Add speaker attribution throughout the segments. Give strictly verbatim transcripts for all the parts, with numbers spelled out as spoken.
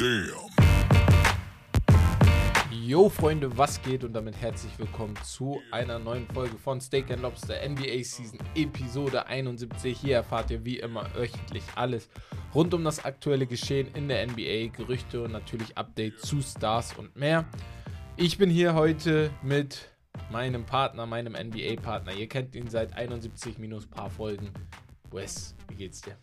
Speaker 1: Damn.
Speaker 2: Yo Freunde, was geht und damit herzlich willkommen zu einer neuen Folge von Steak and Lobster N B A Season Episode einundsiebzig. Hier erfahrt ihr wie immer wöchentlich alles rund um das aktuelle Geschehen in der N B A, Gerüchte und natürlich Updates zu Stars und mehr. Ich bin hier heute mit meinem Partner, meinem N B A-Partner. Ihr kennt ihn seit einundsiebzig minus paar Folgen. Wes, wie geht's dir?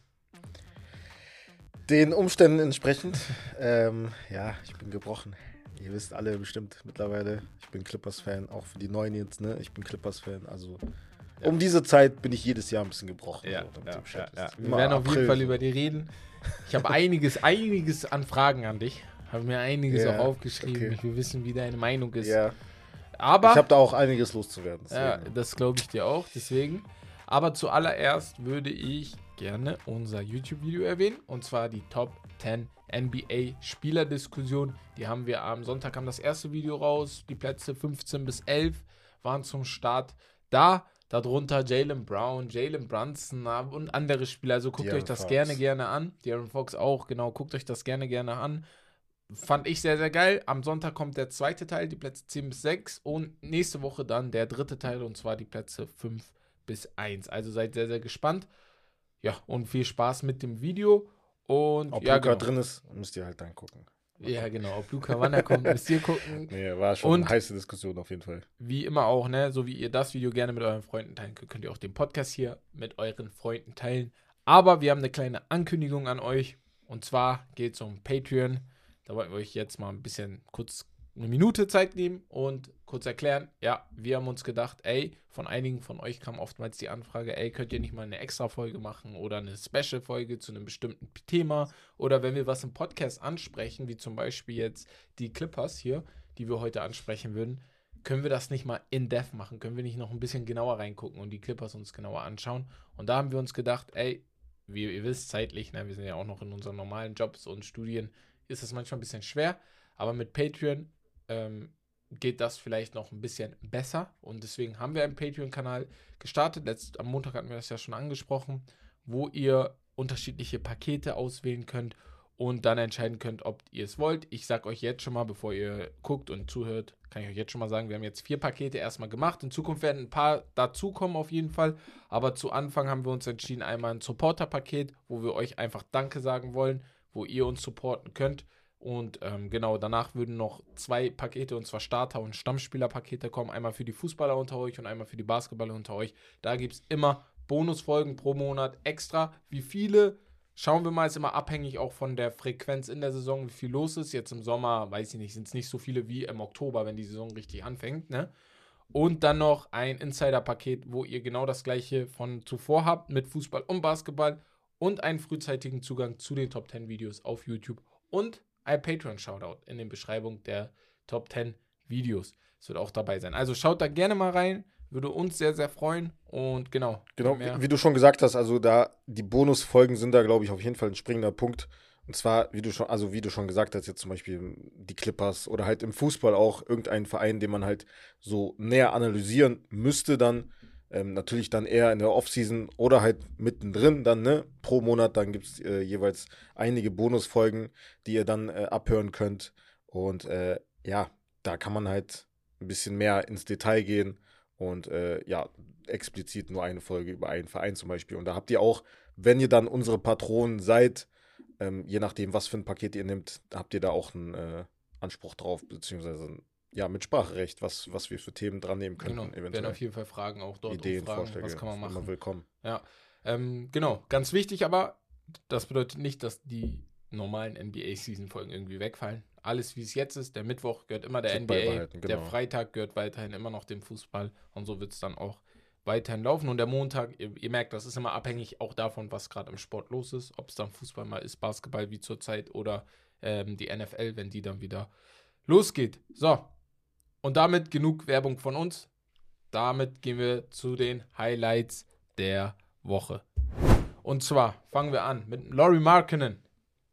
Speaker 3: Den Umständen entsprechend, ähm, ja, ich bin gebrochen. Ihr wisst alle bestimmt mittlerweile, ich bin Clippers-Fan, auch für die Neuen jetzt, ne? Ich bin Clippers-Fan, also ja. Um diese Zeit bin ich jedes Jahr ein bisschen gebrochen.
Speaker 2: Ja,
Speaker 3: so,
Speaker 2: ja, ja, ja. Wir
Speaker 3: Immer
Speaker 2: werden auf
Speaker 3: April,
Speaker 2: jeden Fall
Speaker 3: so.
Speaker 2: über die reden. Ich habe einiges, einiges an Fragen an dich. Habe mir einiges
Speaker 3: Ja,
Speaker 2: auch aufgeschrieben.
Speaker 3: okay.
Speaker 2: Ich will wissen, wie deine Meinung ist.
Speaker 3: Ja,
Speaker 2: Aber
Speaker 3: ich habe da auch einiges loszuwerden.
Speaker 2: ja,
Speaker 3: deswegen.
Speaker 2: das glaube ich dir auch, deswegen. Aber zuallererst würde ich gerne unser YouTube-Video erwähnen, und zwar die Top zehn N B A-Spielerdiskussion. Die haben wir am Sonntag, kam das erste Video raus. Die Plätze fünfzehn bis elf waren zum Start da. Darunter Jaylen Brown, Jalen Brunson und andere Spieler. Also guckt
Speaker 3: De'Aaron
Speaker 2: euch das
Speaker 3: Fox.
Speaker 2: gerne, gerne an. De'Aaron Fox auch, genau. Guckt euch das gerne, gerne an. Fand ich sehr, sehr geil. Am Sonntag kommt der zweite Teil, die Plätze zehn bis sechs. Und nächste Woche dann der dritte Teil, und zwar die Plätze fünf bis eins. Also seid sehr, sehr gespannt. Ja, und viel Spaß mit dem Video. Und
Speaker 3: Ob
Speaker 2: ja,
Speaker 3: Luka
Speaker 2: genau.
Speaker 3: drin ist, müsst ihr halt dann gucken.
Speaker 2: Ja, genau. Ob Luka wann er kommt, müsst ihr gucken.
Speaker 3: Nee, war schon
Speaker 2: Und-
Speaker 3: eine heiße Diskussion auf jeden Fall.
Speaker 2: Wie immer auch, ne, so wie ihr das Video gerne mit euren Freunden teilen könnt, könnt ihr auch den Podcast hier mit euren Freunden teilen. Aber wir haben eine kleine Ankündigung an euch. Und zwar geht es um Patreon. Da wollten wir euch jetzt mal ein bisschen kurz eine Minute Zeit nehmen und kurz erklären. Ja, wir haben uns gedacht, ey, von einigen von euch kam oftmals die Anfrage, ey, könnt ihr nicht mal eine Extra-Folge machen oder eine Special-Folge zu einem bestimmten Thema, oder wenn wir was im Podcast ansprechen, wie zum Beispiel jetzt die Clippers hier, die wir heute ansprechen würden, können wir das nicht mal in-depth machen? Können wir nicht noch ein bisschen genauer reingucken und die Clippers uns genauer anschauen? Und da haben wir uns gedacht, ey, wie ihr wisst, zeitlich, ne, wir sind ja auch noch in unseren normalen Jobs und Studien, ist das manchmal ein bisschen schwer, aber mit Patreon ähm, geht das vielleicht noch ein bisschen besser, und deswegen haben wir einen Patreon-Kanal gestartet. Letzt, am Montag hatten wir das ja schon angesprochen, wo ihr unterschiedliche Pakete auswählen könnt und dann entscheiden könnt, ob ihr es wollt. Ich sag euch jetzt schon mal, bevor ihr guckt und zuhört, kann ich euch jetzt schon mal sagen, wir haben jetzt vier Pakete erstmal gemacht. In Zukunft werden ein paar dazukommen auf jeden Fall, aber zu Anfang haben wir uns entschieden, einmal ein Supporter-Paket, wo wir euch einfach Danke sagen wollen, wo ihr uns supporten könnt. Und ähm, genau, danach würden noch zwei Pakete, und zwar Starter- und Stammspieler-Pakete kommen. Einmal für die Fußballer unter euch und einmal für die Basketballer unter euch. Da gibt es immer Bonusfolgen pro Monat extra. Wie viele, schauen wir mal, ist immer abhängig auch von der Frequenz in der Saison, wie viel los ist. Jetzt im Sommer, weiß ich nicht, sind es nicht so viele wie im Oktober, wenn die Saison richtig anfängt, ne? Und dann noch ein Insider-Paket, wo ihr genau das gleiche von zuvor habt mit Fußball und Basketball und einen frühzeitigen Zugang zu den Top zehn Videos auf YouTube und ein Patreon-Shoutout in den Beschreibung der Top zehn Videos. Es wird auch dabei sein. Also schaut da gerne mal rein. Würde uns sehr, sehr freuen. Und genau.
Speaker 3: Genau,
Speaker 2: mehr-
Speaker 3: wie du schon gesagt hast, also da die Bonusfolgen sind da, glaube ich, auf jeden Fall ein springender Punkt. Und zwar, wie du schon, also wie du schon gesagt hast, jetzt zum Beispiel die Clippers oder halt im Fußball auch irgendeinen Verein, den man halt so näher analysieren müsste dann. Ähm, natürlich dann eher in der Offseason oder halt mittendrin dann, ne? Pro Monat, dann gibt es äh, jeweils einige Bonusfolgen, die ihr dann äh, abhören könnt. Und äh, ja, da kann man halt ein bisschen mehr ins Detail gehen und äh, ja, explizit nur eine Folge über einen Verein zum Beispiel. Und da habt ihr auch, wenn ihr dann unsere Patronen seid, ähm, je nachdem, was für ein Paket ihr nehmt, habt ihr da auch einen äh, Anspruch drauf, beziehungsweise ein ja, mit Sprachrecht, was, was wir für Themen dran nehmen könnten,
Speaker 2: Genau,
Speaker 3: eventuell.
Speaker 2: werden auf jeden Fall Fragen auch dort
Speaker 3: Ideen,
Speaker 2: fragen,
Speaker 3: Vorschläge,
Speaker 2: was kann man
Speaker 3: ist immer
Speaker 2: machen.
Speaker 3: willkommen.
Speaker 2: Ja, ähm, genau, ganz wichtig, aber das bedeutet nicht, dass die normalen N B A-Season-Folgen irgendwie wegfallen. Alles, wie es jetzt ist, der Mittwoch gehört immer der
Speaker 3: Wird
Speaker 2: N B A,
Speaker 3: beibehalten,
Speaker 2: der
Speaker 3: genau.
Speaker 2: Freitag gehört weiterhin immer noch dem Fußball, und so wird es dann auch weiterhin laufen. Und der Montag, ihr, ihr merkt, das ist immer abhängig auch davon, was gerade im Sport los ist, ob es dann Fußball mal ist, Basketball wie zurzeit oder ähm, die N F L, wenn die dann wieder losgeht. So, und damit genug Werbung von uns. Damit gehen wir zu den Highlights der Woche. Und zwar fangen wir an mit Lauri Markkanen.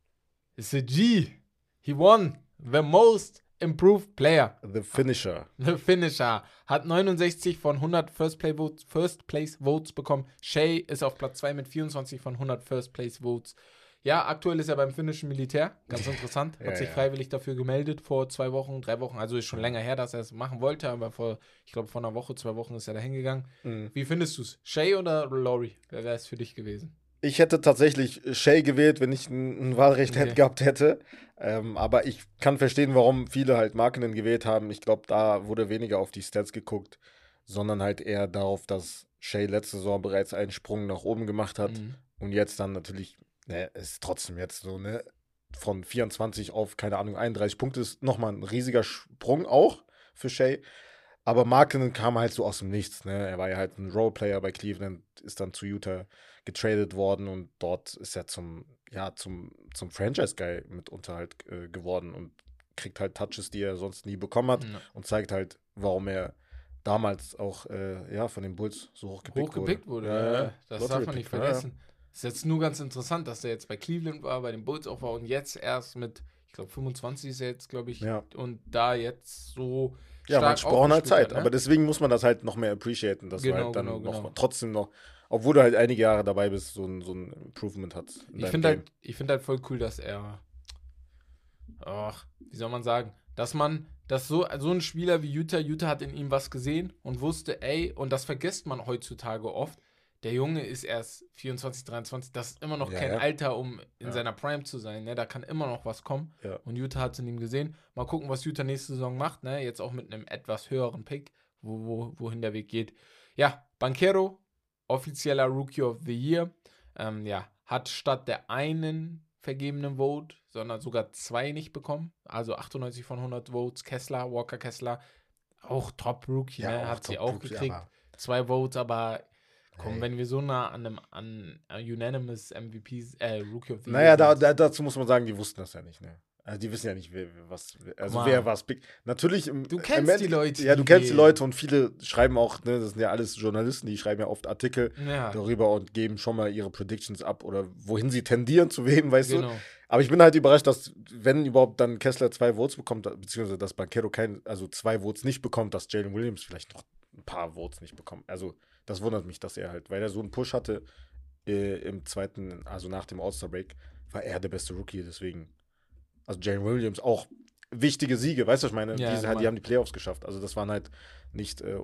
Speaker 2: It's a G. He won the most improved player.
Speaker 3: The Finisher.
Speaker 2: The Finisher. Hat neunundsechzig von hundert First, Play Votes, First Place Votes bekommen. Shea ist auf Platz zwei mit vierundzwanzig von hundert First Place Votes. Ja, aktuell ist er beim finnischen Militär. Ganz interessant. Hat
Speaker 3: ja,
Speaker 2: sich
Speaker 3: ja.
Speaker 2: freiwillig dafür gemeldet vor zwei Wochen, drei Wochen. Also ist schon länger her, dass er es machen wollte. Aber vor, ich glaube, vor einer Woche, zwei Wochen ist er da hingegangen.
Speaker 3: Mhm.
Speaker 2: Wie findest du es? Shay oder Laurie? Wer wäre es für dich gewesen?
Speaker 3: Ich hätte tatsächlich Shay gewählt, wenn ich ein, ein Wahlrecht
Speaker 2: Okay.
Speaker 3: hätte, gehabt hätte. Ähm, aber ich kann verstehen, warum viele halt Markinen gewählt haben. Ich glaube, da wurde weniger auf die Stats geguckt, sondern halt eher darauf, dass Shay letzte Saison bereits einen Sprung nach oben gemacht hat.
Speaker 2: Mhm.
Speaker 3: Und jetzt dann natürlich, ne, ist trotzdem jetzt so, ne, von vierundzwanzig auf, keine Ahnung, einunddreißig Punkte ist nochmal ein riesiger Sprung auch für Shay. Aber Markinen kam halt so aus dem Nichts, ne. Er war ja halt ein Roleplayer bei Cleveland, ist dann zu Utah getradet worden und dort ist er zum, ja, zum, zum Franchise-Guy mitunter halt äh, geworden und kriegt halt Touches, die er sonst nie bekommen hat
Speaker 2: Ja.
Speaker 3: und zeigt halt, warum er damals auch äh, ja, von den Bulls so hoch gepickt,
Speaker 2: Hochgepickt wurde.
Speaker 3: Ja,
Speaker 2: Ja,
Speaker 3: ja.
Speaker 2: das
Speaker 3: Lottery
Speaker 2: darf man nicht
Speaker 3: Pick, ja,
Speaker 2: vergessen. Ist jetzt nur ganz interessant, dass er jetzt bei Cleveland war, bei den Bulls auch war und jetzt erst mit, ich glaube, fünfundzwanzig ist er jetzt, glaube ich,
Speaker 3: Ja.
Speaker 2: und da jetzt so.
Speaker 3: Ja,
Speaker 2: stark
Speaker 3: manche brauchen halt
Speaker 2: aufgespielt
Speaker 3: Zeit,
Speaker 2: hat, ne?
Speaker 3: aber deswegen muss man das halt noch mehr appreciaten, dass
Speaker 2: Genau,
Speaker 3: du halt dann
Speaker 2: genau,
Speaker 3: noch
Speaker 2: genau.
Speaker 3: trotzdem noch, obwohl du halt einige Jahre dabei bist, so ein, so ein Improvement hat. in
Speaker 2: Ich
Speaker 3: deinem
Speaker 2: finde
Speaker 3: Game.
Speaker 2: halt, ich finde halt voll cool, dass er, ach, wie soll man sagen, dass man, dass so, so ein Spieler wie Utah, Utah hat in ihm was gesehen und wusste, ey, und das vergisst man heutzutage oft, der Junge ist erst vierundzwanzig, dreiundzwanzig, das ist immer noch
Speaker 3: Ja,
Speaker 2: kein
Speaker 3: ja.
Speaker 2: Alter, um in
Speaker 3: Ja.
Speaker 2: seiner Prime zu sein, ne? Da kann immer noch was kommen.
Speaker 3: Ja.
Speaker 2: Und Utah hat es in ihm gesehen. Mal gucken, was Utah nächste Saison macht, ne? Jetzt auch mit einem etwas höheren Pick, wo, wo, wohin der Weg geht. Ja, Banchero, offizieller Rookie of the Year, ähm, ja, hat statt der einen vergebenen Vote, sondern sogar zwei nicht bekommen. Also achtundneunzig von hundert Votes. Kessler, Walker Kessler, auch Top-Rookie,
Speaker 3: Ja,
Speaker 2: ne?
Speaker 3: auch
Speaker 2: Hat sie
Speaker 3: Top
Speaker 2: auch
Speaker 3: Rookie,
Speaker 2: gekriegt.
Speaker 3: aber-
Speaker 2: Zwei Votes, aber komm,
Speaker 3: Hey.
Speaker 2: wenn wir so nah an einem an, an Unanimous M V P, äh, Rookie of the
Speaker 3: Naja,
Speaker 2: Year
Speaker 3: da,
Speaker 2: sind.
Speaker 3: da, dazu muss man sagen, die wussten das ja nicht, ne? Also die wissen ja nicht, wer, was, also
Speaker 2: Guck
Speaker 3: wer
Speaker 2: mal.
Speaker 3: was pickt. Natürlich, im,
Speaker 2: Du
Speaker 3: im
Speaker 2: kennst die
Speaker 3: Endeffekt-
Speaker 2: Leute,
Speaker 3: Ja,
Speaker 2: die
Speaker 3: du kennst die
Speaker 2: wählen.
Speaker 3: Leute und viele schreiben auch, ne, das sind ja alles Journalisten, die schreiben ja oft Artikel
Speaker 2: Ja,
Speaker 3: darüber und geben schon mal ihre Predictions ab oder wohin sie tendieren zu wem, weißt du?
Speaker 2: genau.
Speaker 3: Aber ich bin halt überrascht, dass, wenn überhaupt dann Kessler zwei Votes bekommt, beziehungsweise dass Banchero kein, also zwei Votes nicht bekommt, dass Jalen Williams vielleicht noch ein paar Votes nicht bekommt. Also, das wundert mich, dass er halt, weil er so einen Push hatte äh, im zweiten, also nach dem All-Star-Break, war er der beste Rookie, deswegen. Also, Jalen Williams auch wichtige Siege, weißt du, was ich meine?
Speaker 2: Ja,
Speaker 3: Diese, halt,
Speaker 2: normal.
Speaker 3: die haben die Playoffs geschafft. Also, das waren halt nicht, äh,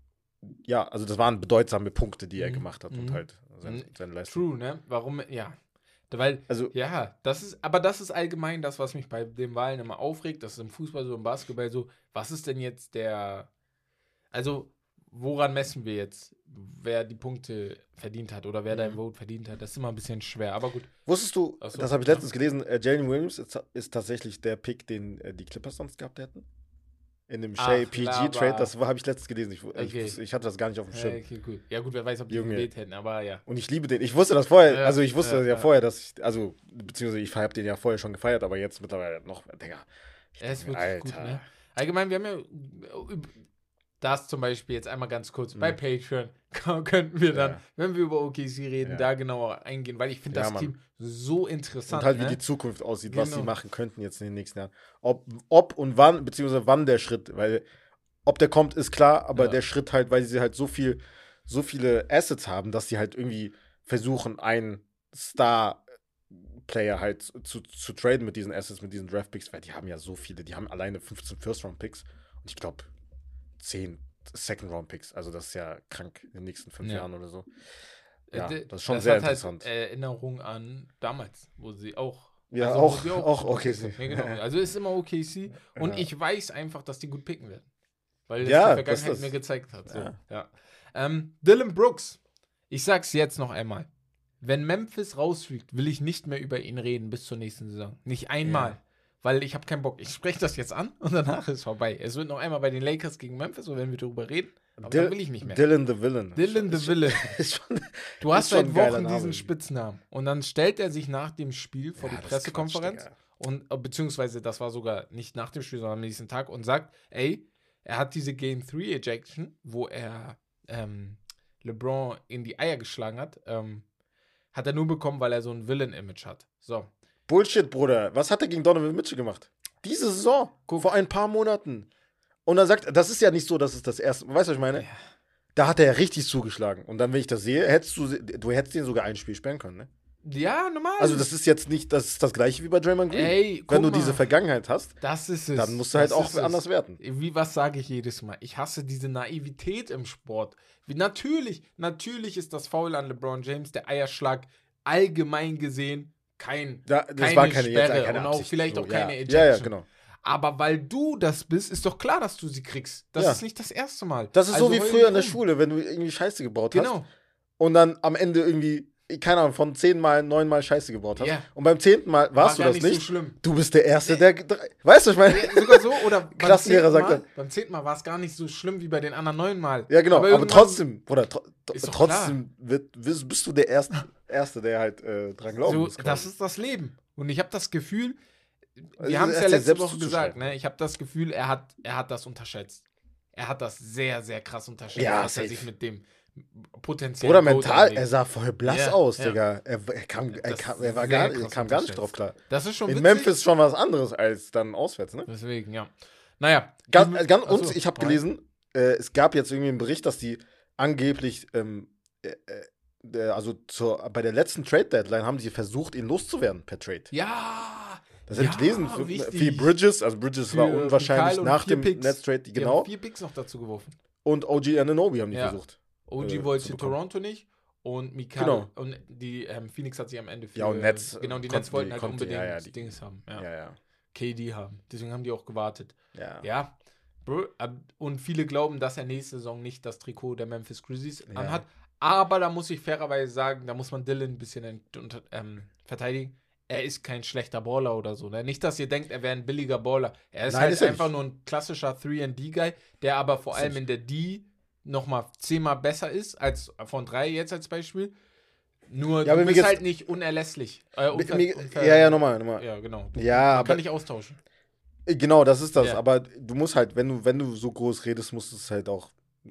Speaker 3: ja, also, das waren bedeutsame Punkte, die er
Speaker 2: Mhm.
Speaker 3: gemacht hat und
Speaker 2: Mhm.
Speaker 3: halt seine,
Speaker 2: Mhm.
Speaker 3: seine Leistung.
Speaker 2: True, ne? Warum? Ja. Weil,
Speaker 3: Also,
Speaker 2: ja, das ist, aber das ist allgemein das, was mich bei den Wahlen immer aufregt. Das ist im Fußball so, im Basketball so. Was ist denn jetzt der, also, woran messen wir jetzt, wer die Punkte verdient hat oder wer
Speaker 3: Mhm.
Speaker 2: dein Vote verdient hat? Das ist immer ein bisschen schwer, aber gut.
Speaker 3: Wusstest du,
Speaker 2: Ach so,
Speaker 3: das habe ich
Speaker 2: ja.
Speaker 3: letztens gelesen, äh, Jalen Williams ist, ist tatsächlich der Pick, den äh, die Clippers sonst gehabt hätten? In dem
Speaker 2: Ach,
Speaker 3: Shea P G-Trade,
Speaker 2: Lava.
Speaker 3: das habe ich letztens gelesen. Ich,
Speaker 2: Okay.
Speaker 3: ich, wusste- ich hatte das gar nicht auf dem Schirm.
Speaker 2: Hey, okay, cool. Ja, gut, wer weiß, ob die
Speaker 3: Junge.
Speaker 2: gewählt hätten, aber ja.
Speaker 3: Und ich liebe den. Ich wusste das vorher,
Speaker 2: Ja,
Speaker 3: also ich wusste
Speaker 2: ja,
Speaker 3: ja,
Speaker 2: ja.
Speaker 3: vorher, dass ich, also, beziehungsweise ich habe den ja vorher schon gefeiert, aber jetzt mittlerweile noch, Digga. Ich
Speaker 2: Er ist
Speaker 3: denk mir,
Speaker 2: wirklich gut,
Speaker 3: Alter.
Speaker 2: ne? Allgemein, wir haben ja üb- das zum Beispiel jetzt einmal ganz kurz.
Speaker 3: Mhm.
Speaker 2: Bei Patreon könnten wir dann,
Speaker 3: Ja.
Speaker 2: wenn wir über O K C reden,
Speaker 3: Ja.
Speaker 2: da genauer eingehen, weil ich finde
Speaker 3: Ja,
Speaker 2: das
Speaker 3: Mann.
Speaker 2: Team so interessant.
Speaker 3: Und halt, wie
Speaker 2: ne?
Speaker 3: die Zukunft aussieht, was sie
Speaker 2: Genau.
Speaker 3: machen könnten jetzt in den nächsten Jahren. Ob, ob und wann, beziehungsweise wann der Schritt, weil ob der kommt, ist klar, aber
Speaker 2: Ja.
Speaker 3: der Schritt halt, weil sie halt so viel, so viele Assets haben, dass sie halt irgendwie versuchen, einen Star-Player halt zu, zu traden mit diesen Assets, mit diesen Draft-Picks, weil die haben ja so viele, die haben alleine fünfzehn First-Round-Picks und ich glaube zehn Second-Round-Picks. Also das ist ja krank in den nächsten fünf
Speaker 2: Ja.
Speaker 3: Jahren oder so.
Speaker 2: Äh,
Speaker 3: Ja,
Speaker 2: d-
Speaker 3: das ist schon
Speaker 2: das
Speaker 3: sehr
Speaker 2: hat halt
Speaker 3: interessant.
Speaker 2: Erinnerung an damals, wo sie auch.
Speaker 3: Ja,
Speaker 2: also,
Speaker 3: auch-
Speaker 2: wo sie
Speaker 3: auch
Speaker 2: gut
Speaker 3: O K C.
Speaker 2: sind. Ja, genau. Also ist immer O K C und
Speaker 3: Ja.
Speaker 2: ich weiß einfach, dass die gut picken werden. Weil das
Speaker 3: Ja,
Speaker 2: die
Speaker 3: das
Speaker 2: Vergangenheit
Speaker 3: ist-
Speaker 2: mir gezeigt hat. So.
Speaker 3: Ja.
Speaker 2: Ja. Ähm, Dylan Brooks. Ich sag's jetzt noch einmal. Wenn Memphis rausfliegt, will ich nicht mehr über ihn reden bis zur nächsten Saison. Nicht einmal.
Speaker 3: Ja.
Speaker 2: Weil ich habe keinen Bock. Ich spreche das jetzt an und danach ist vorbei. Es wird noch einmal bei den Lakers gegen Memphis, so wenn wir darüber reden. Aber
Speaker 3: Dil-
Speaker 2: dann will ich nicht mehr.
Speaker 3: Dylan the Villain.
Speaker 2: Dylan the
Speaker 3: Ist-
Speaker 2: Villain.
Speaker 3: Ist schon,
Speaker 2: Du hast
Speaker 3: ist schon
Speaker 2: seit
Speaker 3: ein geiler
Speaker 2: Wochen
Speaker 3: Name.
Speaker 2: diesen Spitznamen. Und dann stellt er sich nach dem Spiel vor
Speaker 3: Ja,
Speaker 2: die
Speaker 3: das ist
Speaker 2: Pressekonferenz
Speaker 3: Quatsch,
Speaker 2: und äh, beziehungsweise das war sogar nicht nach dem Spiel, sondern am nächsten Tag und sagt, ey, er hat diese Game drei Ejection, wo er ähm, LeBron in die Eier geschlagen hat, ähm, hat er nur bekommen, weil er so ein Villain-Image hat. So.
Speaker 3: Bullshit, Bruder. Was hat er gegen Donovan Mitchell gemacht? Diese Saison.
Speaker 2: Guck.
Speaker 3: Vor ein paar Monaten. Und er sagt, das ist ja nicht so, dass es das erste. Weißt du, was ich meine?
Speaker 2: Ja.
Speaker 3: Da hat er ja richtig zugeschlagen. Und dann, wenn ich das sehe, hättest du, du hättest den sogar ein Spiel sperren können, ne?
Speaker 2: Ja, normal.
Speaker 3: Also das ist jetzt nicht, das ist das gleiche wie bei Draymond Green.
Speaker 2: Ey, guck
Speaker 3: Wenn du
Speaker 2: mal.
Speaker 3: diese Vergangenheit hast,
Speaker 2: Das ist es.
Speaker 3: dann musst du halt
Speaker 2: Das
Speaker 3: auch
Speaker 2: ist es.
Speaker 3: anders werten.
Speaker 2: Wie, was sage ich jedes Mal? Ich hasse diese Naivität im Sport. Wie, natürlich, natürlich ist das Foul an LeBron James, der Eierschlag, allgemein gesehen kein,
Speaker 3: Ja, das
Speaker 2: keine
Speaker 3: war keine,
Speaker 2: Sperre
Speaker 3: keine
Speaker 2: und auch
Speaker 3: Absicht.
Speaker 2: vielleicht
Speaker 3: so,
Speaker 2: auch keine
Speaker 3: ja.
Speaker 2: Ejection.
Speaker 3: Ja, ja, genau.
Speaker 2: Aber weil du das bist, ist doch klar, dass du sie kriegst. Das
Speaker 3: Ja.
Speaker 2: ist nicht das erste Mal.
Speaker 3: Das ist
Speaker 2: Also
Speaker 3: so wie
Speaker 2: heul
Speaker 3: früher in der
Speaker 2: nicht rum.
Speaker 3: Schule, wenn du irgendwie Scheiße gebaut hast.
Speaker 2: Genau.
Speaker 3: Und dann am Ende irgendwie, keine Ahnung, von zehn Mal, neun Mal Scheiße gebaut hast.
Speaker 2: Ja.
Speaker 3: Und beim zehnten Mal warst
Speaker 2: War gar
Speaker 3: du das
Speaker 2: nicht
Speaker 3: nicht.
Speaker 2: so schlimm.
Speaker 3: Du bist der Erste, der. Weißt du, ich meine.
Speaker 2: Ja, sogar so, oder beim
Speaker 3: Klassenlehrer
Speaker 2: zehnten
Speaker 3: sagt
Speaker 2: Mal,
Speaker 3: dann-
Speaker 2: beim zehnten Mal war es gar nicht so schlimm wie bei den anderen neun Mal.
Speaker 3: Ja, genau, aber,
Speaker 2: irgendwann-
Speaker 3: trotzdem, oder tro
Speaker 2: Ist doch
Speaker 3: trotzdem wird, bist, bist du der Erste, Erste der halt äh, dran glauben
Speaker 2: So,
Speaker 3: muss. quasi.
Speaker 2: das ist das Leben. Und ich habe das Gefühl,
Speaker 3: Also,
Speaker 2: wir haben es
Speaker 3: er
Speaker 2: ja
Speaker 3: hat ja
Speaker 2: letzte
Speaker 3: selbst
Speaker 2: Woche gesagt,
Speaker 3: zuzuschreiben.
Speaker 2: ne? Ich habe das Gefühl, er hat, er hat das unterschätzt. Er hat das sehr, sehr krass unterschätzt,
Speaker 3: Ja,
Speaker 2: dass er
Speaker 3: safe.
Speaker 2: sich mit dem potenziellen
Speaker 3: Oder
Speaker 2: Goat
Speaker 3: mental,
Speaker 2: anlegt.
Speaker 3: er sah voll blass
Speaker 2: Ja,
Speaker 3: aus,
Speaker 2: ja.
Speaker 3: Digga. Er, er, kam, er,
Speaker 2: Das
Speaker 3: kam,
Speaker 2: ist
Speaker 3: er, war
Speaker 2: sehr
Speaker 3: gar,
Speaker 2: krass
Speaker 3: er kam gar nicht
Speaker 2: unterschätzt.
Speaker 3: drauf klar.
Speaker 2: Das ist schon
Speaker 3: In
Speaker 2: witzig.
Speaker 3: Memphis schon was anderes als dann auswärts, ne?
Speaker 2: Deswegen, ja. Naja.
Speaker 3: Ganz,
Speaker 2: liebe-
Speaker 3: ganz,
Speaker 2: Achso,
Speaker 3: und ich habe
Speaker 2: nein.
Speaker 3: gelesen, äh, es gab jetzt irgendwie einen Bericht, dass die angeblich, ähm, äh, äh, also zur, bei der letzten Trade-Deadline haben sie versucht, ihn loszuwerden per Trade.
Speaker 2: Ja.
Speaker 3: Das habe ich
Speaker 2: ja,
Speaker 3: gelesen, für,
Speaker 2: wichtig.
Speaker 3: für Bridges, also Bridges war
Speaker 2: Für
Speaker 3: unwahrscheinlich
Speaker 2: Mikal und
Speaker 3: nach
Speaker 2: vier
Speaker 3: dem
Speaker 2: Picks.
Speaker 3: Netz-Trade,
Speaker 2: Die
Speaker 3: genau.
Speaker 2: haben vier Picks noch dazu geworfen.
Speaker 3: Und O G Anunoby haben die
Speaker 2: Ja.
Speaker 3: versucht.
Speaker 2: O G
Speaker 3: äh,
Speaker 2: wollte
Speaker 3: zu
Speaker 2: zu
Speaker 3: bekommen.
Speaker 2: Toronto nicht und Mikal
Speaker 3: Genau.
Speaker 2: und die ähm, Phoenix hat sich am Ende für
Speaker 3: Ja, und Nets,
Speaker 2: genau, die
Speaker 3: konnten
Speaker 2: Nets wollten
Speaker 3: die-
Speaker 2: halt
Speaker 3: konnte-
Speaker 2: unbedingt
Speaker 3: ja, ja, die-
Speaker 2: Dings haben. Ja.
Speaker 3: Ja, ja.
Speaker 2: K D haben. Deswegen haben die auch gewartet.
Speaker 3: Ja.
Speaker 2: Ja. Bro, ab- und viele glauben, dass er nächste Saison nicht das Trikot der Memphis Grizzlies
Speaker 3: Ja.
Speaker 2: anhat. Aber da muss ich fairerweise sagen, da muss man Dylan ein bisschen ent- unter- ähm, verteidigen. Er ist kein schlechter Baller oder so. Ne? Nicht, dass ihr denkt, er wäre ein billiger Baller. Er ist
Speaker 3: Nein,
Speaker 2: halt
Speaker 3: ist er
Speaker 2: einfach
Speaker 3: nicht.
Speaker 2: nur ein klassischer drei and D-Guy, der aber vor
Speaker 3: Ist er
Speaker 2: allem
Speaker 3: nicht.
Speaker 2: in der D nochmal zehnmal besser ist als von drei jetzt als Beispiel. Nur
Speaker 3: Ja, aber
Speaker 2: du
Speaker 3: mir
Speaker 2: bist
Speaker 3: geht's-
Speaker 2: halt nicht unerlässlich. Äh, unver-
Speaker 3: Mir-
Speaker 2: unver-
Speaker 3: ja, ja, nochmal, nochmal.
Speaker 2: Ja, genau. Du,
Speaker 3: Ja,
Speaker 2: man
Speaker 3: aber-
Speaker 2: kann nicht austauschen.
Speaker 3: Genau, das ist das.
Speaker 2: Ja.
Speaker 3: Aber du musst halt, wenn du, wenn du so groß redest, musst du es halt auch.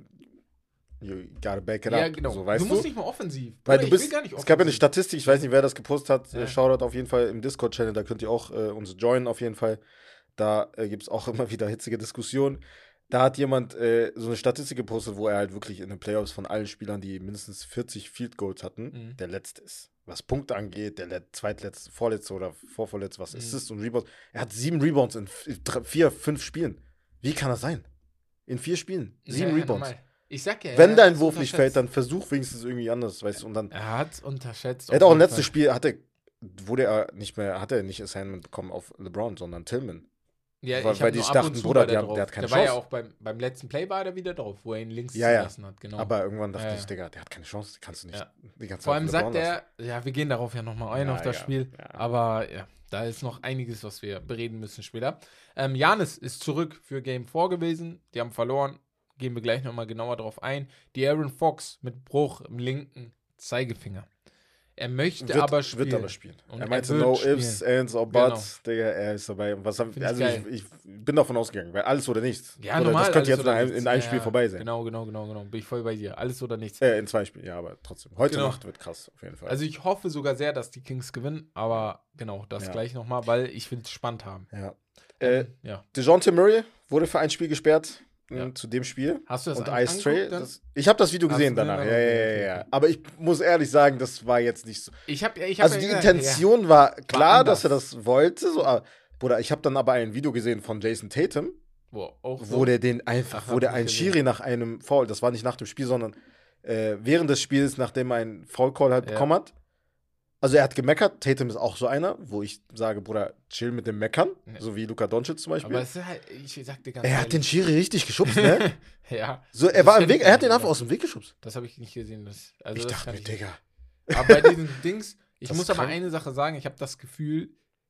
Speaker 3: You gotta back it
Speaker 2: Ja,
Speaker 3: up.
Speaker 2: genau.
Speaker 3: So, weißt
Speaker 2: du
Speaker 3: du
Speaker 2: musst nicht mal offensiv.
Speaker 3: Weil
Speaker 2: Bruder,
Speaker 3: du
Speaker 2: ich
Speaker 3: bist.
Speaker 2: will gar nicht
Speaker 3: Es gab ja eine
Speaker 2: offensiv.
Speaker 3: Statistik, ich weiß nicht, wer das gepostet hat.
Speaker 2: Ja.
Speaker 3: Äh, Shoutout auf jeden Fall im Discord-Channel, da könnt ihr auch äh, uns joinen, auf jeden Fall. Da äh, gibt es auch immer wieder hitzige Diskussionen. Da hat jemand äh, so eine Statistik gepostet, wo er halt wirklich in den Playoffs von allen Spielern, die mindestens vierzig Field Goals hatten,
Speaker 2: Mhm.
Speaker 3: der letzte ist. Was Punkte angeht, der let- zweitletzte, vorletzte oder vorvorletzte, was
Speaker 2: Mhm.
Speaker 3: Assists und Rebounds. Er hat sieben Rebounds in f- drei- vier, fünf Spielen. Wie kann das sein? In vier Spielen. Sieben
Speaker 2: Ja, ja,
Speaker 3: Rebounds.
Speaker 2: normal. Ich sag ja,
Speaker 3: Wenn
Speaker 2: er
Speaker 3: dein
Speaker 2: hat's
Speaker 3: Wurf nicht
Speaker 2: unterschätzt.
Speaker 3: fällt, dann versuch wenigstens irgendwie anders, weißt du, und dann.
Speaker 2: Er hat unterschätzt.
Speaker 3: Er hat
Speaker 2: auf
Speaker 3: auch im
Speaker 2: jeden
Speaker 3: letzten
Speaker 2: Fall.
Speaker 3: Spiel, hatte, wurde er nicht mehr, hat er nicht Assignment bekommen auf LeBron, sondern Tillman.
Speaker 2: Ja,
Speaker 3: weil-
Speaker 2: ich
Speaker 3: weil
Speaker 2: hab
Speaker 3: die
Speaker 2: nur ab
Speaker 3: dachten,
Speaker 2: und zu
Speaker 3: Bruder,
Speaker 2: war
Speaker 3: die
Speaker 2: der
Speaker 3: haben- der
Speaker 2: drauf.
Speaker 3: hat keine
Speaker 2: Der war ja
Speaker 3: Chance.
Speaker 2: auch beim, beim letzten Play war er wieder drauf, wo er ihn links
Speaker 3: Ja,
Speaker 2: ziehen
Speaker 3: ja.
Speaker 2: lassen hat. Genau.
Speaker 3: Aber irgendwann dachte
Speaker 2: Ja,
Speaker 3: ich,
Speaker 2: ja.
Speaker 3: Digga, der hat keine Chance, die kannst du nicht
Speaker 2: Ja.
Speaker 3: die ganze
Speaker 2: Vor
Speaker 3: Zeit
Speaker 2: allem
Speaker 3: auf
Speaker 2: sagt
Speaker 3: LeBron lassen.
Speaker 2: er, ja, wir gehen darauf ja nochmal ein,
Speaker 3: Ja,
Speaker 2: auf das
Speaker 3: ja,
Speaker 2: Spiel.
Speaker 3: ja.
Speaker 2: Aber ja, da ist noch einiges, was wir bereden müssen später. Ähm, Giannis ist zurück für Game vier gewesen. Die haben verloren. Gehen wir gleich nochmal genauer drauf ein. Die Aaron Fox mit Bruch im linken Zeigefinger. Er möchte
Speaker 3: Wird,
Speaker 2: aber spielen.
Speaker 3: wird aber spielen.
Speaker 2: Und
Speaker 3: er
Speaker 2: er
Speaker 3: meinte
Speaker 2: wird
Speaker 3: no
Speaker 2: spielen.
Speaker 3: ifs, ands or
Speaker 2: Genau.
Speaker 3: buts. Digga, er ist dabei. Und was haben,
Speaker 2: Find ich
Speaker 3: also
Speaker 2: geil.
Speaker 3: ich, ich bin davon ausgegangen, weil alles oder nichts.
Speaker 2: Ja,
Speaker 3: oder
Speaker 2: normal.
Speaker 3: das könnte
Speaker 2: alles
Speaker 3: jetzt in
Speaker 2: oder
Speaker 3: einem,
Speaker 2: nichts.
Speaker 3: in einem
Speaker 2: Ja,
Speaker 3: Spiel
Speaker 2: ja.
Speaker 3: vorbei sein.
Speaker 2: Genau, genau, genau, genau. Bin ich voll bei dir. Alles oder nichts.
Speaker 3: Äh, in zwei Spielen, ja, aber trotzdem. Heute
Speaker 2: Genau.
Speaker 3: Nacht wird krass, auf jeden Fall.
Speaker 2: Also ich hoffe sogar sehr, dass die Kings gewinnen, aber genau, das
Speaker 3: Ja.
Speaker 2: gleich nochmal, weil ich will es spannend haben.
Speaker 3: ja. Äh,
Speaker 2: Ähm, ja.
Speaker 3: DeJounte Murray wurde für ein Spiel gesperrt.
Speaker 2: Ja.
Speaker 3: m, Zu dem Spiel.
Speaker 2: Hast du das
Speaker 3: Und
Speaker 2: an-
Speaker 3: Ice Tray.
Speaker 2: angeguckt dann?
Speaker 3: Das, ich habe das Video
Speaker 2: Hast
Speaker 3: gesehen
Speaker 2: du
Speaker 3: danach.
Speaker 2: gesehen?
Speaker 3: Ja, ja,
Speaker 2: Okay,
Speaker 3: ja,
Speaker 2: okay,
Speaker 3: ja.
Speaker 2: okay.
Speaker 3: Aber ich muss ehrlich sagen, das war jetzt nicht so.
Speaker 2: Ich habe ich hab
Speaker 3: Also
Speaker 2: ja
Speaker 3: die
Speaker 2: gesagt,
Speaker 3: Intention war klar,
Speaker 2: anders.
Speaker 3: dass er das wollte. So, aber, Bruder, ich habe dann aber ein Video gesehen von Jason Tatum,
Speaker 2: Ja, wo, auch
Speaker 3: wo
Speaker 2: so,
Speaker 3: der den einfach,
Speaker 2: Ach,
Speaker 3: wo
Speaker 2: hab
Speaker 3: der
Speaker 2: ich
Speaker 3: ein
Speaker 2: gesehen.
Speaker 3: Schiri nach einem Foul, das war nicht nach dem Spiel, sondern äh, während des Spiels, nachdem er einen Foul-Call halt
Speaker 2: Ja.
Speaker 3: bekommen hat. Also er hat gemeckert. Tatum ist auch so einer, wo ich sage, Bruder, chill mit dem Meckern,
Speaker 2: Ja.
Speaker 3: so wie Luka Doncic zum Beispiel.
Speaker 2: aber es ist halt, ich sag dir ganz
Speaker 3: Er hat den
Speaker 2: ehrlich.
Speaker 3: Schiri richtig geschubst, ne?
Speaker 2: ja,
Speaker 3: So, er
Speaker 2: Das
Speaker 3: war im
Speaker 2: kenn ich
Speaker 3: Weg, er hat
Speaker 2: nicht,
Speaker 3: den einfach
Speaker 2: aber-
Speaker 3: aus dem Weg geschubst.
Speaker 2: das habe ich nicht gesehen. Das, also
Speaker 3: Ich
Speaker 2: das
Speaker 3: dachte
Speaker 2: kann
Speaker 3: mir,
Speaker 2: ich
Speaker 3: Digga.
Speaker 2: Aber bei diesen Dings, ich
Speaker 3: Das
Speaker 2: muss
Speaker 3: ist
Speaker 2: aber
Speaker 3: krank.
Speaker 2: eine Sache sagen, ich habe das Gefühl,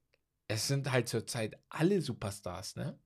Speaker 2: es sind halt zurzeit alle Superstars, ne?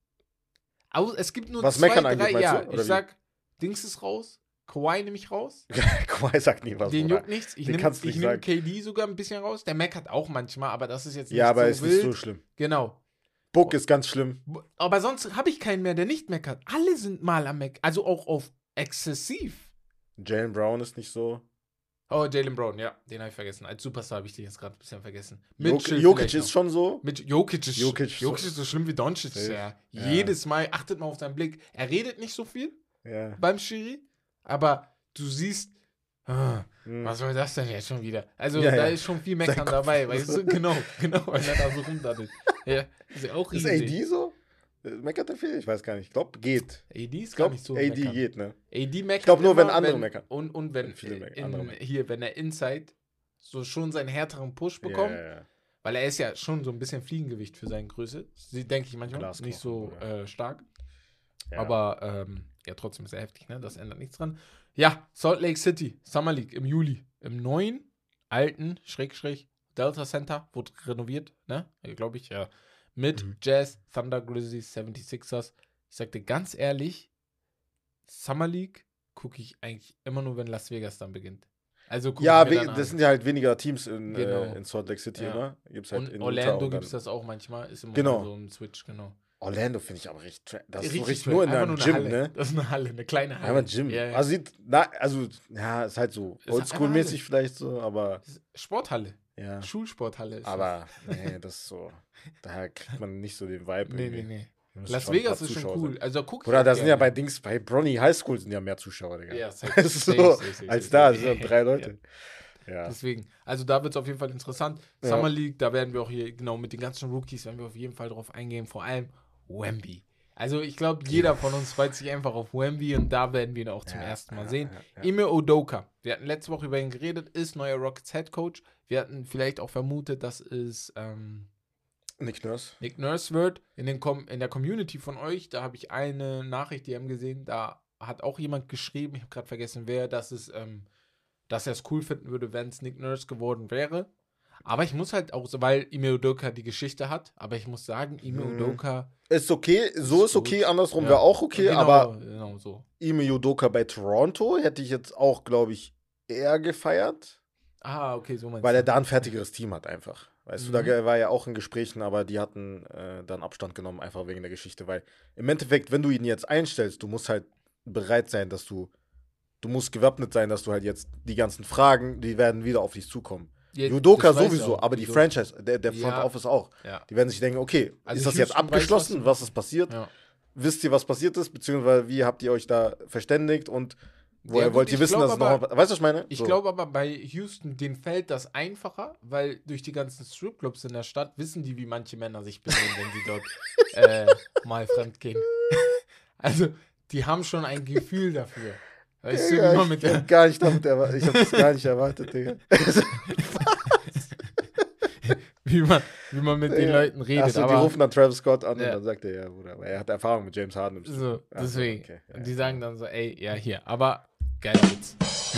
Speaker 2: Au- Es gibt nur
Speaker 3: Was
Speaker 2: zwei,
Speaker 3: Meckern
Speaker 2: drei,
Speaker 3: angeht, meinst
Speaker 2: ja,
Speaker 3: du, oder
Speaker 2: ich
Speaker 3: wie?
Speaker 2: sag, Dings ist raus, Kawhi nehme ich raus,
Speaker 3: Kawhi sagt nie was,
Speaker 2: den
Speaker 3: Bruder.
Speaker 2: juckt nichts, ich
Speaker 3: Den
Speaker 2: nehme
Speaker 3: kannst du
Speaker 2: ich
Speaker 3: nicht
Speaker 2: nehm
Speaker 3: sagen.
Speaker 2: K D sogar ein bisschen raus, der meckert auch manchmal, aber das ist jetzt nicht
Speaker 3: Ja, aber
Speaker 2: so
Speaker 3: ist
Speaker 2: wild.
Speaker 3: nicht so schlimm.
Speaker 2: Genau.
Speaker 3: Book ist ganz schlimm.
Speaker 2: Aber sonst habe ich keinen mehr, der nicht meckert. Alle sind mal am Meckern, also auch auf exzessiv.
Speaker 3: Jalen Brown ist nicht so.
Speaker 2: Oh, Jalen Brown, ja, den habe ich vergessen. Als Superstar habe ich den jetzt gerade ein bisschen vergessen.
Speaker 3: Jok
Speaker 2: Mitchell
Speaker 3: Jokic
Speaker 2: vielleicht
Speaker 3: ist
Speaker 2: noch.
Speaker 3: schon so.
Speaker 2: Mit Jokic ist,
Speaker 3: Jokic
Speaker 2: Jokic,
Speaker 3: so-
Speaker 2: ist so schlimm wie Doncic.
Speaker 3: Safe.
Speaker 2: Ja.
Speaker 3: Ja.
Speaker 2: Jedes Mal, achtet mal auf seinen Blick. Er redet nicht so viel
Speaker 3: Ja.
Speaker 2: beim Schiri, aber du siehst, ah,
Speaker 3: Hm.
Speaker 2: was soll das denn jetzt schon wieder? Also
Speaker 3: Ja,
Speaker 2: da
Speaker 3: ja.
Speaker 2: ist schon viel
Speaker 3: Sein
Speaker 2: Meckern
Speaker 3: Kopf
Speaker 2: dabei,
Speaker 3: ist
Speaker 2: weißt
Speaker 3: so.
Speaker 2: du? Genau, genau, weil er da so rumdaddelt. Ja, ist ja auch
Speaker 3: Ist
Speaker 2: riesig.
Speaker 3: A D so? Äh, Meckert er viel? Ich weiß gar nicht. Ich glaube, geht.
Speaker 2: A D ist
Speaker 3: Ich
Speaker 2: gar
Speaker 3: glaube,
Speaker 2: nicht so
Speaker 3: A D
Speaker 2: meckern.
Speaker 3: geht, ne?
Speaker 2: A D meckert
Speaker 3: glaub nur, wenn
Speaker 2: immer,
Speaker 3: andere
Speaker 2: wenn,
Speaker 3: meckern.
Speaker 2: Und, und wenn,
Speaker 3: Wenn viele
Speaker 2: äh,
Speaker 3: meckern, andere
Speaker 2: in,
Speaker 3: meckern.
Speaker 2: hier, wenn er Inside so schon seinen härteren Push
Speaker 3: Ja,
Speaker 2: bekommt,
Speaker 3: ja, ja.
Speaker 2: weil er ist ja schon so ein bisschen Fliegengewicht für seine Größe. Sie denke ich manchmal
Speaker 3: Glasknochen,
Speaker 2: nicht so
Speaker 3: Bruder.
Speaker 2: äh, stark.
Speaker 3: Ja.
Speaker 2: Aber ähm, ja, trotzdem ist er heftig, ne? Das ändert nichts dran. Ja, Salt Lake City, Summer League im Juli. Im neuen, alten, Schrägstrich, Delta Center, wurde renoviert, ne? Glaube ich, ja. Mit
Speaker 3: Mhm.
Speaker 2: Jazz, Thunder, Grizzlies, seventy-sixers. Ich sag dir ganz ehrlich, Summer League gucke ich eigentlich immer nur, wenn Las Vegas dann beginnt. Also gucke
Speaker 3: Ja,
Speaker 2: ich mir
Speaker 3: we-
Speaker 2: dann
Speaker 3: das
Speaker 2: an.
Speaker 3: sind ja halt weniger Teams in,
Speaker 2: Genau.
Speaker 3: äh, in Salt Lake City
Speaker 2: Ja.
Speaker 3: immer. Gibt's halt
Speaker 2: Und
Speaker 3: in
Speaker 2: Orlando
Speaker 3: Utah und
Speaker 2: gibt es
Speaker 3: dann-
Speaker 2: das auch manchmal. Ist immer
Speaker 3: Genau.
Speaker 2: mal so ein Switch, genau.
Speaker 3: Orlando finde ich aber richtig. tra- Das ist so
Speaker 2: Richtig
Speaker 3: richtig
Speaker 2: trash.
Speaker 3: nur in
Speaker 2: Einfach
Speaker 3: einem
Speaker 2: nur eine
Speaker 3: Gym,
Speaker 2: Halle.
Speaker 3: ne?
Speaker 2: Das ist eine Halle, eine kleine Halle.
Speaker 3: Einmal Gym.
Speaker 2: Ja, ja.
Speaker 3: Also sieht, na, also, ja, ist halt so
Speaker 2: Ist
Speaker 3: oldschool-mäßig
Speaker 2: einfach
Speaker 3: vielleicht so, aber
Speaker 2: Das ist Sporthalle.
Speaker 3: ja.
Speaker 2: Schulsporthalle ist
Speaker 3: Aber nee, das ist so. Daher kriegt man nicht so den Vibe.
Speaker 2: das. Nee,
Speaker 3: irgendwie.
Speaker 2: nee, nee.
Speaker 3: Da müssen
Speaker 2: Las
Speaker 3: schon ein
Speaker 2: Vegas
Speaker 3: paar
Speaker 2: ist schon
Speaker 3: Zuschauer
Speaker 2: cool.
Speaker 3: sein.
Speaker 2: Also guck ich
Speaker 3: Oder
Speaker 2: auch
Speaker 3: da sind ja
Speaker 2: gerne.
Speaker 3: bei Dings, bei Bronny High School sind ja mehr Zuschauer, Digga.
Speaker 2: Ja, safe,
Speaker 3: Das ist
Speaker 2: safe,
Speaker 3: so,
Speaker 2: safe, safe,
Speaker 3: als
Speaker 2: safe,
Speaker 3: da
Speaker 2: safe.
Speaker 3: sind drei
Speaker 2: Ja.
Speaker 3: Leute. Ja.
Speaker 2: Deswegen, also da wird es auf jeden Fall interessant.
Speaker 3: Ja.
Speaker 2: Summer League, da werden wir auch hier, genau, mit den ganzen Rookies werden wir auf jeden Fall drauf eingehen. Vor allem Wemby. Also ich glaube, jeder von uns freut sich einfach auf Wemby und da werden wir ihn auch zum
Speaker 3: Ja,
Speaker 2: ersten Mal
Speaker 3: ja,
Speaker 2: sehen.
Speaker 3: ja, ja.
Speaker 2: Ime Udoka. Wir hatten letzte Woche über ihn geredet, ist neuer Rockets Head Coach. Wir hatten vielleicht auch vermutet, dass es ähm,
Speaker 3: Nick Nurse.
Speaker 2: Nick Nurse wird. In, den Com in der Community von euch, da habe ich eine Nachricht, die haben gesehen, da hat auch jemand geschrieben, ich habe gerade vergessen wer, dass es, ähm, dass er es cool finden würde, wenn es Nick Nurse geworden wäre. Aber ich muss halt auch, so, weil Ime Udoka die Geschichte hat, aber ich muss sagen, Ime
Speaker 3: Hm.
Speaker 2: Udoka.
Speaker 3: Ist okay, so
Speaker 2: Ist
Speaker 3: ist okay,
Speaker 2: gut.
Speaker 3: andersrum
Speaker 2: Ja.
Speaker 3: wäre auch okay,
Speaker 2: genau,
Speaker 3: aber
Speaker 2: Genau so.
Speaker 3: Ime Udoka bei Toronto hätte ich jetzt auch, glaube ich, eher gefeiert,
Speaker 2: Ah, okay, so meinst
Speaker 3: weil
Speaker 2: du.
Speaker 3: er da ein fertigeres Team hat einfach. Weißt
Speaker 2: Mhm.
Speaker 3: du, da war ja auch in Gesprächen, aber die hatten äh, dann Abstand genommen, einfach wegen der Geschichte, weil im Endeffekt, wenn du ihn jetzt einstellst, du musst halt bereit sein, dass du, du musst gewappnet sein, dass du halt jetzt die ganzen Fragen, die werden wieder auf dich zukommen.
Speaker 2: Ja,
Speaker 3: Udoka
Speaker 2: das weiß ich
Speaker 3: sowieso,
Speaker 2: auch.
Speaker 3: aber die
Speaker 2: Wieso?
Speaker 3: Franchise, der, der Front
Speaker 2: Ja.
Speaker 3: Office auch.
Speaker 2: Ja.
Speaker 3: Die werden sich denken, okay,
Speaker 2: Also
Speaker 3: ist das jetzt
Speaker 2: Houston weiß,
Speaker 3: abgeschlossen,
Speaker 2: was-
Speaker 3: was ist passiert?
Speaker 2: Ja.
Speaker 3: Wisst ihr, was passiert ist, beziehungsweise wie habt ihr euch da verständigt und woher
Speaker 2: Ja, gut,
Speaker 3: wollt ihr
Speaker 2: ich
Speaker 3: wissen,
Speaker 2: glaub
Speaker 3: dass es
Speaker 2: aber-
Speaker 3: noch mal, weißt du, was ich meine?
Speaker 2: Ich
Speaker 3: So.
Speaker 2: glaube aber bei Houston, denen fällt das einfacher, weil durch die ganzen Stripclubs in der Stadt wissen die, wie manche Männer sich benehmen, wenn sie dort äh, mal fremd gehen. Also, die haben schon ein Gefühl dafür. Weißt du,
Speaker 3: Ja,
Speaker 2: wie man
Speaker 3: ich
Speaker 2: mit
Speaker 3: hab
Speaker 2: der,
Speaker 3: gar nicht damit erwartet. Ich habe das gar nicht erwartet, Digga.
Speaker 2: wie man, wie man mit den
Speaker 3: Ja.
Speaker 2: Leuten redet.
Speaker 3: Achso, die
Speaker 2: aber
Speaker 3: rufen dann Travis Scott an
Speaker 2: Ja.
Speaker 3: und dann sagt er, ja, Bruder, aber er hat Erfahrung mit James Harden. im Spiel.
Speaker 2: so,
Speaker 3: Ach
Speaker 2: deswegen.
Speaker 3: okay, ja,
Speaker 2: Und die
Speaker 3: ja.
Speaker 2: sagen dann so, ey, ja, hier. Aber geiler Witz.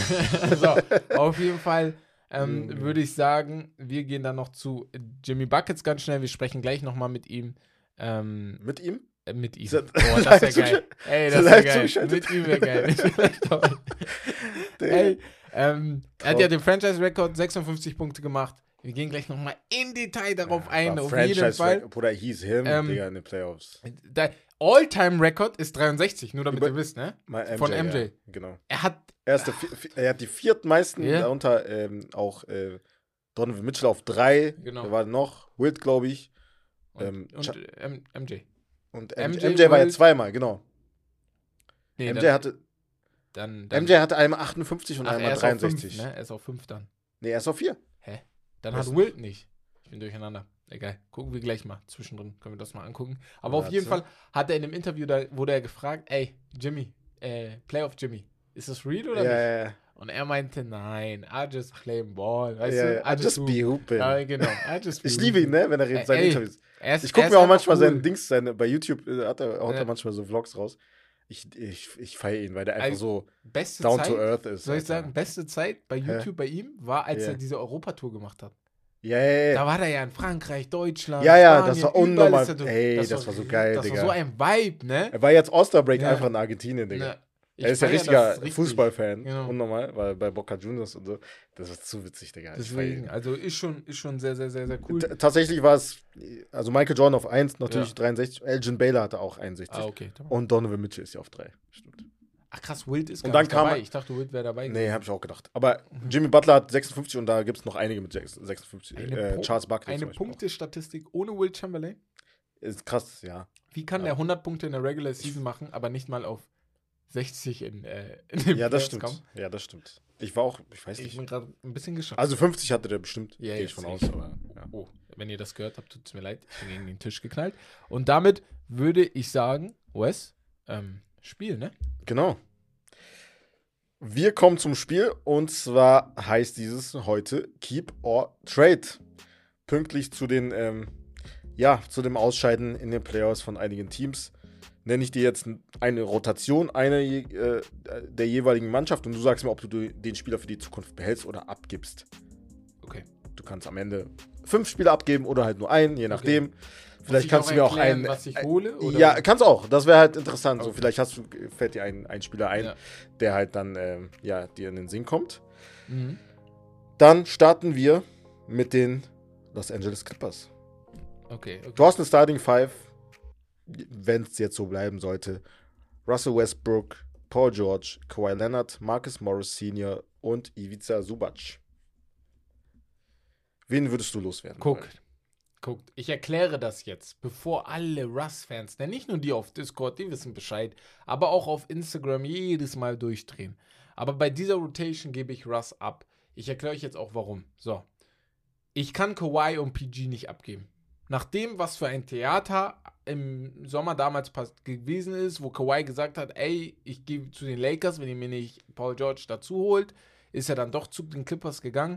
Speaker 2: so, auf jeden Fall ähm,
Speaker 3: Mhm.
Speaker 2: würde ich sagen, wir gehen dann noch zu Jimmy Buckets ganz schnell. Wir sprechen gleich nochmal mit ihm. Ähm,
Speaker 3: Mit ihm?
Speaker 2: äh, mit ihm.
Speaker 3: Ist er-
Speaker 2: Boah, das
Speaker 3: live
Speaker 2: wäre geil.
Speaker 3: zugesch-
Speaker 2: Ey,
Speaker 3: ist
Speaker 2: das
Speaker 3: er
Speaker 2: wäre
Speaker 3: live
Speaker 2: geil.
Speaker 3: zugeschaltet?
Speaker 2: Mit ihm wäre geil. Das wär toll.
Speaker 3: Digga.
Speaker 2: Ey, ähm, er hat
Speaker 3: Traum.
Speaker 2: ja den Franchise-Rekord sechsundfünfzig Punkte gemacht. Wir gehen gleich nochmal in Detail darauf ein.
Speaker 3: War
Speaker 2: Auf jeden
Speaker 3: Franchise
Speaker 2: Fall.
Speaker 3: Record- Bruder, hieß him,
Speaker 2: Ähm,
Speaker 3: Digga, in den Playoffs.
Speaker 2: Der All-Time-Rekord ist dreiundsechzig, nur damit
Speaker 3: Über-
Speaker 2: ihr wisst, ne?
Speaker 3: Mal
Speaker 2: Von M J.
Speaker 3: Ja, genau.
Speaker 2: Er hat
Speaker 3: Er, ist der, vi- vi- er hat die viertmeisten,
Speaker 2: Ja.
Speaker 3: darunter ähm, auch äh, Donovan Mitchell auf drei.
Speaker 2: Genau.
Speaker 3: Da war noch Wilt, glaube ich.
Speaker 2: und,
Speaker 3: Ähm,
Speaker 2: und
Speaker 3: Cha-
Speaker 2: äh, M- MJ.
Speaker 3: Und
Speaker 2: M
Speaker 3: M
Speaker 2: J
Speaker 3: J, M J war ja
Speaker 2: Wilt.
Speaker 3: zweimal, genau.
Speaker 2: Nee,
Speaker 3: M J
Speaker 2: dann,
Speaker 3: hatte,
Speaker 2: dann, dann
Speaker 3: M J hatte einmal achtundfünfzig und
Speaker 2: ach, er
Speaker 3: einmal
Speaker 2: ist auf
Speaker 3: dreiundsechzig.
Speaker 2: fünf, ne? Er ist auf fünf dann.
Speaker 3: Nee, er ist auf vier.
Speaker 2: Hä? Dann
Speaker 3: Weiß
Speaker 2: hat Wilt nicht. Ich bin durcheinander. Egal. Gucken wir gleich mal. Zwischendrin können wir das mal angucken. Aber auf
Speaker 3: Warte.
Speaker 2: jeden Fall hat er in dem Interview, da wurde er gefragt, ey, Jimmy, äh, Playoff Jimmy, ist das real oder
Speaker 3: Ja,
Speaker 2: nicht?
Speaker 3: ja, ja.
Speaker 2: Und er meinte, nein, I just play ball. Weißt
Speaker 3: ja,
Speaker 2: du?
Speaker 3: ja. I just
Speaker 2: hoop.
Speaker 3: be hooping.
Speaker 2: Ja, genau. I just be
Speaker 3: Ich liebe ihn,
Speaker 2: hooping.
Speaker 3: ne, wenn er redet,
Speaker 2: Ä-
Speaker 3: seine
Speaker 2: ey,
Speaker 3: Interviews.
Speaker 2: Er ist-
Speaker 3: Ich
Speaker 2: er
Speaker 3: gucke
Speaker 2: ist
Speaker 3: mir auch
Speaker 2: einfach
Speaker 3: manchmal
Speaker 2: cool.
Speaker 3: seine Dings, seine, bei YouTube äh, hat er, haut
Speaker 2: Ja.
Speaker 3: er manchmal so Vlogs raus. Ich, ich, ich feiere ihn, weil der einfach
Speaker 2: Also,
Speaker 3: so
Speaker 2: Beste
Speaker 3: down
Speaker 2: Zeit,
Speaker 3: to earth ist.
Speaker 2: soll ich
Speaker 3: Alter.
Speaker 2: sagen, beste Zeit bei YouTube bei ihm war, als
Speaker 3: Ja.
Speaker 2: er diese Europatour gemacht hat.
Speaker 3: Ja, ja, ja.
Speaker 2: Da war er ja in Frankreich, Deutschland,
Speaker 3: Ja, ja,
Speaker 2: Spanien,
Speaker 3: das war
Speaker 2: überall
Speaker 3: unnormal.
Speaker 2: ist er durch.
Speaker 3: Ey, das war so geil,
Speaker 2: Das
Speaker 3: Digga.
Speaker 2: war so ein Vibe, ne?
Speaker 3: Er war jetzt All-Star-Break
Speaker 2: Ja.
Speaker 3: einfach in Argentinien, Digga.
Speaker 2: Ne, ich
Speaker 3: Er ist ja
Speaker 2: feier
Speaker 3: richtiger
Speaker 2: das richtig.
Speaker 3: Fußballfan.
Speaker 2: Genau.
Speaker 3: Unnormal, weil bei Boca Juniors und so. Das ist zu witzig, Digga. Ich feier
Speaker 2: Deswegen,
Speaker 3: ihn.
Speaker 2: also ist schon, ist schon sehr, sehr, sehr, sehr cool.
Speaker 3: T- Tatsächlich war es, also Michael Jordan auf eins, natürlich
Speaker 2: Ja.
Speaker 3: dreiundsechzig. Elgin Baylor hatte auch einundsechzig.
Speaker 2: Ah, okay. tamam.
Speaker 3: Und Donovan Mitchell ist ja auf drei. Stimmt.
Speaker 2: Ach krass, Wilt ist
Speaker 3: Und
Speaker 2: gar
Speaker 3: dann
Speaker 2: nicht
Speaker 3: kam
Speaker 2: dabei.
Speaker 3: er-
Speaker 2: Ich dachte, Wilt wäre dabei.
Speaker 3: Nee, habe ich auch gedacht. Aber Jimmy Butler hat sechsundfünfzig und da gibt es noch einige mit sechs- sechsundfünfzig.
Speaker 2: Eine
Speaker 3: Äh,
Speaker 2: Pu-
Speaker 3: Charles Barkley
Speaker 2: Eine
Speaker 3: zum Beispiel
Speaker 2: Punktestatistik ohne Wilt Chamberlain.
Speaker 3: auch. Ist krass, ja.
Speaker 2: Wie kann
Speaker 3: Ja.
Speaker 2: der hundert Punkte in der Regular Season machen, aber nicht mal auf sechzig in, äh, in den
Speaker 3: Ja, das
Speaker 2: Playoffs
Speaker 3: stimmt.
Speaker 2: kommen.
Speaker 3: Ja, das stimmt. Ich war auch, ich weiß
Speaker 2: Ich
Speaker 3: nicht.
Speaker 2: bin gerade ein bisschen geschockt.
Speaker 3: Also fünfzig hatte der bestimmt,
Speaker 2: Ja,
Speaker 3: gehe ich
Speaker 2: jetzt
Speaker 3: von aus.
Speaker 2: safe.
Speaker 3: Aber, ja.
Speaker 2: Oh, wenn ihr das gehört habt, tut es mir leid. Ich bin gegen den Tisch geknallt. Und damit würde ich sagen, Wes, ähm, Spiel, ne?
Speaker 3: Genau. Wir kommen zum Spiel und zwar heißt dieses heute Keep or Trade. Pünktlich zu den, ähm, ja, zu dem Ausscheiden in den Playoffs von einigen Teams nenne ich dir jetzt eine Rotation einer äh, der jeweiligen Mannschaft und du sagst mir, ob du den Spieler für die Zukunft behältst oder abgibst.
Speaker 2: Okay.
Speaker 3: Du kannst am Ende fünf Spieler abgeben oder halt nur einen, je nachdem.
Speaker 2: Okay.
Speaker 3: Vielleicht
Speaker 2: Muss
Speaker 3: kannst
Speaker 2: ich
Speaker 3: du
Speaker 2: auch
Speaker 3: mir auch
Speaker 2: erklären,
Speaker 3: einen.
Speaker 2: was ich hole? Oder?
Speaker 3: Ja, kannst auch. Das wäre halt interessant. So,
Speaker 2: Okay.
Speaker 3: vielleicht hast du, fällt dir ein, ein Spieler ein,
Speaker 2: Ja.
Speaker 3: der halt dann ähm, ja, dir in den Sinn kommt.
Speaker 2: Mhm.
Speaker 3: Dann starten wir mit den Los Angeles Clippers.
Speaker 2: Okay, okay.
Speaker 3: Du hast eine Starting Five, wenn es jetzt so bleiben sollte. Russell Westbrook, Paul George, Kawhi Leonard, Marcus Morris Senior und Ivica Zubac. Wen würdest du loswerden?
Speaker 2: Guck, guckt, ich erkläre das jetzt, bevor alle Russ-Fans, denn nicht nur die auf Discord, die wissen Bescheid, aber auch auf Instagram jedes Mal durchdrehen. Aber bei dieser Rotation gebe ich Russ ab. Ich erkläre euch jetzt auch warum. So, ich kann Kawhi und P G nicht abgeben. Nach dem, was für ein Theater im Sommer damals gewesen ist, wo Kawhi gesagt hat, ey, ich gehe zu den Lakers, wenn ihr mir nicht Paul George dazu holt, ist er dann doch zu den Clippers gegangen.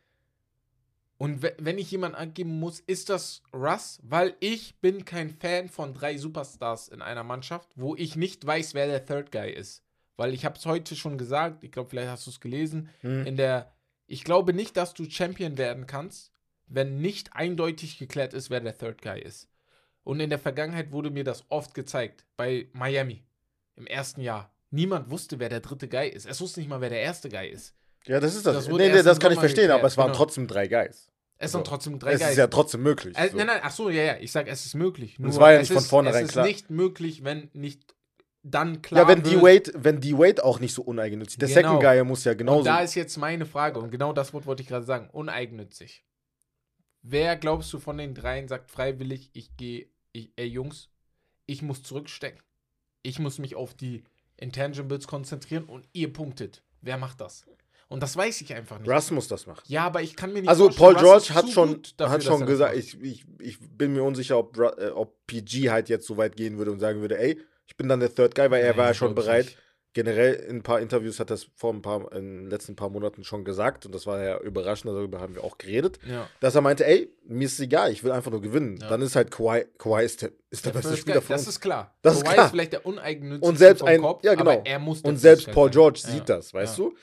Speaker 2: Und wenn ich jemanden angeben muss, ist das Russ, weil ich bin kein Fan von drei Superstars in einer Mannschaft, wo ich nicht weiß, wer der Third Guy ist. Weil ich habe es heute schon gesagt, ich glaube, vielleicht hast du es gelesen,
Speaker 3: Hm.
Speaker 2: in der, ich glaube nicht, dass du Champion werden kannst, wenn nicht eindeutig geklärt ist, wer der Third Guy ist. Und in der Vergangenheit wurde mir das oft gezeigt, bei Miami, im ersten Jahr. Niemand wusste, wer der dritte Guy ist. Es wusste nicht mal, wer der erste Guy ist.
Speaker 3: Ja, das ist das.
Speaker 2: Das wurde
Speaker 3: nee, nee,
Speaker 2: erst
Speaker 3: das
Speaker 2: im
Speaker 3: kann ich
Speaker 2: Sommer
Speaker 3: verstehen,
Speaker 2: geklärt,
Speaker 3: aber es waren
Speaker 2: genau.
Speaker 3: trotzdem drei Guys.
Speaker 2: Es
Speaker 3: Also,
Speaker 2: sind trotzdem drei
Speaker 3: es
Speaker 2: Guys.
Speaker 3: ist ja trotzdem möglich.
Speaker 2: Äh,
Speaker 3: so.
Speaker 2: Nein, nein, ach so, ja, ja, ich sage, es ist möglich. Nur
Speaker 3: es war ja
Speaker 2: es
Speaker 3: nicht von
Speaker 2: ist,
Speaker 3: vornherein
Speaker 2: es ist
Speaker 3: klar.
Speaker 2: nicht möglich, wenn nicht dann klar
Speaker 3: Ja, wenn
Speaker 2: wird.
Speaker 3: D-Wade, wenn D-Wade auch nicht so uneigennützig. Der
Speaker 2: Genau.
Speaker 3: Second Guy muss ja genauso.
Speaker 2: Und da ist jetzt meine Frage, und genau das Wort wollte ich gerade sagen, uneigennützig. Wer, glaubst du, von den dreien sagt freiwillig, ich gehe, ich, ey Jungs, ich muss zurückstecken. Ich muss mich auf die Intangibles konzentrieren und ihr punktet. Wer macht das? Und das weiß ich einfach nicht.
Speaker 3: Russ muss das machen.
Speaker 2: Ja, aber ich kann mir nicht
Speaker 3: Also
Speaker 2: vorstellen,
Speaker 3: Paul
Speaker 2: Russ
Speaker 3: George
Speaker 2: ist
Speaker 3: hat
Speaker 2: zu
Speaker 3: schon,
Speaker 2: gut dafür,
Speaker 3: hat
Speaker 2: dass
Speaker 3: schon
Speaker 2: er das
Speaker 3: gesagt,
Speaker 2: macht.
Speaker 3: ich, ich, ich bin mir unsicher, ob, Ru- äh, ob P G halt jetzt so weit gehen würde und sagen würde, ey, ich bin dann der Third Guy, weil er
Speaker 2: Nee,
Speaker 3: war ja schon
Speaker 2: glaub ich
Speaker 3: bereit.
Speaker 2: nicht.
Speaker 3: Generell in ein paar Interviews hat er es vor ein paar, in den letzten paar Monaten schon gesagt und das war ja überraschend, darüber haben wir auch geredet,
Speaker 2: Ja.
Speaker 3: dass er meinte, ey, mir ist es egal, ich will einfach nur gewinnen.
Speaker 2: Ja.
Speaker 3: Dann ist halt Kawhi, Kawhi ist der, ist der,
Speaker 2: Der
Speaker 3: beste
Speaker 2: First
Speaker 3: Spieler
Speaker 2: Guy,
Speaker 3: von
Speaker 2: das
Speaker 3: uns.
Speaker 2: ist klar.
Speaker 3: Das ist
Speaker 2: Kawhi
Speaker 3: klar.
Speaker 2: ist vielleicht der uneigennützigste
Speaker 3: Und selbst
Speaker 2: vom
Speaker 3: ein,
Speaker 2: Kopf,
Speaker 3: ja genau,
Speaker 2: aber er muss der
Speaker 3: und selbst
Speaker 2: First Guy
Speaker 3: Paul
Speaker 2: sein.
Speaker 3: George
Speaker 2: Ja.
Speaker 3: sieht das, weißt
Speaker 2: Ja.
Speaker 3: du?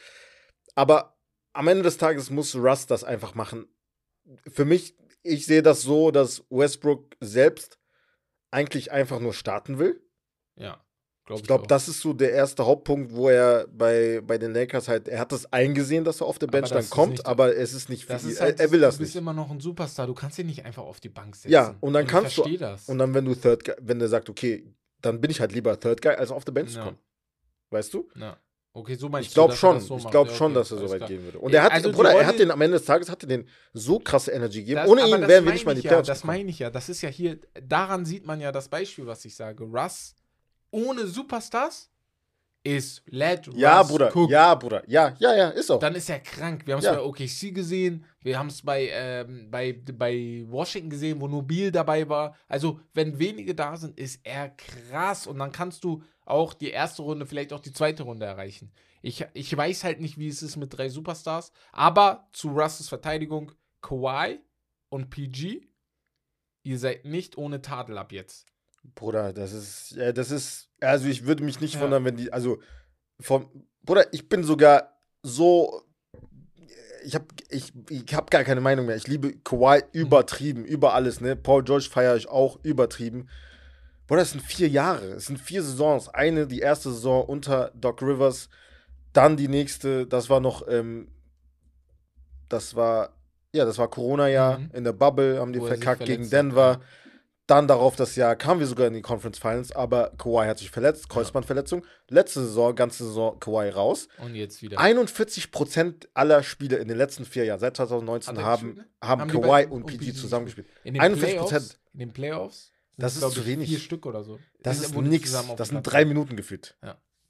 Speaker 3: Aber am Ende des Tages muss Russ das einfach machen. Für mich, ich sehe das so, dass Westbrook selbst eigentlich einfach nur starten will.
Speaker 2: Ja, glaube
Speaker 3: Ich
Speaker 2: ich,
Speaker 3: glaube,
Speaker 2: auch.
Speaker 3: das ist so der erste Hauptpunkt, wo er bei, bei den Lakers halt, er hat das eingesehen, dass er auf der
Speaker 2: Aber
Speaker 3: Bench
Speaker 2: das
Speaker 3: dann
Speaker 2: ist
Speaker 3: kommt,
Speaker 2: nicht-
Speaker 3: aber es ist nicht für
Speaker 2: Das
Speaker 3: ihn.
Speaker 2: ist halt,
Speaker 3: er, er will das
Speaker 2: du bist
Speaker 3: nicht.
Speaker 2: immer noch ein Superstar, du kannst ihn nicht einfach auf die Bank setzen.
Speaker 3: Ja, und dann kannst
Speaker 2: ich
Speaker 3: du-
Speaker 2: verstehe das.
Speaker 3: Und dann, wenn du Third Guy, wenn der sagt, okay, dann bin ich halt lieber Third Guy, als auf der Bench zu
Speaker 2: Ja.
Speaker 3: kommen. Weißt du?
Speaker 2: Ja. Okay, so meinst
Speaker 3: Ich
Speaker 2: du,
Speaker 3: glaube
Speaker 2: dass er
Speaker 3: schon,
Speaker 2: das so
Speaker 3: ich
Speaker 2: macht.
Speaker 3: glaube
Speaker 2: Ja,
Speaker 3: schon,
Speaker 2: okay,
Speaker 3: dass er so
Speaker 2: alles
Speaker 3: weit
Speaker 2: klar.
Speaker 3: gehen würde. Und
Speaker 2: Ja,
Speaker 3: er hat,
Speaker 2: also die
Speaker 3: Bruder, er
Speaker 2: Rolle-
Speaker 3: hat den am Ende des Tages, hat er den so krasse Energy gegeben.
Speaker 2: Das,
Speaker 3: Ohne
Speaker 2: aber
Speaker 3: ihn
Speaker 2: das
Speaker 3: wären wir
Speaker 2: meine
Speaker 3: nicht mal in die
Speaker 2: ich ja,
Speaker 3: Playoffs
Speaker 2: Das
Speaker 3: gekommen.
Speaker 2: meine ich ja. Das ist ja hier, daran sieht man ja das Beispiel, was ich sage. Russ ohne Superstars ist let
Speaker 3: Ja,
Speaker 2: Russ
Speaker 3: Bruder,
Speaker 2: cook.
Speaker 3: ja, Bruder, ja, ja, ja, ist auch.
Speaker 2: Dann ist er krank. Wir haben es
Speaker 3: Ja.
Speaker 2: bei O K C gesehen, wir haben es bei, ähm, bei, bei Washington gesehen, wo nur Beal dabei war. Also, wenn wenige da sind, ist er krass. Und dann kannst du auch die erste Runde, vielleicht auch die zweite Runde erreichen. Ich, ich weiß halt nicht, wie es ist mit drei Superstars. Aber zu Russes Verteidigung, Kawhi und P G, ihr seid nicht ohne Tadel ab jetzt.
Speaker 3: Bruder, das ist, äh, das ist, also ich würde mich nicht
Speaker 2: Ja.
Speaker 3: wundern, wenn die, also, vom, Bruder, ich bin sogar so, ich habe ich, ich hab gar keine Meinung mehr. Ich liebe Kawhi übertrieben, über alles, ne? Paul George feiere ich auch übertrieben. Bruder, das sind vier Jahre, es sind vier Saisons. Eine, die erste Saison unter Doc Rivers, dann die nächste, das war noch, ähm, das war, ja, das war Corona-Jahr,
Speaker 2: Mhm.
Speaker 3: in der Bubble, haben die
Speaker 2: Wo er sich
Speaker 3: verkackt gegen
Speaker 2: verletzt hat,
Speaker 3: Denver.
Speaker 2: ja.
Speaker 3: Dann darauf das Jahr kamen wir sogar in die Conference Finals, aber Kawhi hat sich verletzt, Kreuzbandverletzung. Letzte Saison, ganze Saison Kawhi raus.
Speaker 2: Und jetzt wieder.
Speaker 3: einundvierzig Prozent aller Spiele in den letzten vier Jahren, seit zwanzig neunzehn,
Speaker 2: Hat er
Speaker 3: haben,
Speaker 2: gespielt,
Speaker 3: haben,
Speaker 2: Haben die
Speaker 3: Kawhi
Speaker 2: beiden
Speaker 3: und
Speaker 2: und
Speaker 3: P
Speaker 2: P
Speaker 3: G
Speaker 2: G
Speaker 3: zusammengespielt.
Speaker 2: In den
Speaker 3: einundvierzig
Speaker 2: Playoffs,
Speaker 3: Prozent.
Speaker 2: in den Playoffs
Speaker 3: Das
Speaker 2: sind,
Speaker 3: ist
Speaker 2: glaub
Speaker 3: zu
Speaker 2: ich,
Speaker 3: wenig.
Speaker 2: Vier Stück oder so.
Speaker 3: Das
Speaker 2: Die-
Speaker 3: ist
Speaker 2: wo die
Speaker 3: nix.
Speaker 2: zusammen auf
Speaker 3: Das
Speaker 2: dem
Speaker 3: sind
Speaker 2: Platz
Speaker 3: drei
Speaker 2: sind.
Speaker 3: Minuten gefühlt.
Speaker 2: Ja.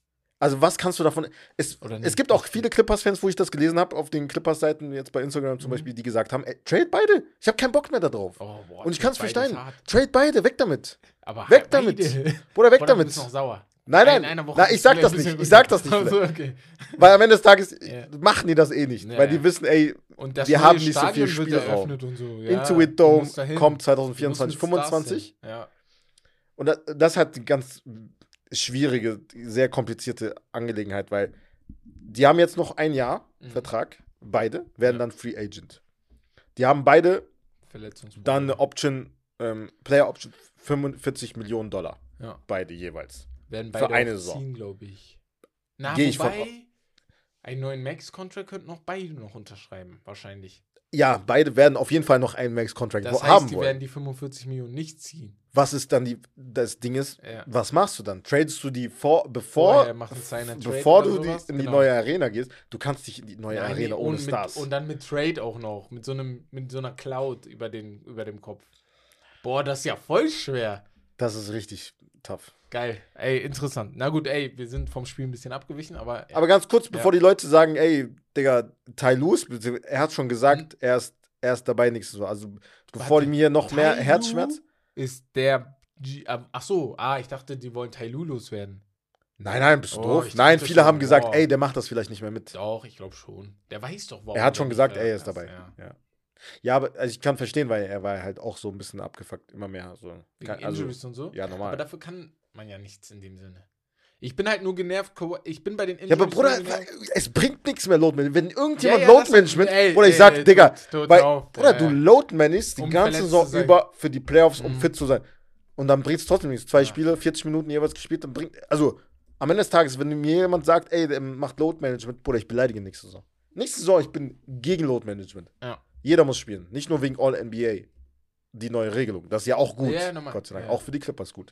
Speaker 3: Also was kannst du davon... Es,
Speaker 2: Oder
Speaker 3: es
Speaker 2: nicht?
Speaker 3: gibt auch viele Clippers-Fans, wo ich das gelesen habe, auf den Clippers-Seiten, jetzt bei Instagram zum
Speaker 2: Mhm.
Speaker 3: Beispiel, die gesagt haben, ey, trade beide. Ich habe keinen Bock mehr da drauf.
Speaker 2: Oh, boah,
Speaker 3: Und ich
Speaker 2: Trade
Speaker 3: kann es
Speaker 2: beide ist
Speaker 3: verstehen.
Speaker 2: hart.
Speaker 3: Trade beide, weg damit.
Speaker 2: Aber
Speaker 3: Weg
Speaker 2: halt
Speaker 3: damit.
Speaker 2: beide.
Speaker 3: Bruder, weg
Speaker 2: Oder
Speaker 3: damit.
Speaker 2: Du bist noch sauer.
Speaker 3: Nein,
Speaker 2: Ein-
Speaker 3: nein,
Speaker 2: einer Woche
Speaker 3: nein, ich
Speaker 2: bist
Speaker 3: sag
Speaker 2: du
Speaker 3: das
Speaker 2: ein
Speaker 3: nicht.
Speaker 2: bisschen
Speaker 3: Ich sag das nicht.
Speaker 2: Also, okay.
Speaker 3: Weil am Ende des Tages
Speaker 2: Ja.
Speaker 3: machen die das eh nicht.
Speaker 2: Ja,
Speaker 3: weil die
Speaker 2: ja.
Speaker 3: wissen, ey,
Speaker 2: Und das
Speaker 3: wir
Speaker 2: neue
Speaker 3: haben nicht so
Speaker 2: Stadion
Speaker 3: viel
Speaker 2: wird
Speaker 3: Spielraum.
Speaker 2: eröffnet und so. Ja,
Speaker 3: Intuit
Speaker 2: du
Speaker 3: Dome
Speaker 2: musst dahin.
Speaker 3: kommt
Speaker 2: Du
Speaker 3: zwanzig
Speaker 2: musst
Speaker 3: vierundzwanzig,
Speaker 2: mit Stars
Speaker 3: fünfundzwanzig.
Speaker 2: hin. Ja.
Speaker 3: Und das, das hat eine ganz schwierige, sehr komplizierte Angelegenheit, weil die haben jetzt noch ein Jahr
Speaker 2: Mhm.
Speaker 3: Vertrag, beide, werden
Speaker 2: Ja.
Speaker 3: dann Free Agent. Die haben beide
Speaker 2: Verletzungsprobleme.
Speaker 3: dann eine Option, ähm, Player Option fünfundvierzig Millionen Dollar.
Speaker 2: Ja.
Speaker 3: Beide jeweils.
Speaker 2: Werden
Speaker 3: für
Speaker 2: beide
Speaker 3: eine
Speaker 2: auch
Speaker 3: Saison.
Speaker 2: ziehen, glaube ich. Na,
Speaker 3: Geh ich von
Speaker 2: wobei, einen neuen Max-Contract könnten noch beide noch unterschreiben, wahrscheinlich.
Speaker 3: Ja, beide werden auf jeden Fall noch einen Max-Contract
Speaker 2: Das heißt,
Speaker 3: haben
Speaker 2: die
Speaker 3: wollen.
Speaker 2: werden die fünfundvierzig Millionen nicht ziehen.
Speaker 3: Was ist dann die, das Ding ist,
Speaker 2: Ja.
Speaker 3: was machst du dann? Tradest du die vor, bevor,
Speaker 2: Vorher machen sie einen Trade
Speaker 3: bevor
Speaker 2: oder
Speaker 3: du die,
Speaker 2: sowas?
Speaker 3: in die
Speaker 2: Genau.
Speaker 3: neue Arena gehst? Du kannst nicht in die neue
Speaker 2: Nein,
Speaker 3: Arena
Speaker 2: nee,
Speaker 3: ohne
Speaker 2: und
Speaker 3: Stars.
Speaker 2: Mit, und dann mit Trade auch noch, mit so einem, mit so einer Cloud über, den, über dem Kopf. Boah, das ist ja voll schwer.
Speaker 3: Das ist richtig tough.
Speaker 2: Geil. Ey, interessant. Na gut, ey, wir sind vom Spiel ein bisschen abgewichen, aber. Ja.
Speaker 3: Aber ganz kurz, bevor
Speaker 2: Ja.
Speaker 3: die Leute sagen, ey, Digga, Ty Lue, er hat schon gesagt,
Speaker 2: Mhm.
Speaker 3: er, ist, er ist dabei nächstes Mal. Also bevor
Speaker 2: Warte,
Speaker 3: die mir noch mehr
Speaker 2: Ty Lue
Speaker 3: Herzschmerz.
Speaker 2: Ist der. G ah, ach so, ah, ich dachte, die wollen Ty Lue loswerden.
Speaker 3: Nein, nein, bist du
Speaker 2: Oh,
Speaker 3: doof?
Speaker 2: ich
Speaker 3: Nein,
Speaker 2: dachte
Speaker 3: viele
Speaker 2: schon,
Speaker 3: haben gesagt,
Speaker 2: boah.
Speaker 3: ey, der macht das vielleicht nicht mehr mit.
Speaker 2: Doch, ich glaube schon. Der weiß doch, warum.
Speaker 3: Er hat
Speaker 2: der
Speaker 3: schon
Speaker 2: nicht
Speaker 3: gesagt,
Speaker 2: da
Speaker 3: ey, er ist
Speaker 2: ist.
Speaker 3: dabei.
Speaker 2: Ja.
Speaker 3: Ja. Ja, aber also ich kann verstehen, weil er war halt auch so ein bisschen abgefuckt, immer mehr. So.
Speaker 2: Wegen
Speaker 3: Kann- also,
Speaker 2: Injuries und so.
Speaker 3: ja, normal.
Speaker 2: Aber dafür kann man ja nichts in dem Sinne. Ich bin halt nur genervt. Kawhi- Ich bin bei den
Speaker 3: Ja, aber
Speaker 2: Injuries
Speaker 3: Bruder,
Speaker 2: nur genervt.
Speaker 3: es bringt nichts mehr Load Management. Wenn irgendjemand
Speaker 2: Ja, ja,
Speaker 3: Load
Speaker 2: das-
Speaker 3: Management,
Speaker 2: ey,
Speaker 3: oder ich
Speaker 2: ey,
Speaker 3: sag,
Speaker 2: ey,
Speaker 3: Digga,
Speaker 2: tut- tut
Speaker 3: weil,
Speaker 2: auf.
Speaker 3: Bruder,
Speaker 2: Ja,
Speaker 3: du
Speaker 2: ja.
Speaker 3: Load managst die
Speaker 2: Um
Speaker 3: ganze
Speaker 2: verletzt
Speaker 3: Saison
Speaker 2: zu sein.
Speaker 3: über für die Playoffs, um
Speaker 2: Mhm.
Speaker 3: fit zu sein. Und dann bringt's trotzdem nichts. Zwei
Speaker 2: Ja.
Speaker 3: Spiele, vierzig Minuten jeweils gespielt, dann bringt, also, am Ende des Tages, wenn mir jemand sagt, ey, der macht Load Management, Bruder, ich beleidige nächste Saison. Nächste Saison, ich bin gegen Load Management.
Speaker 2: Ja.
Speaker 3: Jeder muss spielen. Nicht nur wegen All N B A. Die neue Regelung. Das ist ja auch gut.
Speaker 2: Ja, normal.
Speaker 3: Gott sei Dank.
Speaker 2: Ja.
Speaker 3: Auch für die Clippers gut.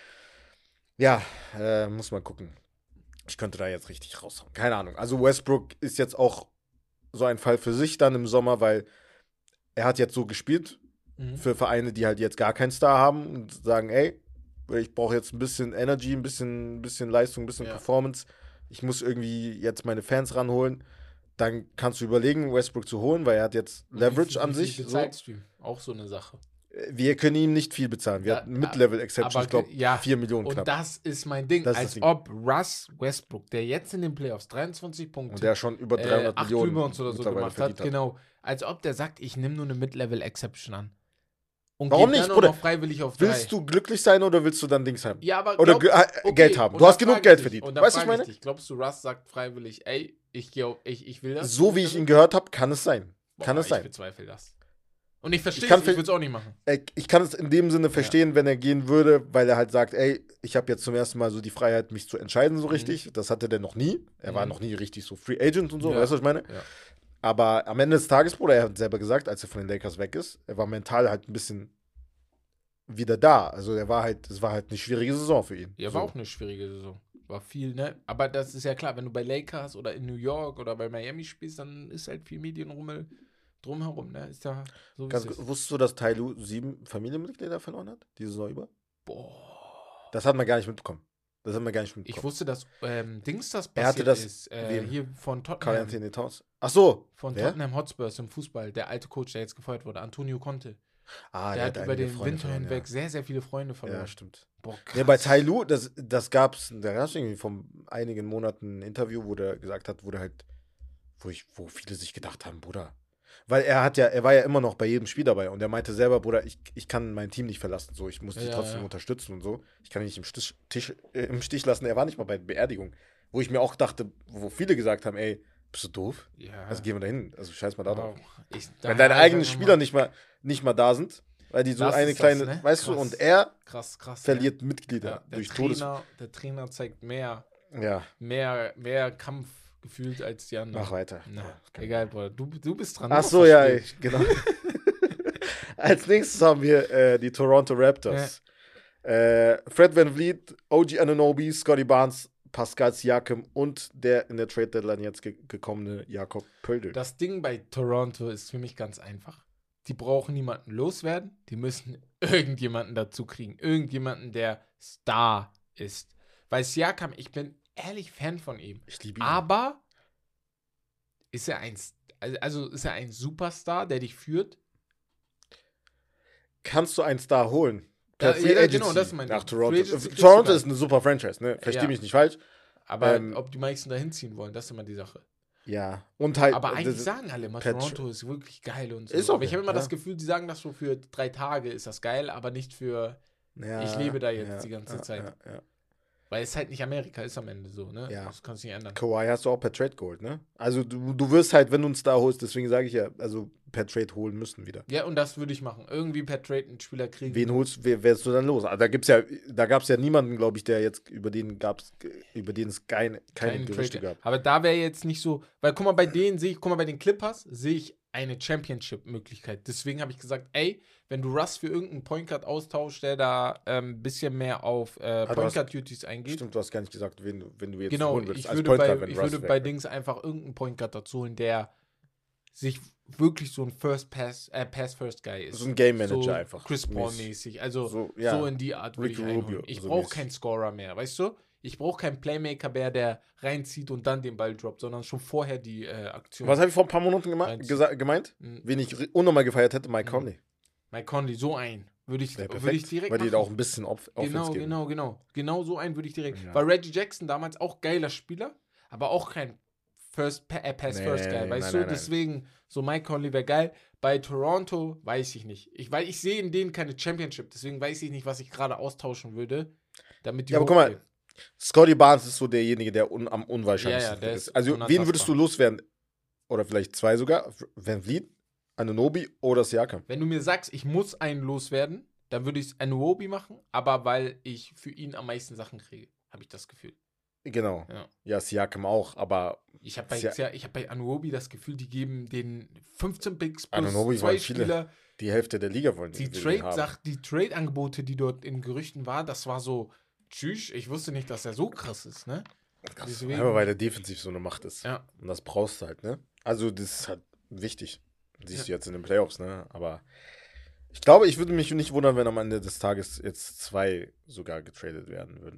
Speaker 3: Ja, äh, muss man gucken. Ich könnte da jetzt richtig raushauen. Keine Ahnung. Also Westbrook ist jetzt auch so ein Fall für sich dann im Sommer, weil er hat jetzt so gespielt
Speaker 2: Mhm.
Speaker 3: für Vereine, die halt jetzt gar keinen Star haben und sagen, ey, ich brauche jetzt ein bisschen Energy, ein bisschen, ein bisschen Leistung, ein bisschen
Speaker 2: Ja.
Speaker 3: Performance. Ich muss irgendwie jetzt meine Fans ranholen. Dann kannst du überlegen, Westbrook zu holen, weil er hat jetzt
Speaker 2: Und
Speaker 3: Leverage
Speaker 2: wie viel-
Speaker 3: an
Speaker 2: wie viel
Speaker 3: sich. So.
Speaker 2: bezahlst du ihm? Auch so eine Sache.
Speaker 3: Wir können ihm nicht viel bezahlen. Wir
Speaker 2: Ja,
Speaker 3: hatten Mid-Level-Exception,
Speaker 2: aber
Speaker 3: ich glaube,
Speaker 2: ja,
Speaker 3: vier Millionen
Speaker 2: Und
Speaker 3: knapp.
Speaker 2: das ist mein Ding.
Speaker 3: Das ist das
Speaker 2: Als
Speaker 3: Ding.
Speaker 2: ob Russ Westbrook, der jetzt in den Playoffs dreiundzwanzig Punkte,
Speaker 3: Und der schon über
Speaker 2: äh,
Speaker 3: dreihundert
Speaker 2: acht
Speaker 3: Millionen
Speaker 2: Rebounds oder so
Speaker 3: mittlerweile
Speaker 2: gemacht hat,
Speaker 3: verdient hat.
Speaker 2: genau. Als ob der sagt, ich nehme nur eine Mid-Level-Exception an. Und
Speaker 3: Warum
Speaker 2: geht
Speaker 3: nicht,
Speaker 2: dann auch
Speaker 3: Bruder?
Speaker 2: noch freiwillig auf
Speaker 3: Willst
Speaker 2: drei.
Speaker 3: du glücklich sein oder willst du dann Dings haben?
Speaker 2: Ja, aber
Speaker 3: Oder
Speaker 2: glaub,
Speaker 3: ge- äh,
Speaker 2: okay,
Speaker 3: Geld haben.
Speaker 2: und
Speaker 3: Du
Speaker 2: dann
Speaker 3: hast genug
Speaker 2: frag
Speaker 3: Geld
Speaker 2: ich dich,
Speaker 3: verdient.
Speaker 2: und dann
Speaker 3: Weißt du, was ich
Speaker 2: frag
Speaker 3: meine?
Speaker 2: dich, Glaubst du, Russ sagt freiwillig, ey, ich, geh- ich, ich will das?
Speaker 3: So wie ich ihn gehört habe, kann es sein.
Speaker 2: Boah,
Speaker 3: Kann es
Speaker 2: ich
Speaker 3: sein.
Speaker 2: bezweifle das. Und ich verstehe
Speaker 3: Ich kann
Speaker 2: es, ich
Speaker 3: ver-
Speaker 2: würde es auch nicht machen.
Speaker 3: Äh, Ich kann es in dem Sinne verstehen, wenn er gehen würde, weil er halt sagt, ey, ich habe jetzt zum ersten Mal so die Freiheit, mich zu entscheiden so richtig. Das hatte der noch nie. Er war
Speaker 2: Mhm.
Speaker 3: noch nie richtig so Free Agent und so,
Speaker 2: Ja.
Speaker 3: weißt du, was ich meine?
Speaker 2: Ja.
Speaker 3: Aber am Ende des Tages, Bruder, er hat selber gesagt, als er von den Lakers weg ist, er war mental halt ein bisschen wieder da. Also er war halt, es war halt eine schwierige Saison für ihn.
Speaker 2: Ja,
Speaker 3: so.
Speaker 2: war auch eine schwierige Saison. War viel, ne? Aber das ist ja klar, wenn du bei Lakers oder in New York oder bei Miami spielst, dann ist halt viel Medienrummel drumherum, ne? Ist ja so wie
Speaker 3: Ganz,
Speaker 2: es ist.
Speaker 3: wusstest du, dass Ty Lue sieben Familienmitglieder verloren hat, diese Saison über?
Speaker 2: Boah.
Speaker 3: Das hat man gar nicht mitbekommen. Das hat man gar nicht
Speaker 2: Ich
Speaker 3: mitbekommen.
Speaker 2: wusste, dass ähm, Dings das passiert
Speaker 3: Er hatte das-
Speaker 2: ist. Äh,
Speaker 3: wem?
Speaker 2: hier von
Speaker 3: Carl
Speaker 2: Tottenham.
Speaker 3: Anthony Towns. Ach so.
Speaker 2: Von
Speaker 3: Wer?
Speaker 2: Tottenham Hotspurs im Fußball. Der alte Coach, der jetzt gefeuert wurde. Antonio Conte.
Speaker 3: Ah,
Speaker 2: der hat über
Speaker 3: einige
Speaker 2: den
Speaker 3: Freunde
Speaker 2: Winter
Speaker 3: verloren,
Speaker 2: hinweg sehr, sehr viele Freunde
Speaker 3: Ja,
Speaker 2: verloren.
Speaker 3: ja stimmt.
Speaker 2: Boah, krass.
Speaker 3: Ja, bei Ty Lue, das, das gab's, da gab es irgendwie vor einigen Monaten ein Interview, wo der gesagt hat, wo der halt, wo ich, wo viele sich gedacht haben, Bruder. Weil er hat ja, er war ja immer noch bei jedem Spiel dabei und er meinte selber, Bruder, ich, ich kann mein Team nicht verlassen, so, ich muss die
Speaker 2: Ja,
Speaker 3: trotzdem
Speaker 2: ja.
Speaker 3: unterstützen und so. Ich kann ihn nicht im Stich, Tisch, äh, im Stich lassen. Er war nicht mal bei der Beerdigung, wo ich mir auch dachte, wo viele gesagt haben, ey, bist du doof?
Speaker 2: Ja.
Speaker 3: Also gehen wir da hin, also scheiß mal da drauf.
Speaker 2: Wow. Ich,
Speaker 3: Wenn
Speaker 2: da-
Speaker 3: deine
Speaker 2: ich
Speaker 3: eigenen
Speaker 2: sag
Speaker 3: Spieler
Speaker 2: mal,
Speaker 3: nicht mal, nicht mal da sind, weil die so
Speaker 2: Das
Speaker 3: eine
Speaker 2: ist das,
Speaker 3: kleine,
Speaker 2: ne?
Speaker 3: weißt du,
Speaker 2: Krass.
Speaker 3: und er
Speaker 2: Krass, krass.
Speaker 3: verliert
Speaker 2: ja.
Speaker 3: Mitglieder
Speaker 2: Ja, der,
Speaker 3: durch Todes...
Speaker 2: Trainer, der Trainer zeigt mehr,
Speaker 3: Ja,
Speaker 2: mehr, mehr Kampf gefühlt als die anderen.
Speaker 3: mach weiter.
Speaker 2: Na,
Speaker 3: Ja, kein
Speaker 2: egal, Bruder. Du, du bist dran.
Speaker 3: Ach
Speaker 2: du
Speaker 3: so,
Speaker 2: musst
Speaker 3: ja,
Speaker 2: verstehen.
Speaker 3: ich, genau. Als nächstes haben wir äh, die Toronto Raptors. Äh, Fred VanVleet, O G Anunoby, Scotty Barnes, Pascal Siakam und der in der Trade Deadline jetzt ge gekommene Jakob Poeltl.
Speaker 2: Das Ding bei Toronto ist für mich ganz einfach. Die brauchen niemanden loswerden. Die müssen irgendjemanden dazu kriegen. Irgendjemanden, der Star ist. Weil Siakam, ich bin ehrlich Fan von ihm.
Speaker 3: Ich liebe ihn.
Speaker 2: Aber ist er ein, also ist er ein Superstar, der dich führt?
Speaker 3: Kannst du einen Star holen? Per
Speaker 2: Ja,
Speaker 3: Free
Speaker 2: ja,
Speaker 3: Agency
Speaker 2: genau, das meine ich.
Speaker 3: nach Toronto.
Speaker 2: Free Agency kriegst
Speaker 3: Toronto
Speaker 2: du
Speaker 3: ist eine super Franchise, ne? Versteh
Speaker 2: Ja.
Speaker 3: mich nicht falsch.
Speaker 2: Aber
Speaker 3: Ähm,
Speaker 2: ob die meisten da hinziehen wollen, das ist immer die Sache.
Speaker 3: Ja. Und halt.
Speaker 2: Aber
Speaker 3: das-
Speaker 2: eigentlich sagen alle immer,
Speaker 3: Pat-
Speaker 2: Toronto ist wirklich geil und so.
Speaker 3: Ist auch
Speaker 2: aber ich habe
Speaker 3: geil,
Speaker 2: immer
Speaker 3: ja.
Speaker 2: das Gefühl, die sagen das so für drei Tage ist das geil, aber nicht für,
Speaker 3: ja,
Speaker 2: ich lebe da jetzt
Speaker 3: ja,
Speaker 2: die ganze
Speaker 3: ja,
Speaker 2: Zeit.
Speaker 3: Ja, ja.
Speaker 2: weil es halt nicht Amerika ist am Ende so, ne?
Speaker 3: Ja.
Speaker 2: Das kannst du nicht ändern.
Speaker 3: Kawhi hast du auch per Trade geholt, ne? Also du, du wirst halt, wenn du einen Star holst, deswegen sage ich ja, also per Trade holen müssen wieder.
Speaker 2: Ja, und das würde ich machen. Irgendwie per Trade einen Spieler kriegen.
Speaker 3: Wen holst, wer wärst du dann los? Also da gibt's ja, da gab es ja niemanden, glaube ich, der jetzt, über den gab's, über den es keine, keine
Speaker 2: Keinen
Speaker 3: Gerüchte
Speaker 2: Trade.
Speaker 3: gab.
Speaker 2: Aber da wäre jetzt nicht so, weil guck mal, bei denen sehe ich, guck mal, bei den Clippers sehe ich eine Championship-Möglichkeit. Deswegen habe ich gesagt, ey, wenn du Russ für irgendeinen Point Guard austauschst, der da ein ähm, bisschen mehr auf äh,
Speaker 3: du
Speaker 2: Point
Speaker 3: hast-
Speaker 2: Guard Duties eingeht.
Speaker 3: Stimmt, du hast gar nicht gesagt, wen, du- wenn du jetzt
Speaker 2: Genau,
Speaker 3: holen würdest
Speaker 2: ich
Speaker 3: als
Speaker 2: würde
Speaker 3: Point
Speaker 2: bei,
Speaker 3: Guard, wenn
Speaker 2: ich
Speaker 3: Russ
Speaker 2: würde
Speaker 3: weg
Speaker 2: bei
Speaker 3: wäre.
Speaker 2: Dings einfach irgendeinen Point Guard dazu holen, der sich wirklich so ein First Pass, äh, Pass First Guy ist.
Speaker 3: So ein Game Manager
Speaker 2: so
Speaker 3: einfach.
Speaker 2: Chris Paul mäßig. Also
Speaker 3: So,
Speaker 2: so,
Speaker 3: ja.
Speaker 2: in die Art würde
Speaker 3: Ricky
Speaker 2: ich einholen.
Speaker 3: Rubio,
Speaker 2: Ich
Speaker 3: so
Speaker 2: brauche
Speaker 3: mäßig.
Speaker 2: keinen Scorer mehr, weißt du? Ich brauche keinen Playmaker mehr, der reinzieht und dann den Ball droppt, sondern schon vorher die äh, Aktion.
Speaker 3: Was habe ich vor ein paar Monaten gema-
Speaker 2: Eins.
Speaker 3: gesa- gemeint?
Speaker 2: Mhm.
Speaker 3: Wen ich ri- unnormal gefeiert hätte, Mike
Speaker 2: Mhm.
Speaker 3: Conley.
Speaker 2: Mike Conley, so ein würde ich,
Speaker 3: Wäre
Speaker 2: würde ich
Speaker 3: perfekt,
Speaker 2: direkt
Speaker 3: weil die
Speaker 2: machen.
Speaker 3: da auch ein bisschen auf
Speaker 2: Genau,
Speaker 3: Offense geben.
Speaker 2: genau, genau. Genau so einen würde ich direkt.
Speaker 3: Ja.
Speaker 2: Weil Reggie Jackson damals auch geiler Spieler, aber auch kein First pa äh, Pass
Speaker 3: Nee,
Speaker 2: First Guy,
Speaker 3: nein,
Speaker 2: weißt
Speaker 3: nein,
Speaker 2: du?
Speaker 3: nein.
Speaker 2: Deswegen, so Mike Conley wäre geil. Bei Toronto weiß ich nicht. Ich, weil ich sehe in denen keine Championship, deswegen weiß ich nicht, was ich gerade austauschen würde, damit die
Speaker 3: Ja, aber guck mal,
Speaker 2: hochgehen.
Speaker 3: Scotty Barnes ist so derjenige, der un am unwahrscheinlichsten
Speaker 2: Ja, ja, der
Speaker 3: ist.
Speaker 2: ist
Speaker 3: Also, wen
Speaker 2: unantastbar.
Speaker 3: würdest du loswerden? Oder vielleicht zwei sogar? Van Vliet, Anunoby oder Siakam?
Speaker 2: Wenn du mir sagst, ich muss einen loswerden, dann würde ich es Anuobi machen, aber weil ich für ihn am meisten Sachen kriege, habe ich das Gefühl.
Speaker 3: Genau.
Speaker 2: Ja.
Speaker 3: Ja, Siakam auch, aber
Speaker 2: Ich habe bei,
Speaker 3: Sia-
Speaker 2: ja, ich hab bei Anuobi das Gefühl, die geben den fünfzehn Picks plus
Speaker 3: Anunoby
Speaker 2: zwei
Speaker 3: wollen viele.
Speaker 2: Spieler.
Speaker 3: die Hälfte der Liga wollen
Speaker 2: Die
Speaker 3: will ihn
Speaker 2: Trade
Speaker 3: haben.
Speaker 2: sagt, die Trade-Angebote, die dort in Gerüchten war, das war so, tschüss, ich wusste nicht, dass er so krass ist, ne?
Speaker 3: Krass.
Speaker 2: deswegen-
Speaker 3: Einfach weil der defensiv so eine Macht ist.
Speaker 2: Ja.
Speaker 3: Und das brauchst du halt, ne? Also, das ist halt wichtig. Siehst
Speaker 2: Ja.
Speaker 3: du jetzt in den Playoffs, ne? Aber ich glaube, ich würde mich nicht wundern, wenn am Ende des Tages jetzt zwei sogar getradet werden würden.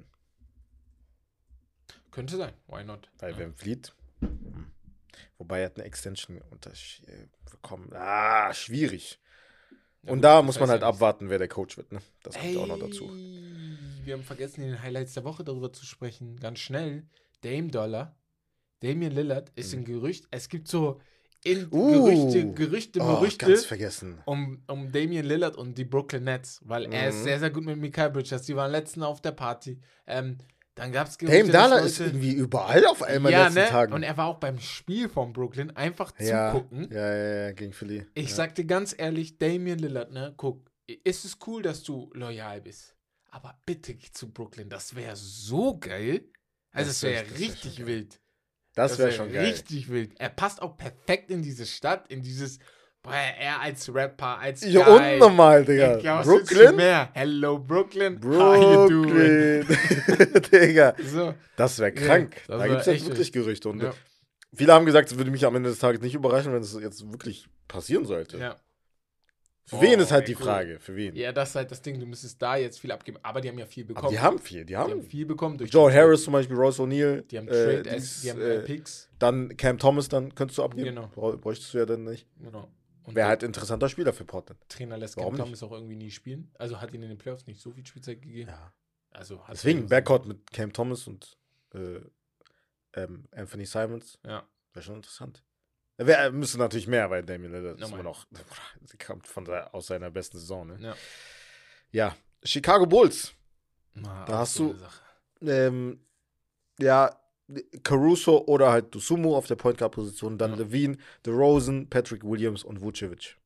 Speaker 2: Könnte sein, why not?
Speaker 3: Weil
Speaker 2: ja.
Speaker 3: Van Vliet, hm. wobei er hat eine Extension untersch- äh, bekommen. Ah, schwierig.
Speaker 2: Ja,
Speaker 3: Und
Speaker 2: gut,
Speaker 3: da
Speaker 2: das
Speaker 3: muss
Speaker 2: weiß
Speaker 3: man
Speaker 2: ja
Speaker 3: halt
Speaker 2: nichts.
Speaker 3: abwarten, wer der Coach wird, ne? Das kommt
Speaker 2: Ey,
Speaker 3: ja auch noch dazu.
Speaker 2: wir haben vergessen, in den Highlights der Woche darüber zu sprechen. Ganz schnell. Dame Dollar, Damian Lillard ist ein Gerücht. Es gibt so in
Speaker 3: Uh.
Speaker 2: Gerüchte, Gerüchte,
Speaker 3: Oh,
Speaker 2: Gerüchte
Speaker 3: ganz vergessen.
Speaker 2: um, um Damian Lillard und die Brooklyn Nets, weil er ist
Speaker 3: Mhm.
Speaker 2: sehr, sehr gut mit Mikal Bridges. Die waren letzten auf der Party. Ähm, dann gab es
Speaker 3: Dame Dollar ist irgendwie überall auf einmal in
Speaker 2: ja,
Speaker 3: den letzten
Speaker 2: ne?
Speaker 3: Tagen.
Speaker 2: Und er war auch beim Spiel von Brooklyn einfach
Speaker 3: ja,
Speaker 2: zugucken.
Speaker 3: ja, ja, ja, gegen Philly.
Speaker 2: Ich
Speaker 3: ja.
Speaker 2: sag dir ganz ehrlich, Damian Lillard, ne, guck, ist es cool, dass du loyal bist. Aber bitte geh zu Brooklyn, das wäre so geil. Also
Speaker 3: Das
Speaker 2: es
Speaker 3: wär-
Speaker 2: wäre
Speaker 3: das wär
Speaker 2: richtig
Speaker 3: schon geil.
Speaker 2: wild.
Speaker 3: Das wäre
Speaker 2: wär
Speaker 3: schon geil.
Speaker 2: richtig wild. Er passt auch perfekt in diese Stadt, in dieses, boah, er als Rapper, als
Speaker 3: Ja,
Speaker 2: Guy.
Speaker 3: unnormal, Digga.
Speaker 2: Ja, was willst du
Speaker 3: Brooklyn?
Speaker 2: mehr? Hello Brooklyn, how you doing?
Speaker 3: Brooklyn. Digga.
Speaker 2: So,
Speaker 3: Das wäre
Speaker 2: Ja,
Speaker 3: krank.
Speaker 2: das
Speaker 3: da
Speaker 2: wär
Speaker 3: gibt es jetzt
Speaker 2: echt
Speaker 3: wirklich Gerüchte. Und
Speaker 2: ja,
Speaker 3: viele haben gesagt, es würde mich am Ende des Tages nicht überraschen, wenn es jetzt wirklich passieren sollte.
Speaker 2: ja.
Speaker 3: Für wen
Speaker 2: Oh,
Speaker 3: ist halt
Speaker 2: wär
Speaker 3: die
Speaker 2: cool.
Speaker 3: Frage? Für wen?
Speaker 2: Ja, das ist halt das Ding, du müsstest da jetzt viel abgeben. Aber die haben ja viel bekommen.
Speaker 3: Aber die haben viel. Die
Speaker 2: Die
Speaker 3: haben,
Speaker 2: haben viel bekommen durch
Speaker 3: Joe
Speaker 2: die Trade.
Speaker 3: Harris zum Beispiel, Royce O'Neal.
Speaker 2: Die haben
Speaker 3: äh,
Speaker 2: Trade,
Speaker 3: dies,
Speaker 2: die haben
Speaker 3: äh,
Speaker 2: äh, Picks.
Speaker 3: Dann Cam Thomas, dann könntest du abgeben.
Speaker 2: Genau.
Speaker 3: Brauch- Bräuchtest du ja dann nicht.
Speaker 2: Genau. Und
Speaker 3: Wäre
Speaker 2: der
Speaker 3: halt ein interessanter Spieler für Portland.
Speaker 2: Trainer lässt
Speaker 3: Warum
Speaker 2: Cam
Speaker 3: nicht?
Speaker 2: Thomas auch irgendwie nie spielen. Also hat ihn in den Playoffs nicht so viel Spielzeit gegeben.
Speaker 3: Ja.
Speaker 2: Also hat
Speaker 3: Deswegen,
Speaker 2: er-
Speaker 3: Backcourt mit Cam Thomas und äh, ähm, Anthony Simons.
Speaker 2: Ja.
Speaker 3: Wäre schon interessant. Er wär, müsste natürlich mehr, weil Damian Lillard ist
Speaker 2: Nochmal.
Speaker 3: immer noch, sie kommt von der, aus seiner besten Saison, ne?
Speaker 2: Ja.
Speaker 3: Ja, Chicago Bulls.
Speaker 2: Na,
Speaker 3: Da
Speaker 2: auch
Speaker 3: hast
Speaker 2: so
Speaker 3: du-
Speaker 2: eine Sache.
Speaker 3: Ähm, ja, Caruso oder halt Dosumu auf der Point Guard Position, dann
Speaker 2: Ja.
Speaker 3: Levine, DeRozan, Patrick Williams und Vucevic.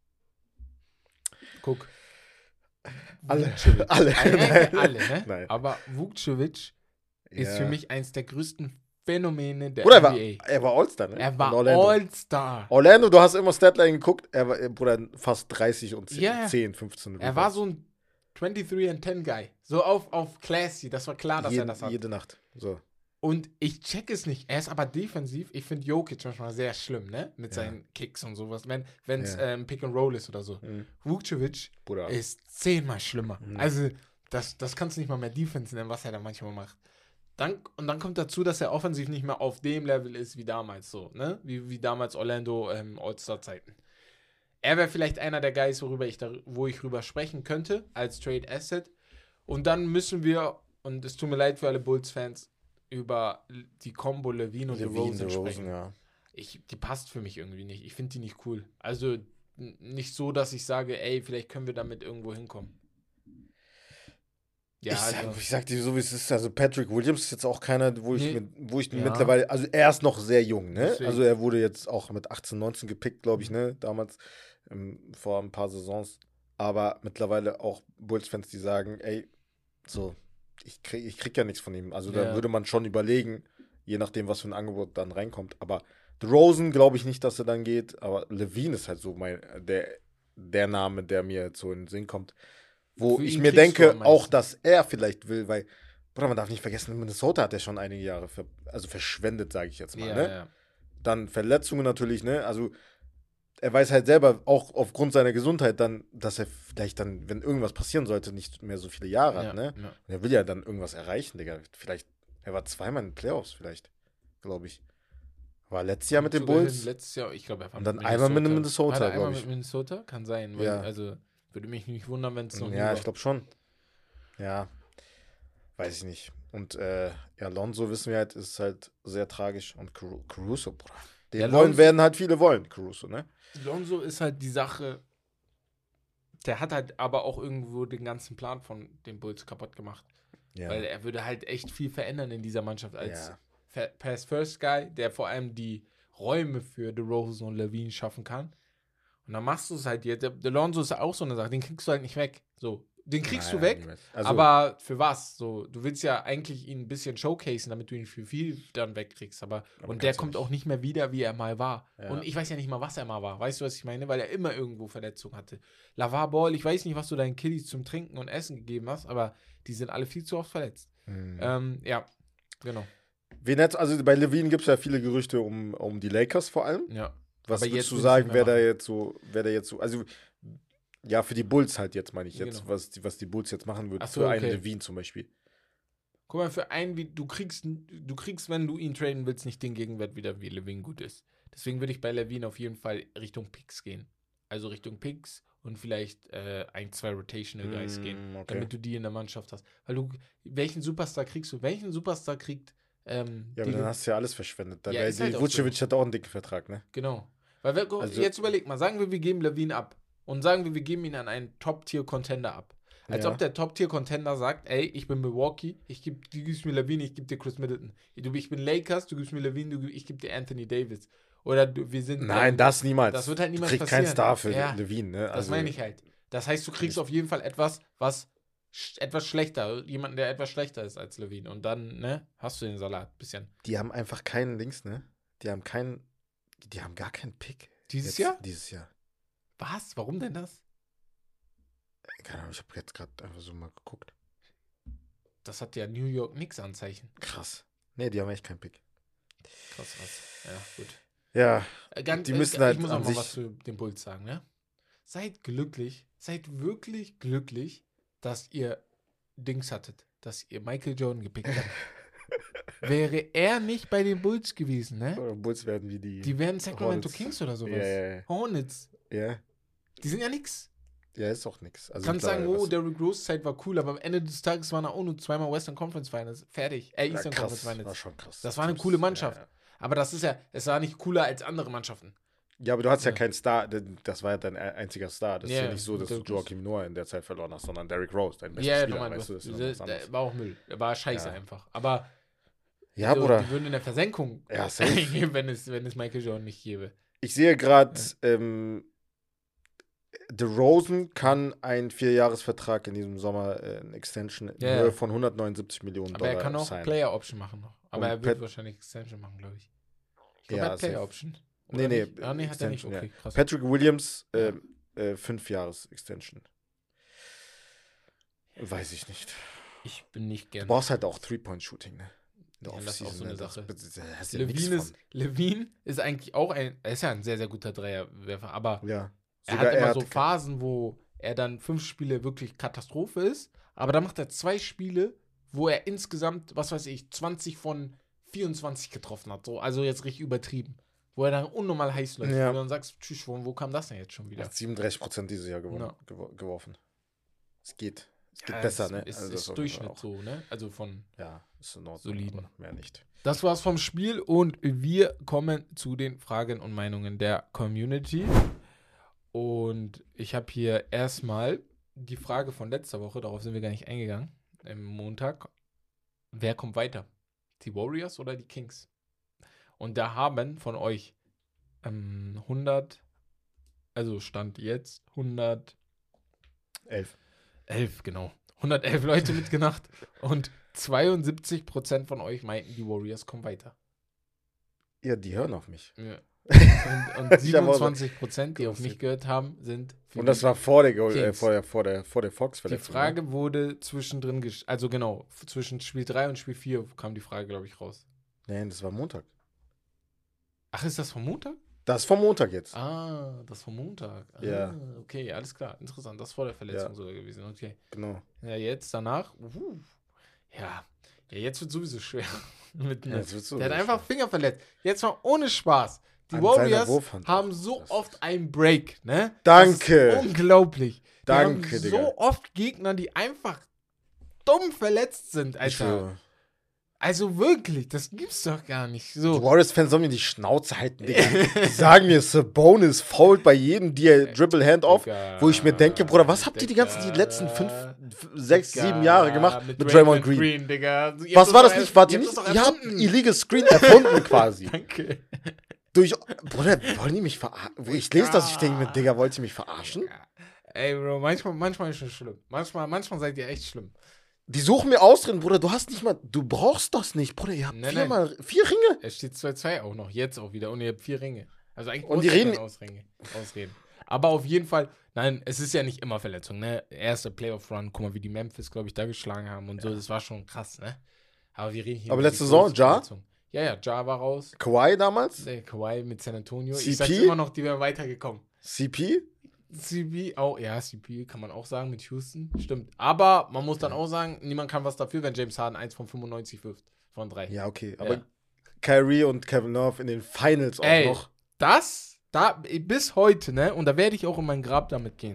Speaker 2: Guck.
Speaker 3: Alle.
Speaker 2: Vukcevic.
Speaker 3: Alle.
Speaker 2: Eigentlich
Speaker 3: Nein.
Speaker 2: alle, ne?
Speaker 3: Nein.
Speaker 2: Aber Vukcevic ist
Speaker 3: Ja.
Speaker 2: für mich eins der größten Phänomene der
Speaker 3: Bruder, er war,
Speaker 2: N B A.
Speaker 3: er war All-Star, ne?
Speaker 2: Er war
Speaker 3: In Orlando.
Speaker 2: All-Star.
Speaker 3: Orlando, du hast immer Statline geguckt, er war, äh, Bruder, fast dreißig und zehn,
Speaker 2: Ja.
Speaker 3: zehn fünfzehn.
Speaker 2: Er war so ein dreiundzwanzig and ten Guy. So auf, auf classy. Das war klar, dass
Speaker 3: jede,
Speaker 2: er das hat.
Speaker 3: jede Nacht. So.
Speaker 2: Und ich check es nicht. Er ist aber defensiv. Ich finde Jokic manchmal sehr schlimm, ne? Mit
Speaker 3: Ja.
Speaker 2: seinen Kicks und sowas. Wenn es
Speaker 3: Ja.
Speaker 2: ähm, Pick and Roll ist oder so.
Speaker 3: Mhm.
Speaker 2: Vukcevic
Speaker 3: Bruder.
Speaker 2: ist zehnmal schlimmer.
Speaker 3: Mhm.
Speaker 2: Also, das, das kannst du nicht mal mehr Defense nennen, was er da manchmal macht. Dann, und dann kommt dazu, dass er offensiv nicht mehr auf dem Level ist wie damals so, ne? Wie, wie damals Orlando ähm, All-Star-Zeiten. Er wäre vielleicht einer der Guys, worüber ich da, wo ich drüber sprechen könnte, als Trade Asset. Und dann müssen wir, und es tut mir leid für alle Bulls-Fans, über die Combo Levine und
Speaker 3: Levine,
Speaker 2: DeRozan sprechen.
Speaker 3: ja.
Speaker 2: Ich, die passt für mich irgendwie nicht. Ich finde die nicht cool. Also n- nicht so, dass ich sage, ey, vielleicht können wir damit irgendwo hinkommen. Ja,
Speaker 3: ich, sag,
Speaker 2: also,
Speaker 3: ich sag dir so, wie es ist. Also Patrick Williams ist jetzt auch keiner, wo ich,
Speaker 2: Nee.
Speaker 3: mit, wo ich
Speaker 2: Ja.
Speaker 3: mittlerweile, also er ist noch sehr jung, ne?
Speaker 2: Deswegen.
Speaker 3: Also er wurde jetzt auch mit achtzehn, neunzehn gepickt, glaube ich, ne? Damals, ähm, vor ein paar Saisons. Aber mittlerweile auch Bulls-Fans, die sagen, ey, so, ich krieg, ich krieg ja nichts von ihm. Also da
Speaker 2: Ja.
Speaker 3: würde man schon überlegen, je nachdem, was für ein Angebot dann reinkommt. Aber DeRozan glaube ich nicht, dass er dann geht. Aber Levine ist halt so mein, der, der Name, der mir jetzt so in den Sinn kommt. Wo
Speaker 2: Für
Speaker 3: ich
Speaker 2: ihn
Speaker 3: mir
Speaker 2: kriegst du
Speaker 3: denke,
Speaker 2: am
Speaker 3: auch,
Speaker 2: meisten.
Speaker 3: dass er vielleicht will, weil, Bruder, man darf nicht vergessen, in Minnesota hat er schon einige Jahre ver also verschwendet, sage ich jetzt mal,
Speaker 2: ja,
Speaker 3: ne?
Speaker 2: ja.
Speaker 3: Dann Verletzungen natürlich, ne? Also er weiß halt selber, auch aufgrund seiner Gesundheit dann, dass er vielleicht dann, wenn irgendwas passieren sollte, nicht mehr so viele Jahre hat,
Speaker 2: Ja,
Speaker 3: ne?
Speaker 2: ja.
Speaker 3: Und er will ja dann irgendwas erreichen, Digga. Vielleicht, er war zweimal in den Playoffs vielleicht, glaube ich. War letztes Jahr mit den
Speaker 2: Sogar hin,
Speaker 3: Bulls.
Speaker 2: Letztes Jahr, ich glaube, er war
Speaker 3: Und dann einmal mit Minnesota,
Speaker 2: War der einmal
Speaker 3: glaub ich.
Speaker 2: mit Minnesota? Kann sein. Weil,
Speaker 3: Ja.
Speaker 2: Also, würde mich nicht wundern, wenn es noch nie
Speaker 3: Ja,
Speaker 2: war.
Speaker 3: ich glaube schon. Ja, weiß ich nicht. Und äh, ja, Lonzo, wissen wir halt, ist halt sehr tragisch. Und Caru- Caruso, Bruder. Den
Speaker 2: Ja,
Speaker 3: wollen,
Speaker 2: Lonzo-
Speaker 3: werden halt viele wollen, Caruso, ne?
Speaker 2: Lonzo ist halt die Sache, der hat halt aber auch irgendwo den ganzen Plan von den Bulls kaputt gemacht.
Speaker 3: Ja.
Speaker 2: Weil er würde halt echt viel verändern in dieser Mannschaft als
Speaker 3: Ja.
Speaker 2: Fa- Pass-First-Guy, der vor allem die Räume für DeRozan und Levine schaffen kann. Und dann machst du es halt jetzt. Der, der Lonzo ist auch so eine Sache, den kriegst du halt nicht weg. So, den kriegst
Speaker 3: Naja,
Speaker 2: du weg,
Speaker 3: niemals. Also,
Speaker 2: aber für was? So, du willst ja eigentlich ihn ein bisschen showcasen, damit du ihn für viel dann wegkriegst. Aber,
Speaker 3: Aber
Speaker 2: und der
Speaker 3: kannst du
Speaker 2: kommt
Speaker 3: nicht.
Speaker 2: auch nicht mehr wieder, wie er mal war.
Speaker 3: Ja.
Speaker 2: Und ich weiß ja nicht mal, was er mal war. Weißt du, was ich meine? Weil er immer irgendwo Verletzungen hatte. Lavar Ball, ich weiß nicht, was du deinen Kiddies zum Trinken und Essen gegeben hast, aber die sind alle viel zu oft verletzt.
Speaker 3: Mhm.
Speaker 2: Ähm, ja, genau.
Speaker 3: Wen jetzt, also bei Levine gibt es ja viele Gerüchte um, um die Lakers vor allem.
Speaker 2: Ja.
Speaker 3: Was
Speaker 2: Aber
Speaker 3: würdest
Speaker 2: jetzt
Speaker 3: du
Speaker 2: will ich's
Speaker 3: sagen,
Speaker 2: nicht
Speaker 3: wer
Speaker 2: mehr
Speaker 3: da
Speaker 2: machen.
Speaker 3: jetzt so, wer da jetzt so, also ja, für die Bulls halt jetzt, meine ich jetzt,
Speaker 2: Genau.
Speaker 3: was, die, was die Bulls jetzt machen würden,
Speaker 2: Ach so,
Speaker 3: für einen
Speaker 2: okay.
Speaker 3: Levine zum Beispiel.
Speaker 2: Guck mal, für einen, wie du kriegst, du kriegst, wenn du ihn traden willst, nicht den Gegenwert wieder, wie Levine gut ist. Deswegen würde ich bei Levine auf jeden Fall Richtung Picks gehen. Also Richtung Picks und vielleicht äh, ein, zwei Rotational Guys
Speaker 3: Mm,
Speaker 2: gehen,
Speaker 3: okay.
Speaker 2: damit du die in der Mannschaft hast. Weil du, welchen Superstar kriegst du? Welchen Superstar kriegt ähm,
Speaker 3: Ja,
Speaker 2: die
Speaker 3: aber dann
Speaker 2: Le-
Speaker 3: hast du ja alles verschwendet. Dann
Speaker 2: Ja,
Speaker 3: wär,
Speaker 2: ist
Speaker 3: die
Speaker 2: halt auch
Speaker 3: Vucevic hat auch einen dicken Vertrag, ne?
Speaker 2: Genau. Weil wir,
Speaker 3: Also-
Speaker 2: jetzt überleg mal, sagen wir, wir geben Levine ab. Und sagen wir, wir geben ihn an einen Top-Tier-Contender ab. Als
Speaker 3: Ja.
Speaker 2: ob der Top-Tier-Contender sagt, ey, ich bin Milwaukee, ich geb, du gibst mir Levine, ich gebe dir Chris Middleton. Du, ich bin Lakers, du gibst mir Levine, du, ich gebe dir Anthony Davis. Oder du, wir sind...
Speaker 3: Nein,
Speaker 2: ähm,
Speaker 3: das niemals.
Speaker 2: das wird halt niemals
Speaker 3: Du kriegst
Speaker 2: passieren.
Speaker 3: keinen Star für
Speaker 2: Ja,
Speaker 3: Levine, ne?
Speaker 2: Das
Speaker 3: Also,
Speaker 2: meine ich halt. Das heißt, du kriegst
Speaker 3: nicht.
Speaker 2: auf jeden Fall etwas, was sch etwas schlechter, jemanden, der etwas schlechter ist als Levine. Und dann, ne, hast du den Salat, bisschen.
Speaker 3: Die haben einfach keinen Links, ne? Die haben keinen, die haben gar keinen Pick.
Speaker 2: Dieses
Speaker 3: Jetzt,
Speaker 2: Jahr?
Speaker 3: Dieses Jahr.
Speaker 2: Was? Warum denn das?
Speaker 3: Keine Ahnung, ich habe jetzt gerade einfach so mal geguckt.
Speaker 2: Das hat ja New York Knicks Anzeichen.
Speaker 3: Krass. Nee, die haben echt keinen Pick.
Speaker 2: Krass, was. Ja, gut.
Speaker 3: Ja,
Speaker 2: Äh, Ganz,
Speaker 3: Die müssen
Speaker 2: äh,
Speaker 3: halt
Speaker 2: ich muss
Speaker 3: an
Speaker 2: auch mal
Speaker 3: sich-
Speaker 2: was zu den Bulls sagen, ne? Seid glücklich, seid wirklich glücklich, dass ihr Dings hattet, dass ihr Michael Jordan gepickt habt. Wäre er nicht bei den Bulls gewesen, ne?
Speaker 3: Oder Bulls werden wie die.
Speaker 2: Die wären Sacramento
Speaker 3: Hornets.
Speaker 2: Kings oder sowas.
Speaker 3: Ja, ja, ja.
Speaker 2: Hornets.
Speaker 3: Ja,
Speaker 2: Die sind ja nix.
Speaker 3: ja, ist auch nix. Also
Speaker 2: Du kannst sagen,
Speaker 3: mittlerweile
Speaker 2: oh,
Speaker 3: was.
Speaker 2: Derrick Rose Zeit war cool, aber am Ende des Tages waren er auch nur zweimal Western Conference Finals. Fertig. Äh,
Speaker 3: Ja,
Speaker 2: Eastern
Speaker 3: krass,
Speaker 2: Conference Finals.
Speaker 3: war schon krass.
Speaker 2: Das war eine
Speaker 3: muss-
Speaker 2: coole Mannschaft.
Speaker 3: Ja, ja.
Speaker 2: Aber das ist ja, es war nicht cooler als andere Mannschaften.
Speaker 3: Ja, aber du hattest ja,
Speaker 2: Ja.
Speaker 3: keinen Star, denn das war ja dein einziger Star. Das ist
Speaker 2: Ja,
Speaker 3: ja nicht so, dass du
Speaker 2: Derrick Rose.
Speaker 3: Joakim Noah in der Zeit verloren hast, sondern Derrick Rose, dein bester
Speaker 2: Ja, ja,
Speaker 3: Spieler,
Speaker 2: nochmal,
Speaker 3: weißt du,
Speaker 2: du,
Speaker 3: das ist noch
Speaker 2: der,
Speaker 3: was anderes.
Speaker 2: der war auch Müll. Der war scheiße
Speaker 3: Ja.
Speaker 2: einfach. Aber
Speaker 3: Ja,
Speaker 2: so,
Speaker 3: Bruder,
Speaker 2: die würden in der Versenkung
Speaker 3: Ja, safe.
Speaker 2: wenn, es, wenn es Michael Jordan nicht gäbe.
Speaker 3: ich sehe gerade, ähm, DeRozan kann einen Vierjahresvertrag in diesem Sommer, äh, eine Extension in
Speaker 2: Ja,
Speaker 3: Höhe
Speaker 2: ja.
Speaker 3: von hundertneunundsiebzig Millionen
Speaker 2: Aber
Speaker 3: Dollar
Speaker 2: er kann auch
Speaker 3: sein.
Speaker 2: Player Option machen noch. Aber
Speaker 3: Und
Speaker 2: er wird
Speaker 3: Pat-
Speaker 2: wahrscheinlich Extension machen, glaube ich. Ich glaube,
Speaker 3: Ja,
Speaker 2: er hat Player
Speaker 3: safe.
Speaker 2: Option.
Speaker 3: Nee, nee,
Speaker 2: Nicht? Ah, nee, hat er nicht.
Speaker 3: Extension, ja.
Speaker 2: Okay, krass.
Speaker 3: Patrick Williams,
Speaker 2: Ja.
Speaker 3: äh, äh, fünf Jahres Extension. Weiß ich nicht.
Speaker 2: Ich bin nicht
Speaker 3: Du
Speaker 2: gern.
Speaker 3: brauchst halt auch Three-Point-Shooting, ne? In der
Speaker 2: Ja, das ist auch so
Speaker 3: Offseason,
Speaker 2: eine
Speaker 3: ne? Das-
Speaker 2: Sache.
Speaker 3: das- das hast du ja nix
Speaker 2: Levine ist,
Speaker 3: von.
Speaker 2: Levine ist eigentlich auch ein, er ist ja ein sehr, sehr guter Dreierwerfer, aber
Speaker 3: Ja.
Speaker 2: er
Speaker 3: Sogar
Speaker 2: hat immer
Speaker 3: er
Speaker 2: so
Speaker 3: hatte-
Speaker 2: Phasen, wo er dann fünf Spiele wirklich Katastrophe ist, aber dann macht er zwei Spiele, wo er insgesamt, was weiß ich, zwanzig von vierundzwanzig getroffen hat. So, also jetzt richtig übertrieben. Wo er dann unnormal heiß läuft.
Speaker 3: Ja.
Speaker 2: Und dann sagst du, tschüss, wo, wo kam das denn jetzt schon wieder?
Speaker 3: Er hat siebenunddreißig Prozent dieses Jahr gewonnen,
Speaker 2: Ja.
Speaker 3: gewo- geworfen. Es geht. Es geht
Speaker 2: Ja,
Speaker 3: besser,
Speaker 2: es,
Speaker 3: ne?
Speaker 2: Ist,
Speaker 3: Also
Speaker 2: ist,
Speaker 3: das
Speaker 2: ist
Speaker 3: auf jeden Fall
Speaker 2: Durchschnitt
Speaker 3: auch.
Speaker 2: so, ne? Also von
Speaker 3: Ja, ist in Ordnung.
Speaker 2: soliden.
Speaker 3: aber Mehr nicht.
Speaker 2: Das war's vom Spiel und wir kommen zu den Fragen und Meinungen der Community. Und ich habe hier erstmal die Frage von letzter Woche, darauf sind wir gar nicht eingegangen, am Montag. Wer kommt weiter? Die Warriors oder die Kings? Und da haben von euch ähm, hundert, also Stand jetzt hundertelf,
Speaker 3: Elf.
Speaker 2: genau, hundertelf Leute mitgemacht und zweiundsiebzig Prozent von euch meinten, die Warriors kommen weiter.
Speaker 3: Ja, die hören auf mich.
Speaker 2: Ja. Und, und
Speaker 3: Ich hab auch so-
Speaker 2: siebenundzwanzig Prozent, die auf mich gehört haben, sind für
Speaker 3: Und das
Speaker 2: die-
Speaker 3: war vor der, Goal- äh,
Speaker 2: Kings.
Speaker 3: vor der, vor der, vor der
Speaker 2: Die
Speaker 3: Fox-Verletzung.
Speaker 2: Frage wurde zwischendrin, gesch- also genau, f- zwischen Spiel drei und Spiel vier kam die Frage, glaube ich, raus.
Speaker 3: Ne? Nein, das war Montag.
Speaker 2: Ach, ist das vom Montag?
Speaker 3: Das ist vom Montag jetzt.
Speaker 2: Ah, das vom Montag. Ah,
Speaker 3: Ja.
Speaker 2: Okay, alles klar, interessant. Das ist vor der Verletzung
Speaker 3: Ja.
Speaker 2: sogar gewesen, okay.
Speaker 3: Genau.
Speaker 2: Ja, jetzt danach, uh, ja, ja, jetzt wird sowieso schwer. Mit,
Speaker 3: Ja, das wird so
Speaker 2: der hat
Speaker 3: schwer.
Speaker 2: einfach Finger verletzt. Jetzt mal ohne Spaß. Die
Speaker 3: An seiner
Speaker 2: Warriors
Speaker 3: Wurfhand.
Speaker 2: haben so
Speaker 3: Das-
Speaker 2: oft einen Break, ne?
Speaker 3: Danke.
Speaker 2: Das ist unglaublich. Die
Speaker 3: Danke,
Speaker 2: haben
Speaker 3: Digga.
Speaker 2: so oft Gegner, die einfach dumm verletzt sind,
Speaker 3: Ich
Speaker 2: Alter.
Speaker 3: schwöre.
Speaker 2: Also wirklich, das gibt's doch gar nicht.
Speaker 3: Die
Speaker 2: So.
Speaker 3: Warriors-Fans sollen mir die Schnauze halten, Digga. Die sagen mir, Sabonis fault bei jedem dir Dribble Hand-Off,
Speaker 2: Digga,
Speaker 3: wo ich mir denke, Bruder, was habt ihr die ganzen, die
Speaker 2: Digga,
Speaker 3: letzten fünf, f- sechs,
Speaker 2: Digga,
Speaker 3: sieben Jahre gemacht mit, Draymond Green?
Speaker 2: Digga. Ihr habt
Speaker 3: Was war
Speaker 2: doch
Speaker 3: das nicht?
Speaker 2: erst-
Speaker 3: Wart ihr
Speaker 2: ihr
Speaker 3: nicht?
Speaker 2: habt das doch
Speaker 3: Ihr habt
Speaker 2: erfunden.
Speaker 3: Illegal Screen erfunden quasi.
Speaker 2: Danke.
Speaker 3: Durch, Bruder, wollen die mich verarschen? Ich lese das, ich denke mir, Digga, wollt ihr mich verarschen?
Speaker 2: Ey, Bro, manchmal, manchmal ist es schlimm. Manchmal, manchmal seid ihr echt schlimm.
Speaker 3: Die suchen mir Ausreden, Bruder, du hast nicht mal, du brauchst das nicht, Bruder, ihr habt
Speaker 2: Nein,
Speaker 3: viermal, vier Ringe.
Speaker 2: Es steht zwei zwei auch noch, jetzt auch wieder. Und ihr habt vier Ringe. Also eigentlich
Speaker 3: Und die
Speaker 2: braucht ihr
Speaker 3: reden-
Speaker 2: keine Ausreden. Ausreden. Aber auf jeden Fall, nein, es ist ja nicht immer Verletzung, ne? Erste Playoff-Run, guck mal, wie die Memphis, glaube ich, da geschlagen haben und so, das war schon krass, ne? Aber wir reden hier
Speaker 3: Aber
Speaker 2: über
Speaker 3: letzte
Speaker 2: die
Speaker 3: Saison,
Speaker 2: großen
Speaker 3: Ja?
Speaker 2: Verletzungen. Ja, ja, Ja war raus.
Speaker 3: Kawhi damals?
Speaker 2: Der Kawhi mit San Antonio.
Speaker 3: C P?
Speaker 2: Ich sag's immer noch, die wären weitergekommen.
Speaker 3: C P?
Speaker 2: C P, auch, ja, C P kann man auch sagen mit Houston, stimmt. Aber man muss dann auch sagen, niemand kann was dafür, wenn James Harden eins von fünfundneunzig wirft, von drei.
Speaker 3: Ja, okay, aber
Speaker 2: Ja.
Speaker 3: Kyrie und Kevin Love in den Finals auch
Speaker 2: Ey,
Speaker 3: noch.
Speaker 2: das, da, bis heute, ne, und da werde ich auch in mein Grab damit gehen.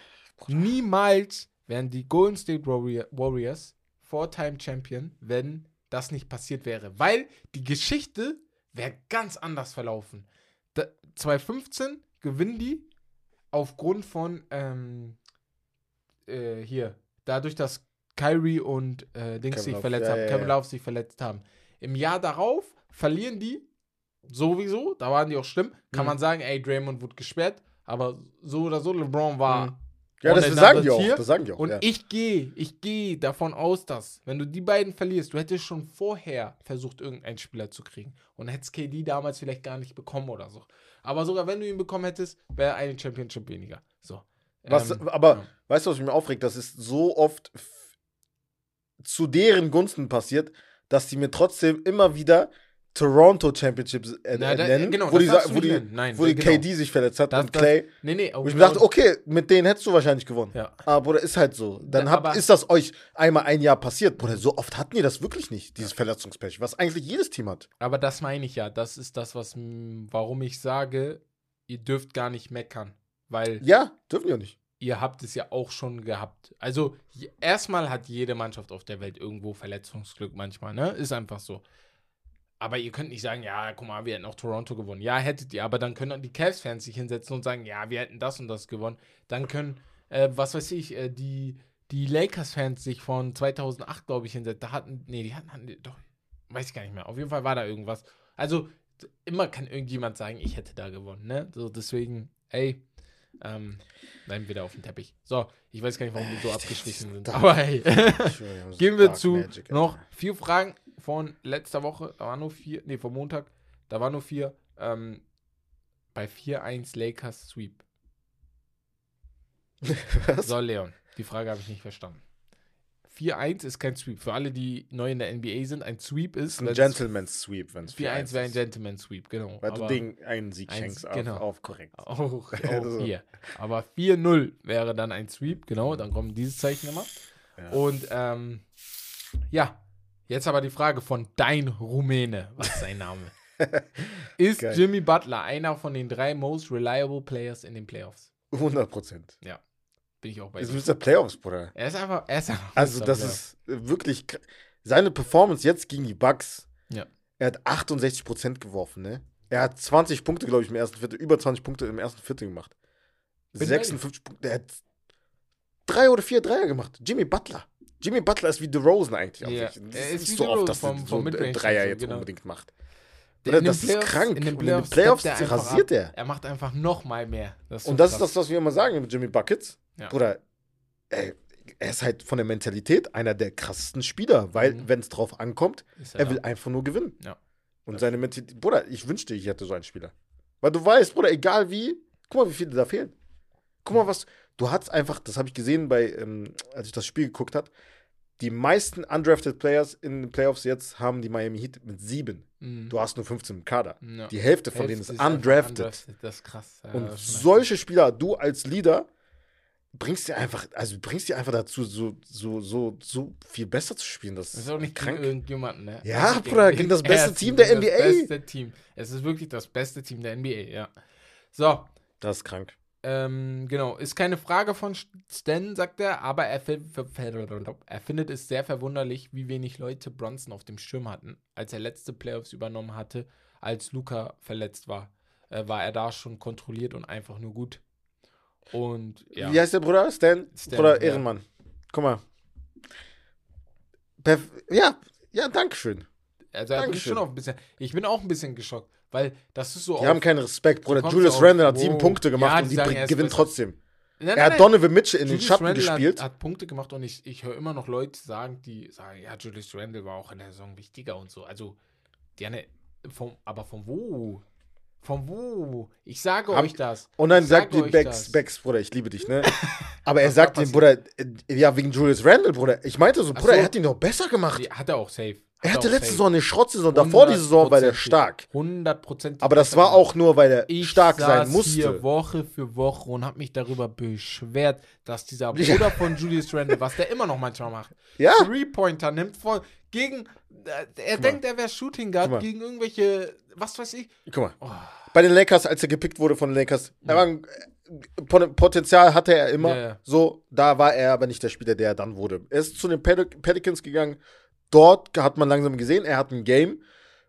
Speaker 2: Niemals wären die Golden State Warrior, Warriors Four-Time-Champion, wenn das nicht passiert wäre. Weil die Geschichte wäre ganz anders verlaufen. Da, zwanzig fünfzehn gewinnen die aufgrund von, ähm, äh, hier, dadurch, dass Kyrie und äh, Dings
Speaker 3: Kevin
Speaker 2: sich
Speaker 3: Love,
Speaker 2: verletzt
Speaker 3: ja,
Speaker 2: haben,
Speaker 3: ja,
Speaker 2: Kevin
Speaker 3: ja.
Speaker 2: Love sich verletzt haben. Im Jahr darauf verlieren die sowieso, da waren die auch schlimm. Kann
Speaker 3: Mhm.
Speaker 2: man sagen, ey, Draymond wurde gesperrt, aber so oder so, LeBron war
Speaker 3: Mhm. Ja,
Speaker 2: on
Speaker 3: das
Speaker 2: another
Speaker 3: sagen die auch.
Speaker 2: tier.
Speaker 3: Das sagen die auch.
Speaker 2: Und
Speaker 3: ja.
Speaker 2: ich gehe, ich gehe davon aus, dass, wenn du die beiden verlierst, du hättest schon vorher versucht, irgendeinen Spieler zu kriegen. Und hättest K D damals vielleicht gar nicht bekommen oder so. Aber sogar wenn du ihn bekommen hättest, wäre eine Championship weniger. So.
Speaker 3: Was,
Speaker 2: Ähm,
Speaker 3: aber
Speaker 2: ja.
Speaker 3: weißt du, was mich mir aufregt? Das ist so oft f- zu deren Gunsten passiert, dass die mir trotzdem immer wieder Toronto Championships äh,
Speaker 2: Na, da-
Speaker 3: nennen,
Speaker 2: genau,
Speaker 3: wo
Speaker 2: das
Speaker 3: die,
Speaker 2: darfst
Speaker 3: sa-
Speaker 2: du
Speaker 3: wo
Speaker 2: nicht
Speaker 3: die,
Speaker 2: nennen. Nein,
Speaker 3: wo die
Speaker 2: genau.
Speaker 3: K D sich verletzt hat
Speaker 2: Das-
Speaker 3: und
Speaker 2: das-
Speaker 3: Clay.
Speaker 2: Nee, nee.
Speaker 3: Wo ich mir dachte, okay, mit denen hättest du wahrscheinlich gewonnen.
Speaker 2: Ja.
Speaker 3: Aber Bruder, ist halt so. Dann
Speaker 2: Da-
Speaker 3: habt,
Speaker 2: aber-
Speaker 3: ist das euch einmal ein Jahr passiert. Bruder, so oft hatten die das wirklich nicht, dieses Verletzungspech, was eigentlich jedes Team hat.
Speaker 2: Aber das meine ich ja. Das ist das, was, m, warum ich sage, ihr dürft gar nicht meckern. Weil
Speaker 3: Ja, dürfen die auch nicht.
Speaker 2: ihr habt es ja auch schon gehabt. Also, j- erstmal hat jede Mannschaft auf der Welt irgendwo Verletzungsglück manchmal, ne? Ist einfach so. Aber ihr könnt nicht sagen, ja, guck mal, wir hätten auch Toronto gewonnen. Ja, hättet ihr, aber dann können auch die Cavs-Fans sich hinsetzen und sagen, ja, wir hätten das und das gewonnen. Dann können, äh, was weiß ich, äh, die, die Lakers-Fans sich von zweitausendacht, glaube ich, hinsetzen. Da hatten, nee, die hatten, hatten die, doch, weiß ich gar nicht mehr. Auf jeden Fall war da irgendwas. Also, d- immer kann irgendjemand sagen, ich hätte da gewonnen, ne? So, deswegen, ey, ähm, bleiben wir da auf dem Teppich. So, ich weiß gar nicht, warum die so abgeschlichen sind. Aber hey,
Speaker 3: Ich schwöre, die haben so
Speaker 2: gehen wir
Speaker 3: Dark
Speaker 2: zu
Speaker 3: Magic,
Speaker 2: noch
Speaker 3: Alter.
Speaker 2: vier Fragen von letzter Woche. Da waren nur vier, nee, vom Montag. Da waren nur vier. Ähm, bei vier eins Lakers Sweep.
Speaker 3: Was?
Speaker 2: So, Leon, die Frage habe ich nicht verstanden. vier eins ist kein Sweep. Für alle, die neu in der N B A sind, ein Sweep ist.
Speaker 3: Das ist ein
Speaker 2: wenn's-
Speaker 3: Gentleman's Sweep, wenn es
Speaker 2: vier eins wäre ein Gentleman Sweep, genau.
Speaker 3: Weil du
Speaker 2: Aber
Speaker 3: Ding einen Sieg
Speaker 2: eins,
Speaker 3: schenkst auf,
Speaker 2: genau.
Speaker 3: auf korrekt.
Speaker 2: Auch, auch
Speaker 3: Also.
Speaker 2: hier. Aber vier null wäre dann ein Sweep, genau. Dann kommt dieses Zeichen immer.
Speaker 3: Ja.
Speaker 2: Und ähm, Ja, jetzt aber die Frage von Dein Rumäne. Was ist sein Name? Ist
Speaker 3: Geil.
Speaker 2: Jimmy Butler einer von den drei most reliable Players in den Playoffs?
Speaker 3: hundert Prozent.
Speaker 2: Ja, bin ich auch bei
Speaker 3: Das
Speaker 2: dir.
Speaker 3: ist Mister Playoffs, Bruder.
Speaker 2: Er ist einfach, er ist einfach
Speaker 3: Also,
Speaker 2: Mister
Speaker 3: das
Speaker 2: Playoffs.
Speaker 3: ist wirklich kr- seine Performance jetzt gegen die Bucks.
Speaker 2: Ja.
Speaker 3: Er hat achtundsechzig Prozent geworfen, ne? Er hat zwanzig Punkte, glaube ich, im ersten Viertel, über zwanzig Punkte im ersten Viertel gemacht.
Speaker 2: Bin
Speaker 3: sechsundfünfzig Punkte. Er hat drei oder vier Dreier gemacht. Jimmy Butler. Jimmy Butler ist wie DeRozan eigentlich. Auf
Speaker 2: Ja,
Speaker 3: sich. Das
Speaker 2: er
Speaker 3: ist
Speaker 2: ist
Speaker 3: nicht
Speaker 2: wie
Speaker 3: so
Speaker 2: DeRozan
Speaker 3: oft, dass
Speaker 2: vom-
Speaker 3: er so
Speaker 2: vom
Speaker 3: einen
Speaker 2: Midrange
Speaker 3: Dreier
Speaker 2: und so,
Speaker 3: jetzt
Speaker 2: genau.
Speaker 3: unbedingt macht.
Speaker 2: In
Speaker 3: Oder
Speaker 2: den
Speaker 3: das ist
Speaker 2: Playoffs-
Speaker 3: krank.
Speaker 2: In den
Speaker 3: Und in den
Speaker 2: Playoffs,
Speaker 3: Playoffs
Speaker 2: steppt er einfach
Speaker 3: rasiert
Speaker 2: ab.
Speaker 3: er.
Speaker 2: Er macht einfach noch mal mehr. Das ist so
Speaker 3: Und das
Speaker 2: krass.
Speaker 3: ist das, was wir immer sagen mit Jimmy Buckets.
Speaker 2: Ja.
Speaker 3: Bruder, ey, er ist halt von der Mentalität einer der krassesten Spieler, weil,
Speaker 2: Mhm.
Speaker 3: wenn es drauf ankommt,
Speaker 2: Ist
Speaker 3: er
Speaker 2: da.
Speaker 3: will einfach nur gewinnen.
Speaker 2: Ja.
Speaker 3: Und seine Mentalität, Bruder, ich wünschte, ich hätte so einen Spieler. Weil du weißt, Bruder, egal wie, guck mal, wie viele da fehlen. Guck mal, was, du hast einfach, das habe ich gesehen bei, ähm, als ich das Spiel geguckt habe, die meisten undrafted Players in den Playoffs jetzt haben die Miami Heat mit sieben.
Speaker 2: Mhm.
Speaker 3: Du hast nur fünfzehn im Kader.
Speaker 2: Ja.
Speaker 3: Die Hälfte von denen
Speaker 2: Hälfte
Speaker 3: ist
Speaker 2: einfach
Speaker 3: undrafted.
Speaker 2: Das ist krass. Ja,
Speaker 3: Und
Speaker 2: das ist schon
Speaker 3: solche Spieler, du als Leader, bringst dir einfach, also bringst dir einfach dazu, so, so, so, so viel besser zu spielen. Das
Speaker 2: Das ist auch nicht
Speaker 3: krank.
Speaker 2: gegen irgendjemanden, ne?
Speaker 3: Ja,
Speaker 2: Also
Speaker 3: Bruder, gegen das beste
Speaker 2: er ist
Speaker 3: Team der
Speaker 2: gegen
Speaker 3: N B A.
Speaker 2: Das beste Team. Es ist wirklich das beste Team der N B A, ja. So,
Speaker 3: Das ist krank.
Speaker 2: ähm, genau. Ist keine Frage von Stan, sagt er, aber er, fi- er findet es sehr verwunderlich, wie wenig Leute Bronson auf dem Schirm hatten, als er letzte Playoffs übernommen hatte, als Luka verletzt war. Äh, war er da schon kontrolliert und einfach nur gut. Und ja.
Speaker 3: Wie heißt der Bruder? Stan?
Speaker 2: Stan,
Speaker 3: Bruder,
Speaker 2: ja.
Speaker 3: Ehrenmann. Guck mal. Perf ja, ja, dankeschön.
Speaker 2: Also er bringt
Speaker 3: Dankeschön.
Speaker 2: schon auch ein bisschen. Ich bin auch ein bisschen geschockt, weil das ist so.
Speaker 3: Die
Speaker 2: auf-
Speaker 3: haben keinen Respekt, Bruder.
Speaker 2: kommst
Speaker 3: Julius
Speaker 2: auf-
Speaker 3: Randle hat
Speaker 2: wow.
Speaker 3: sieben Punkte gemacht
Speaker 2: Ja,
Speaker 3: und
Speaker 2: die
Speaker 3: die
Speaker 2: sagen,
Speaker 3: bring-
Speaker 2: er ist
Speaker 3: gewinnt
Speaker 2: besser.
Speaker 3: trotzdem.
Speaker 2: Nein,
Speaker 3: Er hat
Speaker 2: nein,
Speaker 3: Donovan Mitchell in den
Speaker 2: Julius
Speaker 3: Schatten
Speaker 2: Randle
Speaker 3: gespielt.
Speaker 2: Hat, hat Punkte gemacht und ich, ich höre immer noch Leute sagen, die sagen, ja, Julius Randle war auch in der Saison wichtiger und so. Also, die eine, vom, aber von wo? Von wo? Ich sage
Speaker 3: Hab-
Speaker 2: euch das.
Speaker 3: Und dann
Speaker 2: Ich
Speaker 3: sagt
Speaker 2: sage
Speaker 3: die
Speaker 2: euch
Speaker 3: Becks,
Speaker 2: das.
Speaker 3: Becks, Bruder, ich liebe dich, ne? Aber er
Speaker 2: Was
Speaker 3: sagt
Speaker 2: da
Speaker 3: dem Bruder, äh, ja, wegen Julius Randle, Bruder. Ich meinte so,
Speaker 2: Ach
Speaker 3: Bruder,
Speaker 2: so.
Speaker 3: er hat ihn doch besser gemacht.
Speaker 2: Die, hat er auch safe.
Speaker 3: Er
Speaker 2: Hat
Speaker 3: hatte
Speaker 2: auch
Speaker 3: letzte
Speaker 2: safe.
Speaker 3: Saison eine Schrottsaison, davor die Saison war der stark.
Speaker 2: hundert Prozent.
Speaker 3: Aber das war auch nur, weil er
Speaker 2: Ich
Speaker 3: stark
Speaker 2: saß
Speaker 3: sein musste.
Speaker 2: hier Woche für Woche und habe mich darüber beschwert, dass dieser
Speaker 3: Ja.
Speaker 2: Bruder von Julius Randle, was der immer noch manchmal macht,
Speaker 3: Ja,
Speaker 2: Three-Pointer nimmt voll gegen, äh, er
Speaker 3: Guck
Speaker 2: denkt, er wäre Shooting Guard
Speaker 3: Guck mal.
Speaker 2: gegen irgendwelche, was weiß ich.
Speaker 3: guck mal.
Speaker 2: Oh,
Speaker 3: Bei den Lakers, als er gepickt wurde von den Lakers, er war ein, äh, Pot- Potenzial hatte er immer.
Speaker 2: Ja, ja.
Speaker 3: So, da war er aber nicht der Spieler, der er dann wurde. Er ist zu den Pelic- Pelicans gegangen. Dort hat man langsam gesehen, er hat ein Game.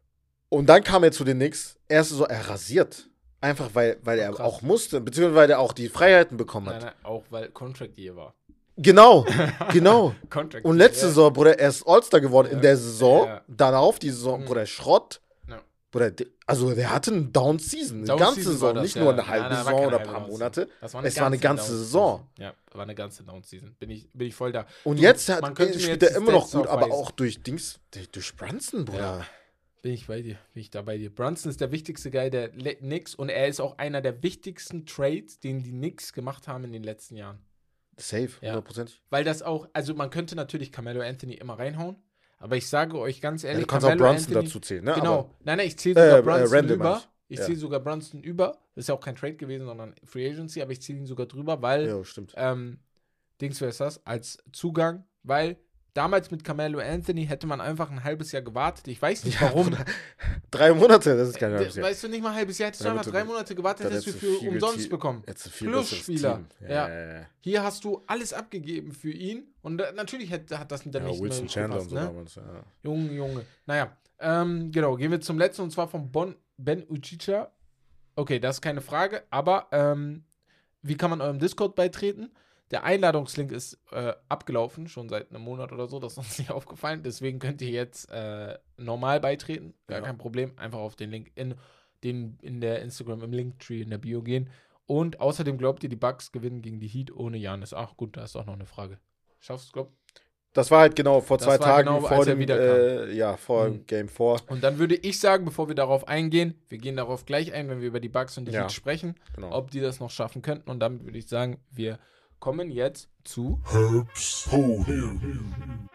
Speaker 3: Und dann kam er zu den Knicks. Erste so, er rasiert. Einfach, weil, weil
Speaker 2: Oh,
Speaker 3: er
Speaker 2: krass.
Speaker 3: auch musste, beziehungsweise weil er auch die Freiheiten bekommen
Speaker 2: nein,
Speaker 3: hat.
Speaker 2: nein, auch weil Contract Year war.
Speaker 3: Genau, genau.
Speaker 2: Contract
Speaker 3: Und
Speaker 2: Year,
Speaker 3: letzte
Speaker 2: ja.
Speaker 3: Saison, Bruder, er ist All-Star geworden
Speaker 2: Ja.
Speaker 3: in der Saison.
Speaker 2: Ja.
Speaker 3: Darauf die Saison,
Speaker 2: Mhm.
Speaker 3: Bruder, Schrott.
Speaker 2: Ja.
Speaker 3: Bruder, de- also der hatte eine Down-Season. Eine
Speaker 2: Down
Speaker 3: ganze
Speaker 2: Season
Speaker 3: Saison,
Speaker 2: war das,
Speaker 3: nicht
Speaker 2: ja.
Speaker 3: nur eine
Speaker 2: Nein,
Speaker 3: halbe
Speaker 2: nein, war
Speaker 3: Saison
Speaker 2: keine
Speaker 3: oder ein
Speaker 2: halbe
Speaker 3: paar
Speaker 2: Down
Speaker 3: Monate.
Speaker 2: Das
Speaker 3: Es war eine ganze
Speaker 2: Down
Speaker 3: Saison.
Speaker 2: Ja, war eine ganze Down-Season. Bin ich, bin ich voll da.
Speaker 3: Und
Speaker 2: Du,
Speaker 3: jetzt hat,
Speaker 2: man könnte mir
Speaker 3: spielt
Speaker 2: jetzt
Speaker 3: er
Speaker 2: die
Speaker 3: immer noch
Speaker 2: Stats
Speaker 3: gut, aber
Speaker 2: aufweisen.
Speaker 3: auch durch Dings, durch Brunson, Bruder.
Speaker 2: Bin ich bei dir, bin ich da bei dir. Brunson ist der wichtigste Guy der Le- Knicks und er ist auch einer der wichtigsten Trades, den die Knicks gemacht haben in den letzten Jahren.
Speaker 3: Safe,
Speaker 2: Ja.
Speaker 3: hundertprozentig.
Speaker 2: Weil das auch, also man könnte natürlich Carmelo Anthony immer reinhauen, aber ich sage euch ganz
Speaker 3: Ja,
Speaker 2: ehrlich,
Speaker 3: du kannst auch
Speaker 2: Carmelo
Speaker 3: Brunson
Speaker 2: Anthony,
Speaker 3: dazu zählen, ne?
Speaker 2: genau,
Speaker 3: Aber
Speaker 2: nein, nein, ich zähle sogar
Speaker 3: Äh, äh,
Speaker 2: Brunson
Speaker 3: Randall meine
Speaker 2: über.
Speaker 3: ich.
Speaker 2: Ich
Speaker 3: Ja.
Speaker 2: zähle sogar Brunson über. Das ist ja auch kein Trade gewesen, sondern Free Agency, aber ich zähle ihn sogar drüber, weil
Speaker 3: ja, stimmt.
Speaker 2: ähm, Dings, wer ist das? Als Zugang, weil damals mit Carmelo Anthony hätte man einfach ein halbes Jahr gewartet. Ich weiß nicht
Speaker 3: Ja,
Speaker 2: warum.
Speaker 3: Bruder, Drei Monate, das ist kein
Speaker 2: Äh,
Speaker 3: halbes Jahr.
Speaker 2: Weißt du, nicht mal ein halbes Jahr, hättest du
Speaker 3: Ja,
Speaker 2: einfach
Speaker 3: gut,
Speaker 2: drei Monate gewartet,
Speaker 3: Dann
Speaker 2: hättest du
Speaker 3: hättest du
Speaker 2: für
Speaker 3: viel
Speaker 2: umsonst
Speaker 3: Team-
Speaker 2: bekommen.
Speaker 3: Jetzt ein viel
Speaker 2: Plus
Speaker 3: besseres
Speaker 2: Spieler.
Speaker 3: Team.
Speaker 2: Ja.
Speaker 3: Ja, ja, ja.
Speaker 2: Hier hast du alles abgegeben für ihn und äh, natürlich hat, hat das dann
Speaker 3: Ja,
Speaker 2: nicht
Speaker 3: Wilson
Speaker 2: mehr
Speaker 3: Chandler
Speaker 2: gepasst,
Speaker 3: und so
Speaker 2: ne?
Speaker 3: damals, ja.
Speaker 2: Junge, Junge. Naja, ähm, genau, gehen wir zum letzten und zwar von bon, Ben Uchicha. Okay, das ist keine Frage, aber ähm, wie kann man eurem Discord beitreten? Der Einladungslink ist äh, abgelaufen, schon seit einem Monat oder so, das ist uns nicht aufgefallen. Deswegen könnt ihr jetzt äh, normal beitreten, gar
Speaker 3: Ja.
Speaker 2: kein Problem. Einfach auf den Link in, den, in der Instagram, im Linktree, in der Bio gehen. Und außerdem glaubt ihr, die Bucks gewinnen gegen die Heat ohne Giannis? Ach gut, da ist auch noch eine Frage. Schaffst du es, glaub?
Speaker 3: Das war halt genau vor
Speaker 2: Das
Speaker 3: zwei
Speaker 2: war
Speaker 3: Tagen
Speaker 2: genau,
Speaker 3: vor
Speaker 2: als er
Speaker 3: dem,
Speaker 2: wiederkam.
Speaker 3: äh, ja, vor
Speaker 2: Mhm.
Speaker 3: Game vier.
Speaker 2: Und dann würde ich sagen, bevor wir darauf eingehen, wir gehen darauf gleich ein, wenn wir über die Bucks und die
Speaker 3: Ja.
Speaker 2: Heat sprechen,
Speaker 3: Genau.
Speaker 2: ob die das noch schaffen könnten. Und damit würde ich sagen, wir kommen jetzt zu.
Speaker 1: Herbst Podium.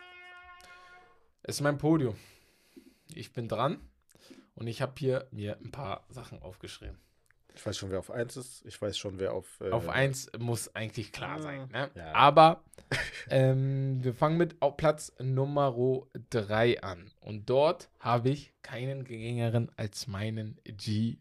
Speaker 2: Es ist mein Podium. Ich bin dran und ich habe hier mir ein paar Sachen aufgeschrieben.
Speaker 3: Ich weiß schon, wer auf eins ist. Ich weiß schon, wer auf. Äh,
Speaker 2: Auf eins muss eigentlich klar sein. Ne?
Speaker 3: Ja.
Speaker 2: Aber ähm, wir fangen mit auf Platz Nummer drei an. Und dort habe ich keinen geringeren als meinen G.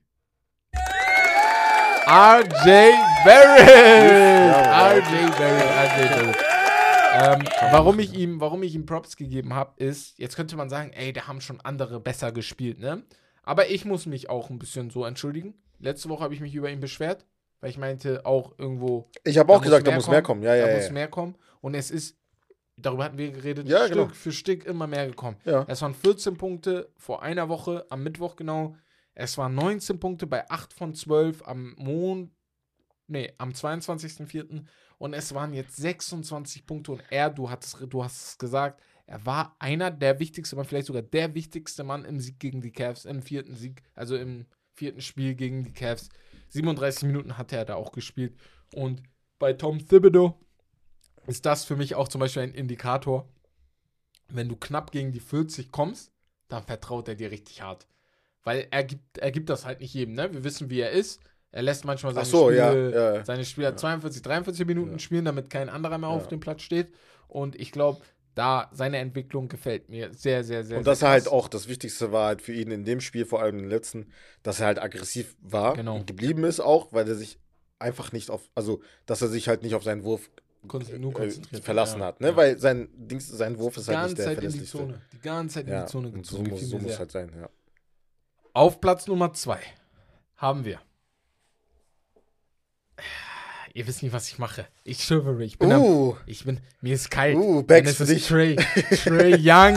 Speaker 2: R J Barrett!
Speaker 3: Ja,
Speaker 2: R J Barrett, R J Barrett. Ähm, warum ich ihm, warum ich ihm Props gegeben habe, ist, jetzt könnte man sagen, ey, da haben schon andere besser gespielt, ne? Aber ich muss mich auch ein bisschen so entschuldigen. Letzte Woche habe ich mich über ihn beschwert, weil ich meinte auch irgendwo.
Speaker 3: Ich habe auch gesagt, da muss mehr kommen. Ja, ja,
Speaker 2: da
Speaker 3: ja.
Speaker 2: muss mehr kommen. Und es ist, darüber hatten wir geredet,
Speaker 3: Ja,
Speaker 2: Stück
Speaker 3: genau.
Speaker 2: für Stück immer mehr gekommen.
Speaker 3: Ja.
Speaker 2: Es waren vierzehn Punkte vor einer Woche, am Mittwoch genau. Es waren neunzehn Punkte bei acht von zwölf am Mond, nee, am zweiundzwanzigsten vierten Und es waren jetzt sechsundzwanzig Punkte und er, du hattest, du hast es gesagt, er war einer der wichtigsten, Mann, vielleicht sogar der wichtigste Mann im Sieg gegen die Cavs, im vierten Sieg, also im vierten Spiel gegen die Cavs. siebenunddreißig Minuten hatte er da auch gespielt. Und bei Tom Thibodeau ist das für mich auch zum Beispiel ein Indikator. Wenn du knapp gegen die vierzig kommst, dann vertraut er dir richtig hart. Weil er gibt, er gibt das halt nicht jedem, ne? Wir wissen, wie er ist. Er lässt manchmal seine
Speaker 3: Ach so,
Speaker 2: Spiele,
Speaker 3: ja, ja.
Speaker 2: seine Spieler
Speaker 3: Ja.
Speaker 2: zweiundvierzig, dreiundvierzig Minuten
Speaker 3: Ja.
Speaker 2: spielen, damit kein anderer mehr
Speaker 3: Ja.
Speaker 2: auf dem Platz steht. Und ich glaube, da seine Entwicklung gefällt mir sehr, sehr, sehr.
Speaker 3: Und dass
Speaker 2: sehr
Speaker 3: er halt
Speaker 2: krass.
Speaker 3: auch, das Wichtigste war halt für ihn in dem Spiel, vor allem im letzten, dass er halt aggressiv war
Speaker 2: Genau.
Speaker 3: und geblieben ist auch, weil er sich einfach nicht auf, also, dass er sich halt nicht auf seinen Wurf
Speaker 2: Kon- nur
Speaker 3: äh,
Speaker 2: konzentriert
Speaker 3: verlassen
Speaker 2: ja.
Speaker 3: hat, ne?
Speaker 2: Ja.
Speaker 3: Weil sein Dings, sein Wurf ist
Speaker 2: die
Speaker 3: halt nicht
Speaker 2: ganze
Speaker 3: der
Speaker 2: Zeit in die
Speaker 3: verlässlichste.
Speaker 2: Zone. Die ganze Zeit in
Speaker 3: Ja,
Speaker 2: die Zone
Speaker 3: und so
Speaker 2: gezogen.
Speaker 3: muss,
Speaker 2: Gefiel
Speaker 3: so
Speaker 2: mir
Speaker 3: muss
Speaker 2: sehr.
Speaker 3: halt sein, ja.
Speaker 2: Auf Platz Nummer zwei haben wir. Ihr wisst nicht, was ich mache. Ich schwöre, ich bin,
Speaker 3: Uh.
Speaker 2: am, ich bin, mir ist kalt.
Speaker 3: Uh,
Speaker 2: Denn
Speaker 3: Bags
Speaker 2: es
Speaker 3: für
Speaker 2: ist
Speaker 3: dich.
Speaker 2: Trey, Trey Young.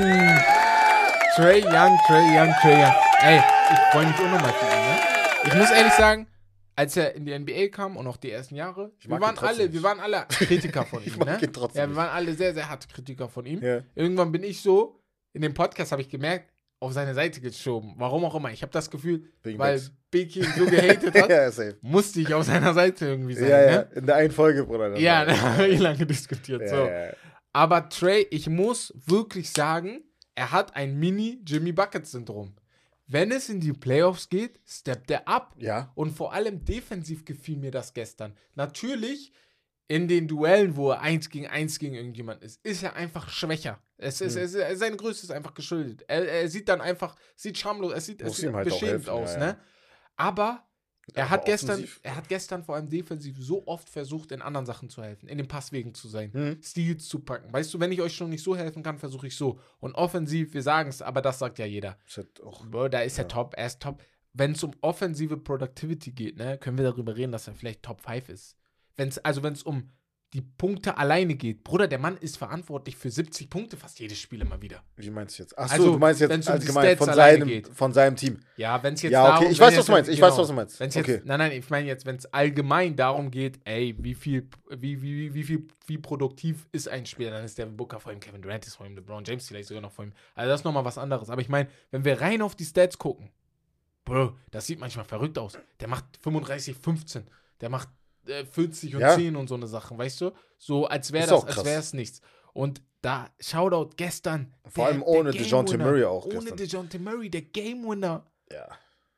Speaker 2: Trey Young, Trey Young, Trey Young. Ey, ich freue mich unnormal für ihn, ne? Ich muss ehrlich sagen, als er in die N B A kam und auch die ersten Jahre,
Speaker 3: Ich
Speaker 2: wir
Speaker 3: mag
Speaker 2: waren
Speaker 3: ihn trotzdem
Speaker 2: alle,
Speaker 3: nicht.
Speaker 2: wir waren alle Kritiker von ihm,
Speaker 3: Ich mag
Speaker 2: ne?
Speaker 3: ihn trotzdem
Speaker 2: Ja, wir
Speaker 3: nicht.
Speaker 2: waren alle sehr, sehr harte Kritiker von ihm.
Speaker 3: Ja.
Speaker 2: Irgendwann bin ich so, in dem Podcast habe ich gemerkt, auf seine Seite geschoben. Warum auch immer. Ich habe das Gefühl,
Speaker 3: Wegen
Speaker 2: weil
Speaker 3: Bags.
Speaker 2: Biki ihn so gehatet hat,
Speaker 3: Ja, safe.
Speaker 2: musste ich auf seiner Seite irgendwie sein,
Speaker 3: Ja, ja,
Speaker 2: ne?
Speaker 3: in der einen Folge, Bruder. das
Speaker 2: Ja,
Speaker 3: war-
Speaker 2: da haben wir lange diskutiert.
Speaker 3: ja,
Speaker 2: so.
Speaker 3: ja, ja.
Speaker 2: Aber Trey, ich muss wirklich sagen, er hat ein Mini-Jimmy Bucket-Syndrom. Wenn es in die Playoffs geht, steppt er ab.
Speaker 3: Ja.
Speaker 2: Und vor allem defensiv gefiel mir das gestern. Natürlich, in den Duellen, wo er eins gegen eins gegen irgendjemand ist, ist er einfach schwächer. Es ist,
Speaker 3: Hm.
Speaker 2: es ist, seine Größe ist einfach geschuldet. Er, er sieht dann einfach, sieht schamlos, es sieht, es
Speaker 3: Muss
Speaker 2: sieht
Speaker 3: ihm halt auch
Speaker 2: beschämt
Speaker 3: helfen,
Speaker 2: aus,
Speaker 3: ja,
Speaker 2: ne?
Speaker 3: ja.
Speaker 2: Aber er
Speaker 3: Aber
Speaker 2: hat gestern,
Speaker 3: offensiv-
Speaker 2: er hat gestern vor allem defensiv so oft versucht, in anderen Sachen zu helfen, in den Passwegen zu sein,
Speaker 3: Hm.
Speaker 2: Steals zu packen. Weißt du, wenn ich euch schon nicht so helfen kann, versuche ich so. Und offensiv, wir sagen es, aber das sagt ja jeder.
Speaker 3: Ist halt auch,
Speaker 2: Bro, da ist er
Speaker 3: Ja.
Speaker 2: top, er ist top. Wenn es um offensive Productivity geht, ne, können wir darüber reden, dass er vielleicht Top fünf ist. Wenn's, also wenn es um die Punkte alleine geht, Bruder, der Mann ist verantwortlich für siebzig Punkte fast jedes Spiel immer wieder.
Speaker 3: wie meinst du jetzt? Achso,
Speaker 2: Also,
Speaker 3: du meinst jetzt
Speaker 2: wenn's um die
Speaker 3: allgemein
Speaker 2: Stats
Speaker 3: von
Speaker 2: alleine
Speaker 3: seinem,
Speaker 2: geht.
Speaker 3: von seinem Team.
Speaker 2: Ja, wenn es jetzt
Speaker 3: Ja, okay,
Speaker 2: darum,
Speaker 3: ich
Speaker 2: wenn
Speaker 3: weiß, was
Speaker 2: jetzt-
Speaker 3: du meinst, ich weiß, was du meinst.
Speaker 2: Wenn's
Speaker 3: Okay.
Speaker 2: jetzt, nein, nein, ich meine jetzt, wenn es allgemein darum geht, ey, wie viel, wie, wie, wie viel, wie produktiv ist ein Spieler, dann ist der Booker vor ihm, Kevin Durant ist vor ihm, LeBron James vielleicht sogar noch vor ihm. Also das ist nochmal was anderes. Aber ich meine, wenn wir rein auf die Stats gucken, Bro, das sieht manchmal verrückt aus. Der macht fünfunddreißig, fünfzehn, der macht äh, vierzig und
Speaker 3: Ja.
Speaker 2: zehn und so eine Sachen, weißt du? So, als wäre
Speaker 3: Ist
Speaker 2: das,
Speaker 3: auch
Speaker 2: als
Speaker 3: krass.
Speaker 2: wäre es nichts. Und da, Shoutout gestern.
Speaker 3: Vor
Speaker 2: der-
Speaker 3: allem ohne
Speaker 2: der
Speaker 3: DeJounte
Speaker 2: Game
Speaker 3: Murray
Speaker 2: Winner.
Speaker 3: auch
Speaker 2: Ohne
Speaker 3: gestern.
Speaker 2: DeJounte Murray, der Game Winner.
Speaker 3: Ja.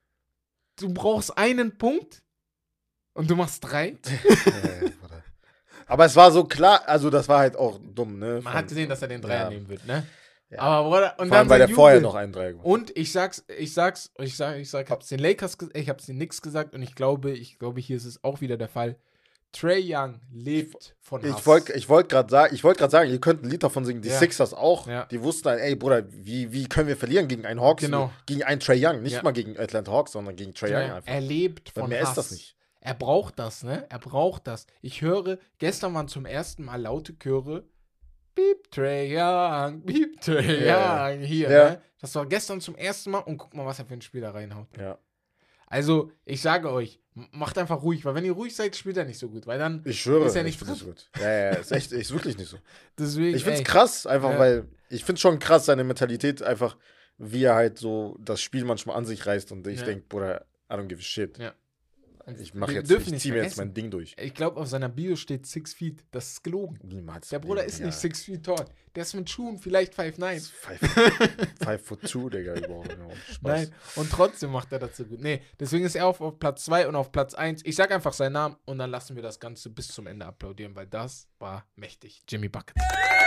Speaker 2: Du brauchst einen Punkt und du machst drei.
Speaker 3: Ja, Bruder. Aber es war so klar, also das war halt auch dumm, ne?
Speaker 2: Man
Speaker 3: Von-
Speaker 2: hat gesehen, dass er den Dreier
Speaker 3: Ja.
Speaker 2: nehmen wird, ne?
Speaker 3: Ja.
Speaker 2: Aber Bruder, und
Speaker 3: Vor allem,
Speaker 2: dann
Speaker 3: weil
Speaker 2: sein
Speaker 3: der vorher
Speaker 2: Jubel.
Speaker 3: noch einen Dreier gemacht hat.
Speaker 2: Und ich sag's, ich sag's, ich sag, ich sag, ich hab's den Lakers, ge- ich hab's den Knicks gesagt und ich glaube, ich glaube, hier ist es auch wieder der Fall. Trey Young lebt von Hass.
Speaker 3: Ich wollte ich wollt gerade sagen, ich wollte gerade sagen, ihr könnt ein Lied davon singen, die
Speaker 2: Ja.
Speaker 3: Sixers auch.
Speaker 2: Ja.
Speaker 3: Die wussten halt, ey Bruder, wie, wie können wir verlieren gegen einen Hawks?
Speaker 2: Genau.
Speaker 3: Gegen einen Trey Young, nicht
Speaker 2: Ja.
Speaker 3: mal gegen Atlanta Hawks, sondern gegen Trey Young einfach.
Speaker 2: Er lebt
Speaker 3: Weil
Speaker 2: von
Speaker 3: mehr
Speaker 2: Hass.
Speaker 3: ist das nicht.
Speaker 2: Er braucht das, ne? Er braucht das. Ich höre, gestern waren zum ersten Mal laute Chöre. Beep Trey Young, Beep Trey
Speaker 3: Ja.
Speaker 2: Young, hier,
Speaker 3: Ja.
Speaker 2: ne? Das war gestern zum ersten Mal und guck mal, was er für ein Spiel da reinhaut.
Speaker 3: Ja.
Speaker 2: Also, ich sage euch, m- macht einfach ruhig, weil wenn ihr ruhig seid, spielt er nicht so gut, weil dann
Speaker 3: Ich schwöre,
Speaker 2: ist er
Speaker 3: ich
Speaker 2: nicht
Speaker 3: finde das
Speaker 2: drin.
Speaker 3: gut. Ja, ja, ist echt, ist wirklich nicht so.
Speaker 2: Deswegen,
Speaker 3: Ich finde
Speaker 2: ey,
Speaker 3: es krass, einfach
Speaker 2: Ja.
Speaker 3: weil, ich finde schon krass seine Mentalität, einfach, wie er halt so das Spiel manchmal an sich reißt und ich
Speaker 2: Ja.
Speaker 3: denke, Bruder, I don't give a shit.
Speaker 2: Ja.
Speaker 3: Ich mache
Speaker 2: Wir
Speaker 3: jetzt,
Speaker 2: dürfen
Speaker 3: ich
Speaker 2: nicht
Speaker 3: ziehe mir jetzt
Speaker 2: vergessen.
Speaker 3: mein Ding durch.
Speaker 2: Ich glaube, auf seiner Bio steht six feet. Das ist gelogen.
Speaker 3: Niemals.
Speaker 2: Der Bruder ist nicht six feet tall. Der ist mit Schuhen vielleicht five nine.
Speaker 3: Five, five foot two, Digga, überhaupt. Ja, Spaß.
Speaker 2: Nein, und trotzdem macht er das so gut. Nee, deswegen ist er auf, auf Platz zwei und auf Platz eins. Ich sag einfach seinen Namen und dann lassen wir das Ganze bis zum Ende applaudieren, weil das war mächtig. Jimmy Buckets.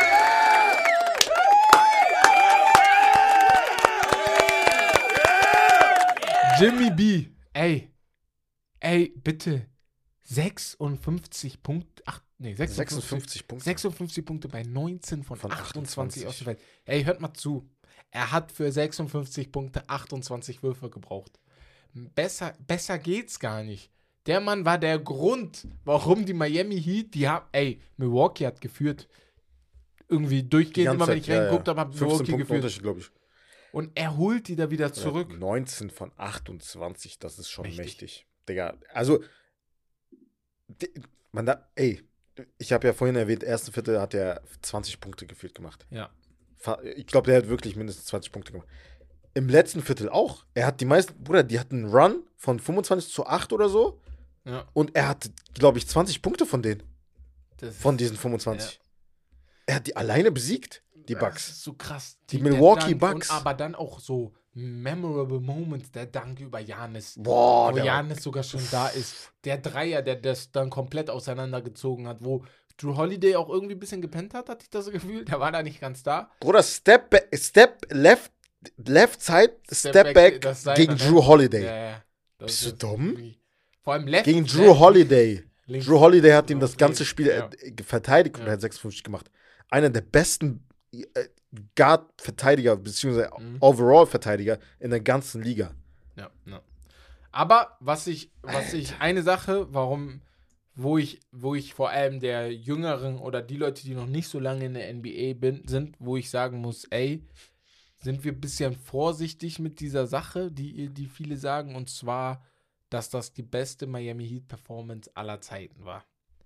Speaker 2: Jimmy B. Ey. Ey, bitte. sechsundfünfzig Punkte. Ach, nee, sechsundfünfzig,
Speaker 3: sechsundfünfzig Punkte.
Speaker 2: sechsundfünfzig Punkte bei neunzehn von,
Speaker 3: Von
Speaker 2: achtundzwanzig
Speaker 3: achtundzwanzig.
Speaker 2: aus der Welt. Ey, hört mal zu. Er hat für sechsundfünfzig Punkte achtundzwanzig Würfe gebraucht. Besser, besser geht's gar nicht. Der Mann war der Grund, warum die Miami Heat, die haben, ey, Milwaukee hat geführt. Irgendwie
Speaker 3: Die
Speaker 2: durchgehend,
Speaker 3: ganze
Speaker 2: immer wenn ich
Speaker 3: Zeit, ja,
Speaker 2: reingeguckt
Speaker 3: ja.
Speaker 2: habe, hat
Speaker 3: fünfzehn
Speaker 2: Milwaukee
Speaker 3: Punkte
Speaker 2: geführt.
Speaker 3: Unterschied, glaube ich.
Speaker 2: Und er holt die da wieder zurück.
Speaker 3: neunzehn von achtundzwanzig, das ist schon
Speaker 2: Mächtig.
Speaker 3: mächtig. Digga, also, di- man da, ey, ich habe ja vorhin erwähnt, erste Viertel hat er zwanzig Punkte gefühlt gemacht.
Speaker 2: Ja.
Speaker 3: Fa- Ich glaube, der hat wirklich mindestens zwanzig Punkte gemacht. Im letzten Viertel auch. Er hat die meisten, Bruder, die hatten einen Run von fünfundzwanzig zu acht oder so.
Speaker 2: Ja.
Speaker 3: Und er hatte, glaube ich, zwanzig Punkte von denen.
Speaker 2: Das
Speaker 3: Von
Speaker 2: ist-
Speaker 3: diesen fünfundzwanzig. Er hat die alleine besiegt, die
Speaker 2: Das
Speaker 3: Bucks.
Speaker 2: ist so krass.
Speaker 3: Die
Speaker 2: der
Speaker 3: Milwaukee
Speaker 2: Dank
Speaker 3: Bucks.
Speaker 2: Und aber dann auch so memorable Moments, der Dank über Janis.
Speaker 3: Boah,
Speaker 2: wo
Speaker 3: der war-
Speaker 2: Janis sogar schon da ist. Der Dreier, der das dann komplett auseinandergezogen hat, wo Drew Holiday auch irgendwie ein bisschen gepennt hat, hatte ich das so gefühlt. Der war da nicht ganz da.
Speaker 3: Bruder, Step, ba- Step, Left, Left Side, Step,
Speaker 2: Step back,
Speaker 3: Back
Speaker 2: das ist seiner,
Speaker 3: gegen
Speaker 2: ne?
Speaker 3: Drew Holiday.
Speaker 2: Ja, ja. Das
Speaker 3: Bist du
Speaker 2: ist
Speaker 3: dumm?
Speaker 2: irgendwie- Vor allem Left.
Speaker 3: Gegen Drew
Speaker 2: Left-
Speaker 3: Holiday.
Speaker 2: links.
Speaker 3: Drew Holiday hat ihm
Speaker 2: Ja,
Speaker 3: das
Speaker 2: auf
Speaker 3: ganze
Speaker 2: links,
Speaker 3: Spiel
Speaker 2: ja.
Speaker 3: äh, verteidigt und
Speaker 2: Ja.
Speaker 3: er hat sechsundfünfzig gemacht. Einer der besten äh, Guard-Verteidiger, beziehungsweise
Speaker 2: Mhm.
Speaker 3: Overall-Verteidiger in der ganzen Liga.
Speaker 2: Ja, ja. Aber was ich, was ich, eine Sache, warum, wo ich, wo ich vor allem der Jüngeren oder die Leute, die noch nicht so lange in der N B A bin, sind, wo ich sagen muss, ey, sind wir ein bisschen vorsichtig mit dieser Sache, die, die viele sagen, und zwar, dass das die beste Miami Heat Performance aller Zeiten war.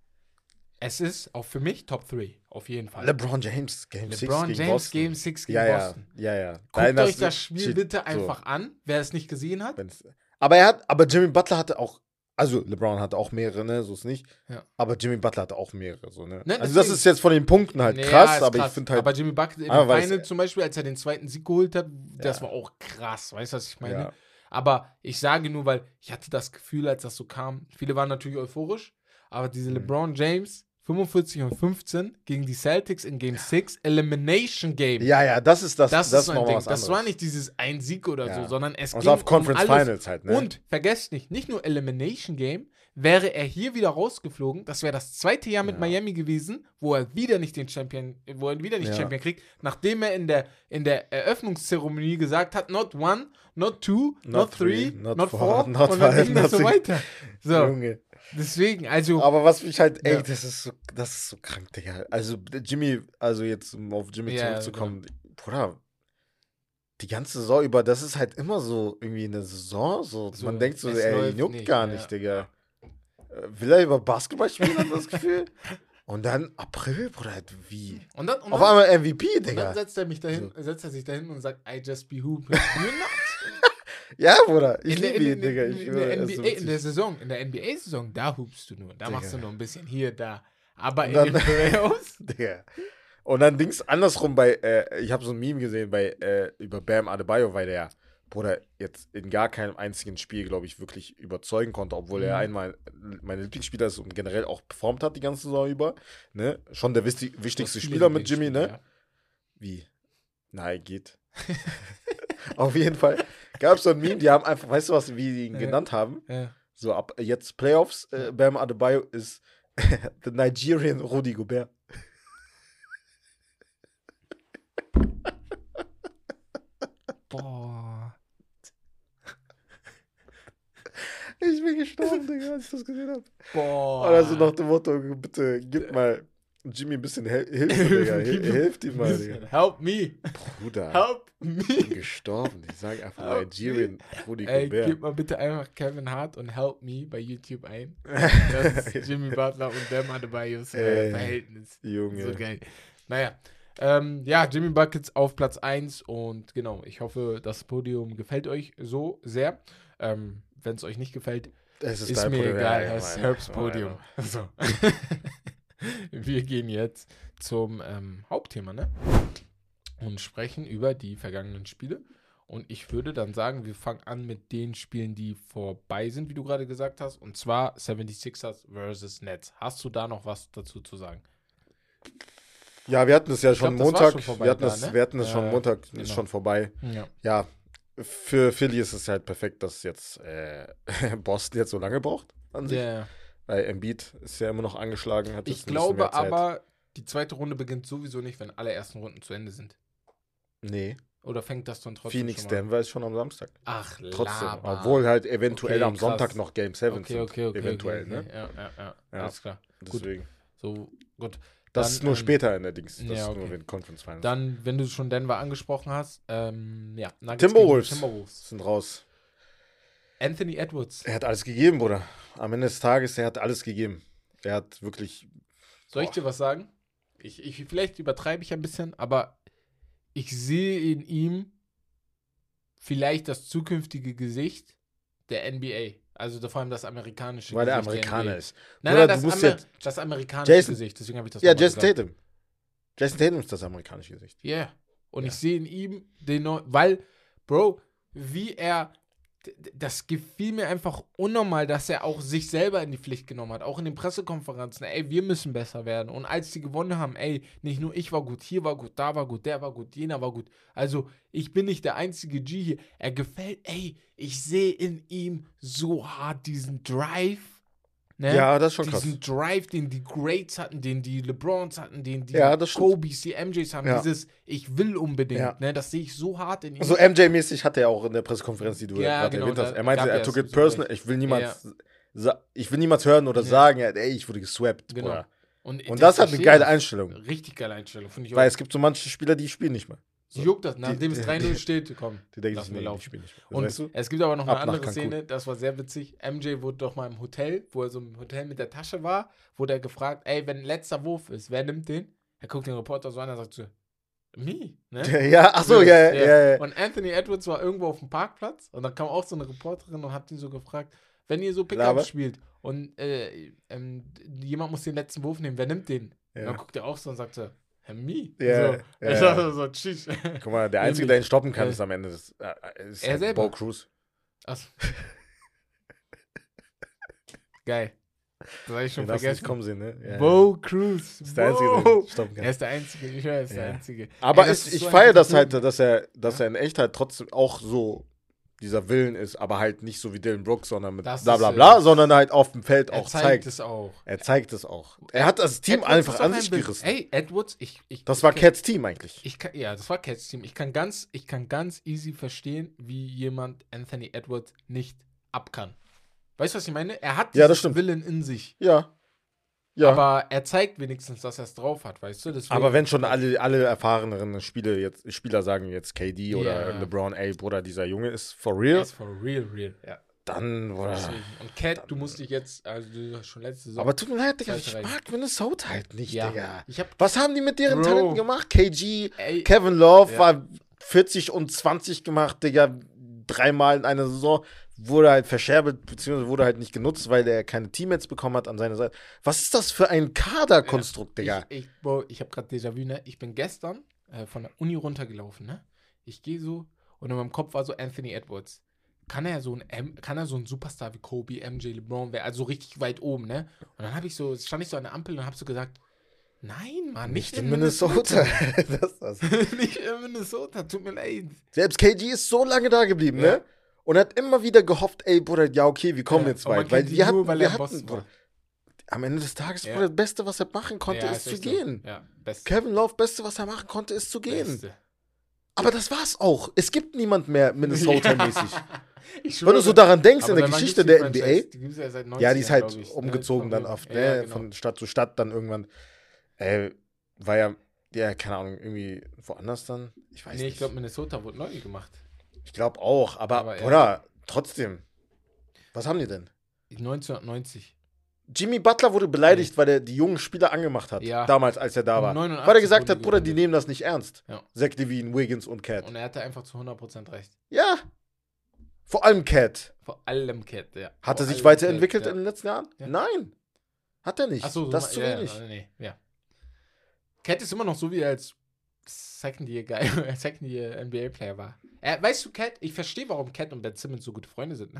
Speaker 2: Es ist auch für mich Top drei, auf jeden Fall.
Speaker 3: LeBron James, Game sechs
Speaker 2: LeBron
Speaker 3: gegen
Speaker 2: James
Speaker 3: Boston.
Speaker 2: Game six gegen
Speaker 3: ja, ja,
Speaker 2: Boston.
Speaker 3: ja, ja.
Speaker 2: Guckt
Speaker 3: Nein,
Speaker 2: euch das
Speaker 3: ist-
Speaker 2: Spiel
Speaker 3: shit,
Speaker 2: bitte
Speaker 3: so,
Speaker 2: einfach an, wer es nicht gesehen hat.
Speaker 3: wenn's- Aber er hat, aber Jimmy Butler hatte auch, also LeBron hatte auch mehrere, ne, so ist nicht.
Speaker 2: Ja.
Speaker 3: Aber Jimmy Butler hatte auch mehrere, so, ne.
Speaker 2: Ne,
Speaker 3: Also das
Speaker 2: deswegen-
Speaker 3: ist jetzt von den Punkten halt
Speaker 2: Nee,
Speaker 3: krass,
Speaker 2: ja, ist
Speaker 3: aber
Speaker 2: krass.
Speaker 3: ich finde halt,
Speaker 2: Aber Jimmy Buckets in
Speaker 3: Aber
Speaker 2: der
Speaker 3: weil
Speaker 2: Final
Speaker 3: es-
Speaker 2: zum Beispiel, als er den zweiten Sieg geholt hat, das
Speaker 3: Ja.
Speaker 2: war auch krass. Weißt du, was ich meine?
Speaker 3: Ja.
Speaker 2: Aber ich sage nur, weil ich hatte das Gefühl, als das so kam, viele waren natürlich euphorisch, aber diese
Speaker 3: Mhm.
Speaker 2: LeBron James, fünfundvierzig und fünfzehn gegen die Celtics in Game six, Elimination Game.
Speaker 3: ja, ja, das ist das,
Speaker 2: das,
Speaker 3: das,
Speaker 2: ist so ein
Speaker 3: nochmal
Speaker 2: Ding.
Speaker 3: was
Speaker 2: Das
Speaker 3: anderes.
Speaker 2: war nicht dieses ein Sieg oder
Speaker 3: Ja.
Speaker 2: so, sondern es
Speaker 3: Und
Speaker 2: ging
Speaker 3: auf Conference
Speaker 2: um alles.
Speaker 3: Finals halt, ne.
Speaker 2: Und vergesst nicht, nicht nur Elimination Game, wäre er hier wieder rausgeflogen, das wäre das zweite Jahr mit
Speaker 3: Ja.
Speaker 2: Miami gewesen, wo er wieder nicht den Champion, wo er wieder nicht
Speaker 3: Ja.
Speaker 2: Champion kriegt, nachdem er in der, in der Eröffnungszeremonie gesagt hat, not one, not two, not,
Speaker 3: Not
Speaker 2: three,
Speaker 3: three,
Speaker 2: not,
Speaker 3: not
Speaker 2: four,
Speaker 3: four, not
Speaker 2: und dann
Speaker 3: five,
Speaker 2: ging das so
Speaker 3: nothing.
Speaker 2: weiter. So,
Speaker 3: Junge.
Speaker 2: deswegen, also,
Speaker 3: Aber was mich halt, ey,
Speaker 2: Ja.
Speaker 3: das ist so, das ist so krank, Digga. Also Jimmy, also jetzt um auf Jimmy
Speaker 2: Ja,
Speaker 3: zurückzukommen, Bruder, die ganze Saison über, das ist halt immer so irgendwie in der Saison, so,
Speaker 2: So,
Speaker 3: man denkt so,
Speaker 2: es
Speaker 3: ey,
Speaker 2: läuft
Speaker 3: juckt
Speaker 2: nicht,
Speaker 3: gar
Speaker 2: ja.
Speaker 3: nicht, Digga. Äh, Will er über Basketball spielen, hat das Gefühl? Und dann April, Bruder, wie?
Speaker 2: und dann, und
Speaker 3: Auf
Speaker 2: dann,
Speaker 3: einmal M V P,
Speaker 2: und dann
Speaker 3: Digga.
Speaker 2: setzt er mich dahin, setzt er sich dahin und sagt, I just be who, you're not.
Speaker 3: Ja, Bruder, ich
Speaker 2: in der,
Speaker 3: liebe
Speaker 2: in,
Speaker 3: ihn,
Speaker 2: in,
Speaker 3: Digga.
Speaker 2: in,
Speaker 3: Ich
Speaker 2: in,
Speaker 3: schwöre,
Speaker 2: der
Speaker 3: er ist
Speaker 2: N B A,
Speaker 3: so
Speaker 2: in der
Speaker 3: witzig.
Speaker 2: Saison, in der N B A-Saison, da hupst du nur. Da machst du
Speaker 3: Digga.
Speaker 2: nur ein bisschen hier, da. Aber in
Speaker 3: dann-
Speaker 2: den Playoffs,
Speaker 3: Digga. Und dann Dings andersrum bei, äh, ich habe so ein Meme gesehen bei, äh, über Bam Adebayo, weil der, Bruder, jetzt in gar keinem einzigen Spiel, glaube ich, wirklich überzeugen konnte, obwohl er
Speaker 2: Mhm.
Speaker 3: einmal mein Lieblingsspieler ist und generell auch performt hat die ganze Saison über. Ne? Schon der wichtig, wichtigste
Speaker 2: viele
Speaker 3: Spieler mit Jimmy, ne?
Speaker 2: Lieblingsspieler.
Speaker 3: Wie? Nein, geht. Auf jeden Fall gab es so ein Meme, die haben einfach, weißt du was, wie die ihn
Speaker 2: Ja.
Speaker 3: genannt haben?
Speaker 2: Ja.
Speaker 3: So ab jetzt Playoffs, äh, Bam Adebayo ist the Nigerian Rudy Gobert.
Speaker 2: Boah.
Speaker 3: Ich bin gestorben, Digga, als ich das gesehen habe.
Speaker 2: Boah.
Speaker 3: Oder so nach dem Motto, bitte gib mal Jimmy ein bisschen Hel Hilfe, Digga. Hil Hilft ihm mal, Digga.
Speaker 2: Help me.
Speaker 3: Bruder,
Speaker 2: Help
Speaker 3: ich bin
Speaker 2: me.
Speaker 3: gestorben. Ich sage einfach
Speaker 2: Help
Speaker 3: Nigerian Rudy
Speaker 2: Ey,
Speaker 3: Gobert.
Speaker 2: gib mal bitte einfach Kevin Hart und Help Me bei YouTube ein. Das ist Jimmy Butler und Bam Adebayos äh,
Speaker 3: Ey,
Speaker 2: Verhältnis.
Speaker 3: Junge.
Speaker 2: So geil. Naja. Ähm, ja, Jimmy Buckets auf Platz eins und genau, ich hoffe, das Podium gefällt euch so sehr. Ähm, wenn es euch nicht gefällt,
Speaker 3: Es ist,
Speaker 2: Ist
Speaker 3: dein
Speaker 2: mir
Speaker 3: Podium.
Speaker 2: egal,
Speaker 3: Ja, ja,
Speaker 2: das ist
Speaker 3: ja,
Speaker 2: Herbs
Speaker 3: ja,
Speaker 2: Podium.
Speaker 3: ja.
Speaker 2: So. Wir gehen jetzt zum ähm, Hauptthema, ne? Und sprechen über die vergangenen Spiele. Und ich würde dann sagen, wir fangen an mit den Spielen, die vorbei sind, wie du gerade gesagt hast. Und zwar seventy-sixers versus Nets. Hast du da noch was dazu zu sagen?
Speaker 3: Ja, wir hatten es ja
Speaker 2: Ich
Speaker 3: schon
Speaker 2: glaub, das war
Speaker 3: Montag.
Speaker 2: schon vorbei
Speaker 3: wir hatten
Speaker 2: da,
Speaker 3: es,
Speaker 2: ne?
Speaker 3: wir hatten es
Speaker 2: Ja,
Speaker 3: schon Montag,
Speaker 2: genau.
Speaker 3: ist schon vorbei.
Speaker 2: Ja.
Speaker 3: Ja, für Philly ist es halt perfekt, dass jetzt äh, Boston jetzt so lange braucht an sich.
Speaker 2: Yeah.
Speaker 3: Weil Embiid ist ja immer noch angeschlagen. Hat
Speaker 2: Ich
Speaker 3: jetzt ein bisschen mehr
Speaker 2: glaube
Speaker 3: Zeit.
Speaker 2: aber, die zweite Runde beginnt sowieso nicht, wenn alle ersten Runden zu Ende sind.
Speaker 3: Nee,
Speaker 2: Oder fängt das dann trotzdem
Speaker 3: Phoenix
Speaker 2: schon mal an?
Speaker 3: Denver ist schon am Samstag.
Speaker 2: Ach,
Speaker 3: Trotzdem.
Speaker 2: Laber.
Speaker 3: Obwohl halt eventuell
Speaker 2: Okay,
Speaker 3: am Sonntag
Speaker 2: krass.
Speaker 3: noch Game sieben
Speaker 2: Okay,
Speaker 3: sind.
Speaker 2: okay, okay.
Speaker 3: eventuell,
Speaker 2: okay, okay.
Speaker 3: ne?
Speaker 2: Ja, ja, ja,
Speaker 3: Ja.
Speaker 2: Alles klar.
Speaker 3: Deswegen.
Speaker 2: So, gut.
Speaker 3: Das
Speaker 2: Dann,
Speaker 3: ist nur
Speaker 2: ähm,
Speaker 3: später in der Dings. Das
Speaker 2: ja,
Speaker 3: ist
Speaker 2: okay.
Speaker 3: nur in den Conference Finals.
Speaker 2: Dann, wenn du schon Denver angesprochen hast, ähm, ja, Nuggets
Speaker 3: Timberwolves.
Speaker 2: gegen Timberwolves.
Speaker 3: sind raus.
Speaker 2: Anthony Edwards.
Speaker 3: Er hat alles gegeben, Bruder. Am Ende des Tages, er hat alles gegeben. Er hat wirklich.
Speaker 2: Soll ich
Speaker 3: Boah.
Speaker 2: dir was sagen? Ich, ich, vielleicht übertreibe ich ein bisschen, aber ich sehe in ihm vielleicht das zukünftige Gesicht der N B A. Also vor allem das amerikanische
Speaker 3: Weil er
Speaker 2: Gesicht der N B A.
Speaker 3: Amerikaner ist.
Speaker 2: Nein,
Speaker 3: Bruder,
Speaker 2: nein, das,
Speaker 3: du musst
Speaker 2: Amer
Speaker 3: jetzt-
Speaker 2: das amerikanische
Speaker 3: Jason-
Speaker 2: Gesicht. Deswegen habe ich das
Speaker 3: Ja,
Speaker 2: nochmal
Speaker 3: Jason
Speaker 2: gesagt.
Speaker 3: Tatum. Jason Tatum ist das amerikanische Gesicht.
Speaker 2: Ja. Yeah. Und
Speaker 3: Ja.
Speaker 2: ich sehe in ihm den neuen, weil, Bro, wie er, d- d- das gefiel mir einfach unnormal, dass er auch sich selber in die Pflicht genommen hat. Auch in den Pressekonferenzen. Ey, wir müssen besser werden. Und als die gewonnen haben, ey, nicht nur ich war gut, hier war gut, da war gut, der war gut, jener war gut. Also, ich bin nicht der einzige G hier. Er gefällt, ey, ich sehe in ihm so hart diesen Drive. Ne?
Speaker 3: Ja, das ist schon krass.
Speaker 2: Diesen Drive, den die Greats hatten, den die LeBrons hatten, den die
Speaker 3: Ja, das stimmt.
Speaker 2: Kobes, die M Js haben.
Speaker 3: Ja.
Speaker 2: Dieses, ich will unbedingt,
Speaker 3: Ja.
Speaker 2: ne? Das sehe ich so hart in ihm.
Speaker 3: So M J-mäßig hat er auch in der Pressekonferenz, die du
Speaker 2: Ja,
Speaker 3: gerade
Speaker 2: genau,
Speaker 3: erwähnt hast.
Speaker 2: da
Speaker 3: Er meinte,
Speaker 2: gab
Speaker 3: er
Speaker 2: er
Speaker 3: took
Speaker 2: es
Speaker 3: it
Speaker 2: so
Speaker 3: personal.
Speaker 2: recht.
Speaker 3: Ich will niemals, sa- ich will niemals hören oder
Speaker 2: Ja.
Speaker 3: sagen, ja, ey, ich wurde geswappt.
Speaker 2: Genau.
Speaker 3: Bruder.
Speaker 2: Und,
Speaker 3: Und
Speaker 2: ich
Speaker 3: das hat eine
Speaker 2: verstehe
Speaker 3: geile
Speaker 2: das.
Speaker 3: Einstellung.
Speaker 2: Richtig geile Einstellung, finde ich auch.
Speaker 3: Weil es gibt so manche Spieler, die spielen nicht mehr.
Speaker 2: Die juckt das, nachdem
Speaker 3: die-
Speaker 2: es drei null steht, komm.
Speaker 3: Die denken
Speaker 2: Lass
Speaker 3: sich,
Speaker 2: mir
Speaker 3: nee,
Speaker 2: laufen.
Speaker 3: ich spiele nicht mehr. Das
Speaker 2: Und
Speaker 3: weißt du?
Speaker 2: es gibt aber noch
Speaker 3: Ab
Speaker 2: eine
Speaker 3: nach
Speaker 2: andere
Speaker 3: Cancun.
Speaker 2: Szene, das war sehr witzig. M J wurde doch mal im Hotel, wo er so im Hotel mit der Tasche war, wurde er gefragt, ey, wenn letzter Wurf ist, wer nimmt den? Er guckt den Reporter so an, er sagt so, me, ne?
Speaker 3: Ja, ach so, ja, ja, ja. ja.
Speaker 2: Und Anthony Edwards war irgendwo auf dem Parkplatz und dann kam auch so eine Reporterin und hat ihn so gefragt, wenn ihr so
Speaker 3: Laber.
Speaker 2: Pickup spielt und äh, ähm, jemand muss den letzten Wurf nehmen, wer nimmt den?
Speaker 3: Ja.
Speaker 2: Und dann guckt er auch so und sagt so, Herr Me.
Speaker 3: Ja,
Speaker 2: so.
Speaker 3: ja,
Speaker 2: Ich
Speaker 3: ja.
Speaker 2: dachte so, tschüss.
Speaker 3: Guck mal, der Einzige, der ihn stoppen kann,
Speaker 2: Äh,
Speaker 3: ist am Ende des, äh, ist
Speaker 2: er
Speaker 3: halt
Speaker 2: selber.
Speaker 3: Bo Cruz.
Speaker 2: Achso. Geil. Das habe ich schon
Speaker 3: Den hast du nicht
Speaker 2: vergessen.
Speaker 3: kommen sehen, ne? Ja,
Speaker 2: Bo Cruz.
Speaker 3: ist der Einzige, der
Speaker 2: Bo.
Speaker 3: ihn stoppen
Speaker 2: Er
Speaker 3: kann.
Speaker 2: ist der Einzige, ich weiß, der
Speaker 3: Ja.
Speaker 2: Einzige.
Speaker 3: Aber
Speaker 2: Ey, das
Speaker 3: ich,
Speaker 2: ist
Speaker 3: ich
Speaker 2: so ein
Speaker 3: feiere das
Speaker 2: guter
Speaker 3: halt,
Speaker 2: Film.
Speaker 3: dass er, dass
Speaker 2: Ja.
Speaker 3: er in Echtheit trotzdem auch so dieser Willen ist, aber halt nicht so wie Dylan Brooks, sondern mit
Speaker 2: Das
Speaker 3: bla
Speaker 2: ist,
Speaker 3: bla
Speaker 2: äh,
Speaker 3: bla, sondern halt auf dem Feld
Speaker 2: Er
Speaker 3: auch
Speaker 2: zeigt,
Speaker 3: zeigt.
Speaker 2: es auch.
Speaker 3: Er zeigt es auch. Er hat das Team
Speaker 2: Edwards
Speaker 3: einfach
Speaker 2: ist auch
Speaker 3: an
Speaker 2: ein
Speaker 3: sich
Speaker 2: Bild.
Speaker 3: gerissen.
Speaker 2: Ey, Edwards, ich, ich
Speaker 3: Das
Speaker 2: ich
Speaker 3: war
Speaker 2: kenn-
Speaker 3: Cats Team eigentlich.
Speaker 2: Ich kann, ja, das war Cats Team. Ich kann ganz, ich kann ganz easy verstehen, wie jemand Anthony Edwards nicht ab kann. Weißt du, was ich meine? Er hat
Speaker 3: Ja, das
Speaker 2: diesen
Speaker 3: stimmt.
Speaker 2: Willen in sich.
Speaker 3: Ja. Ja. Aber,
Speaker 2: Aber er zeigt wenigstens, dass er es drauf hat, weißt du? Deswegen,
Speaker 3: wenn schon alle, alle erfahreneren Spiele jetzt, Spieler sagen jetzt K D oder
Speaker 2: Ja.
Speaker 3: LeBron, ey, Bruder, dieser Junge ist for
Speaker 2: er
Speaker 3: real,
Speaker 2: ist for real, real. Ja.
Speaker 3: dann, Bruder.
Speaker 2: Deswegen. Und Cat, du musst dich jetzt, also du hast schon letzte Saison.
Speaker 3: Aber tut mir leid, Digga, ich
Speaker 2: Zweite Reihe.
Speaker 3: mag Minnesota halt nicht,
Speaker 2: ja.
Speaker 3: Digga.
Speaker 2: Ich hab,
Speaker 3: Was haben die mit deren
Speaker 2: Bro.
Speaker 3: Talenten gemacht? K G,
Speaker 2: ey,
Speaker 3: Kevin Love
Speaker 2: Ja.
Speaker 3: war vierzig und zwanzig gemacht, Digga, dreimal in einer Saison, wurde halt verscherbelt, beziehungsweise wurde halt nicht genutzt, weil er keine Teammates bekommen hat an seiner Seite. Was ist das für ein Kaderkonstrukt, Digga?
Speaker 2: Ich, ich, Bro, ich habe gerade Déjà-vu, ne? Ich bin gestern äh, von der Uni runtergelaufen, ne? Ich gehe so und in meinem Kopf war so Anthony Edwards. Kann er so ein M, kann er so ein Superstar wie Kobe, M J, LeBron wäre, also richtig weit oben, ne? Und dann habe ich so, stand ich so an der Ampel und habe so gesagt, nein, Mann, nicht,
Speaker 3: Nicht in Minnesota. das ist das.
Speaker 2: nicht in Minnesota, tut mir leid.
Speaker 3: Selbst K G ist so lange da geblieben,
Speaker 2: Ja.
Speaker 3: ne? Und hat immer wieder gehofft, ey, Bruder, ja, okay, wir kommen
Speaker 2: Ja,
Speaker 3: jetzt
Speaker 2: aber man
Speaker 3: weit. Weil
Speaker 2: kennt ihn
Speaker 3: wir
Speaker 2: nur,
Speaker 3: hatten,
Speaker 2: weil
Speaker 3: wir
Speaker 2: er
Speaker 3: hatten,
Speaker 2: Boss war.
Speaker 3: am Ende des Tages,
Speaker 2: Ja.
Speaker 3: Bruder, das Beste, was er machen konnte,
Speaker 2: Ja,
Speaker 3: ist zu
Speaker 2: echt so.
Speaker 3: gehen.
Speaker 2: Ja, beste.
Speaker 3: Kevin Love, Beste, was er machen konnte, ist zu gehen.
Speaker 2: Beste.
Speaker 3: Aber das war's auch. Es gibt niemand mehr Minnesota-mäßig.
Speaker 2: Ich
Speaker 3: Wenn du
Speaker 2: schwöre,
Speaker 3: so daran denkst,
Speaker 2: aber
Speaker 3: in der
Speaker 2: seit wann
Speaker 3: Geschichte
Speaker 2: gibt's die
Speaker 3: der N B
Speaker 2: Franchise?
Speaker 3: A,
Speaker 2: Die gibt's ja seit
Speaker 3: ja, die ist halt
Speaker 2: neunzigern, glaub ich, ne?
Speaker 3: umgezogen dann
Speaker 2: Von-
Speaker 3: oft,
Speaker 2: ja,
Speaker 3: ne?
Speaker 2: genau.
Speaker 3: Von Stadt zu Stadt dann irgendwann. Äh, war ja, ja, keine Ahnung, irgendwie woanders dann. Ich weiß
Speaker 2: Nee, ich
Speaker 3: nicht.
Speaker 2: glaube, Minnesota wurde neu gemacht.
Speaker 3: Ich glaube auch, aber,
Speaker 2: Aber, ja.
Speaker 3: Bruder, trotzdem. Was haben die denn?
Speaker 2: neunzehnhundertneunzig.
Speaker 3: Jimmy Butler wurde beleidigt, weil er die jungen Spieler angemacht hat.
Speaker 2: Ja.
Speaker 3: Damals, als er da
Speaker 2: Um
Speaker 3: war.
Speaker 2: neunundachtzig
Speaker 3: Weil er gesagt
Speaker 2: wurde
Speaker 3: hat, Bruder, die
Speaker 2: gegründet.
Speaker 3: nehmen das nicht ernst.
Speaker 2: Ja.
Speaker 3: Zach Levine, Wiggins und Cat.
Speaker 2: Und er hatte einfach zu hundert Prozent recht.
Speaker 3: Ja. Vor allem Cat.
Speaker 2: Vor allem Cat, ja.
Speaker 3: Hat er
Speaker 2: Vor
Speaker 3: sich
Speaker 2: allem
Speaker 3: weiterentwickelt
Speaker 2: Cat,
Speaker 3: in den letzten Jahren?
Speaker 2: Ja.
Speaker 3: Nein. Hat er nicht.
Speaker 2: Ach so, so
Speaker 3: das
Speaker 2: ma-
Speaker 3: ist zu
Speaker 2: ja,
Speaker 3: wenig.
Speaker 2: Ja, nee, ja. Cat ist immer noch so, wie er als Second-Year-Guy, Second-Year-N B A-Player war. Äh, weißt du, Cat, ich verstehe, warum Cat und Ben Simmons so gute Freunde sind, ne?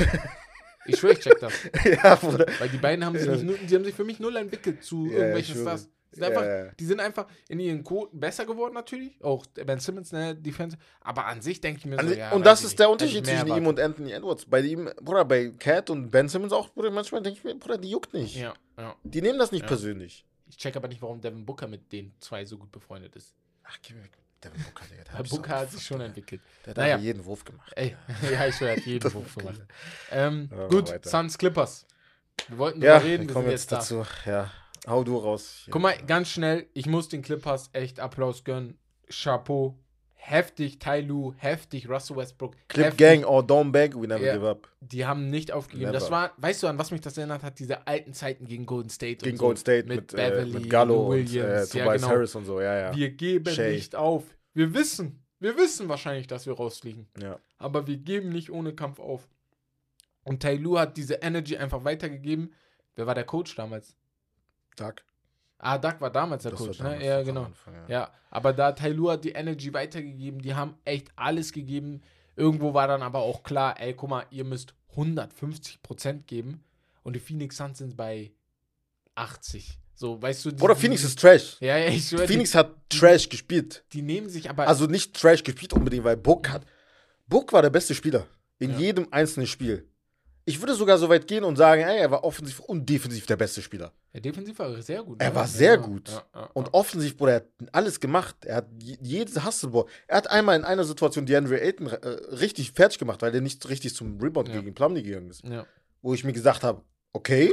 Speaker 2: Ich schwöre, ich check das.
Speaker 3: Ja, Bruder.
Speaker 2: Weil die beiden haben sich,
Speaker 3: Ja.
Speaker 2: nicht, null- die haben sich für mich null entwickelt zu
Speaker 3: Ja,
Speaker 2: irgendwelchen
Speaker 3: ich schwöre.
Speaker 2: Stars. Die sind, einfach,
Speaker 3: Ja, ja.
Speaker 2: die sind einfach in ihren Quoten besser geworden, natürlich. Auch Ben Simmons, ne, Defense. Aber an sich denke ich mir
Speaker 3: An
Speaker 2: so,
Speaker 3: si-
Speaker 2: ja.
Speaker 3: und
Speaker 2: weiß
Speaker 3: das
Speaker 2: ich
Speaker 3: ist
Speaker 2: nicht.
Speaker 3: der
Speaker 2: Hätte
Speaker 3: Unterschied
Speaker 2: ich mehr
Speaker 3: zwischen ihm
Speaker 2: erwartet.
Speaker 3: und Anthony Edwards. Bei ihm, Bruder, bei Cat und Ben Simmons auch, Bruder, manchmal denke ich mir, Bruder, die juckt nicht.
Speaker 2: Ja, ja.
Speaker 3: Die nehmen das nicht
Speaker 2: Ja.
Speaker 3: persönlich.
Speaker 2: Ich check aber nicht, warum Devin Booker mit den zwei so gut befreundet ist.
Speaker 3: Ach, geh weg. Devin Booker, Digga. der
Speaker 2: Weil
Speaker 3: hat sich
Speaker 2: Booker
Speaker 3: auch
Speaker 2: hat sich schon
Speaker 3: gefuckt,
Speaker 2: entwickelt.
Speaker 3: Der hat
Speaker 2: Naja.
Speaker 3: einfach jeden Wurf gemacht.
Speaker 2: Ey, ja, ich schwöre, er hat jeden
Speaker 3: Das
Speaker 2: Wurf
Speaker 3: ist
Speaker 2: gemacht.
Speaker 3: geil.
Speaker 2: Ähm,
Speaker 3: Ja,
Speaker 2: gut,
Speaker 3: weiter.
Speaker 2: Suns Clippers. Wir wollten
Speaker 3: Ja,
Speaker 2: drüber reden,
Speaker 3: wir
Speaker 2: wir
Speaker 3: kommen
Speaker 2: sind
Speaker 3: jetzt
Speaker 2: jetzt da.
Speaker 3: dazu. Ja, hau du raus.
Speaker 2: Guck mal, ganz schnell, ich muss den Clippers echt Applaus gönnen. Chapeau. Heftig, Ty Lue, heftig, Russell Westbrook.
Speaker 3: Clip
Speaker 2: heftig.
Speaker 3: Gang or don't beg, we never
Speaker 2: Ja.
Speaker 3: give up.
Speaker 2: Die haben nicht aufgegeben.
Speaker 3: Never.
Speaker 2: Das war, weißt du, an was mich das erinnert hat? Diese alten Zeiten gegen Golden State.
Speaker 3: Gegen
Speaker 2: und so.
Speaker 3: Golden State
Speaker 2: mit,
Speaker 3: mit,
Speaker 2: Beverly,
Speaker 3: äh, mit Gallo
Speaker 2: Lou
Speaker 3: und äh,
Speaker 2: Williams.
Speaker 3: Tobias
Speaker 2: ja, genau.
Speaker 3: Harris und so, ja, ja.
Speaker 2: Wir geben
Speaker 3: Shea.
Speaker 2: nicht auf. Wir wissen, wir wissen wahrscheinlich, dass wir rausfliegen.
Speaker 3: ja.
Speaker 2: Aber wir geben nicht ohne Kampf auf. Und Ty Lue hat diese Energy einfach weitergegeben. Wer war der Coach damals?
Speaker 3: Doug.
Speaker 2: Ah, Doug war damals der
Speaker 3: Das war
Speaker 2: Coach,
Speaker 3: damals
Speaker 2: ne? Ja,
Speaker 3: am
Speaker 2: genau.
Speaker 3: Anfang, ja.
Speaker 2: Ja, aber da Ty Lue hat die Energy weitergegeben, die haben echt alles gegeben. Irgendwo war dann aber auch klar, ey, guck mal, ihr müsst hundertfünfzig Prozent geben und die Phoenix Suns sind bei achtzig. So, weißt du, die,
Speaker 3: Bruder,
Speaker 2: die-
Speaker 3: Phoenix ist Trash.
Speaker 2: Ja, ja, ich schwör,
Speaker 3: Phoenix hat Trash gespielt.
Speaker 2: die, die nehmen sich aber.
Speaker 3: Also nicht Trash gespielt unbedingt, weil Book hat. Book war der beste Spieler. In
Speaker 2: Ja.
Speaker 3: jedem einzelnen Spiel. Ich würde sogar so weit gehen und sagen, ey, er war offensiv und defensiv der beste Spieler.
Speaker 2: ja, defensiv war er sehr gut.
Speaker 3: Er
Speaker 2: ne?
Speaker 3: war
Speaker 2: Ja,
Speaker 3: sehr
Speaker 2: ja,
Speaker 3: gut.
Speaker 2: Ja, ja,
Speaker 3: Und
Speaker 2: ja.
Speaker 3: offensiv, Bruder, er hat alles gemacht. Er hat je- jedes Hustleball. Er hat einmal in einer Situation DeAndre Ayton äh, richtig fertig gemacht, weil er nicht richtig zum Rebound
Speaker 2: Ja.
Speaker 3: gegen Plumlee gegangen ist.
Speaker 2: Ja.
Speaker 3: Wo ich mir gesagt habe, okay,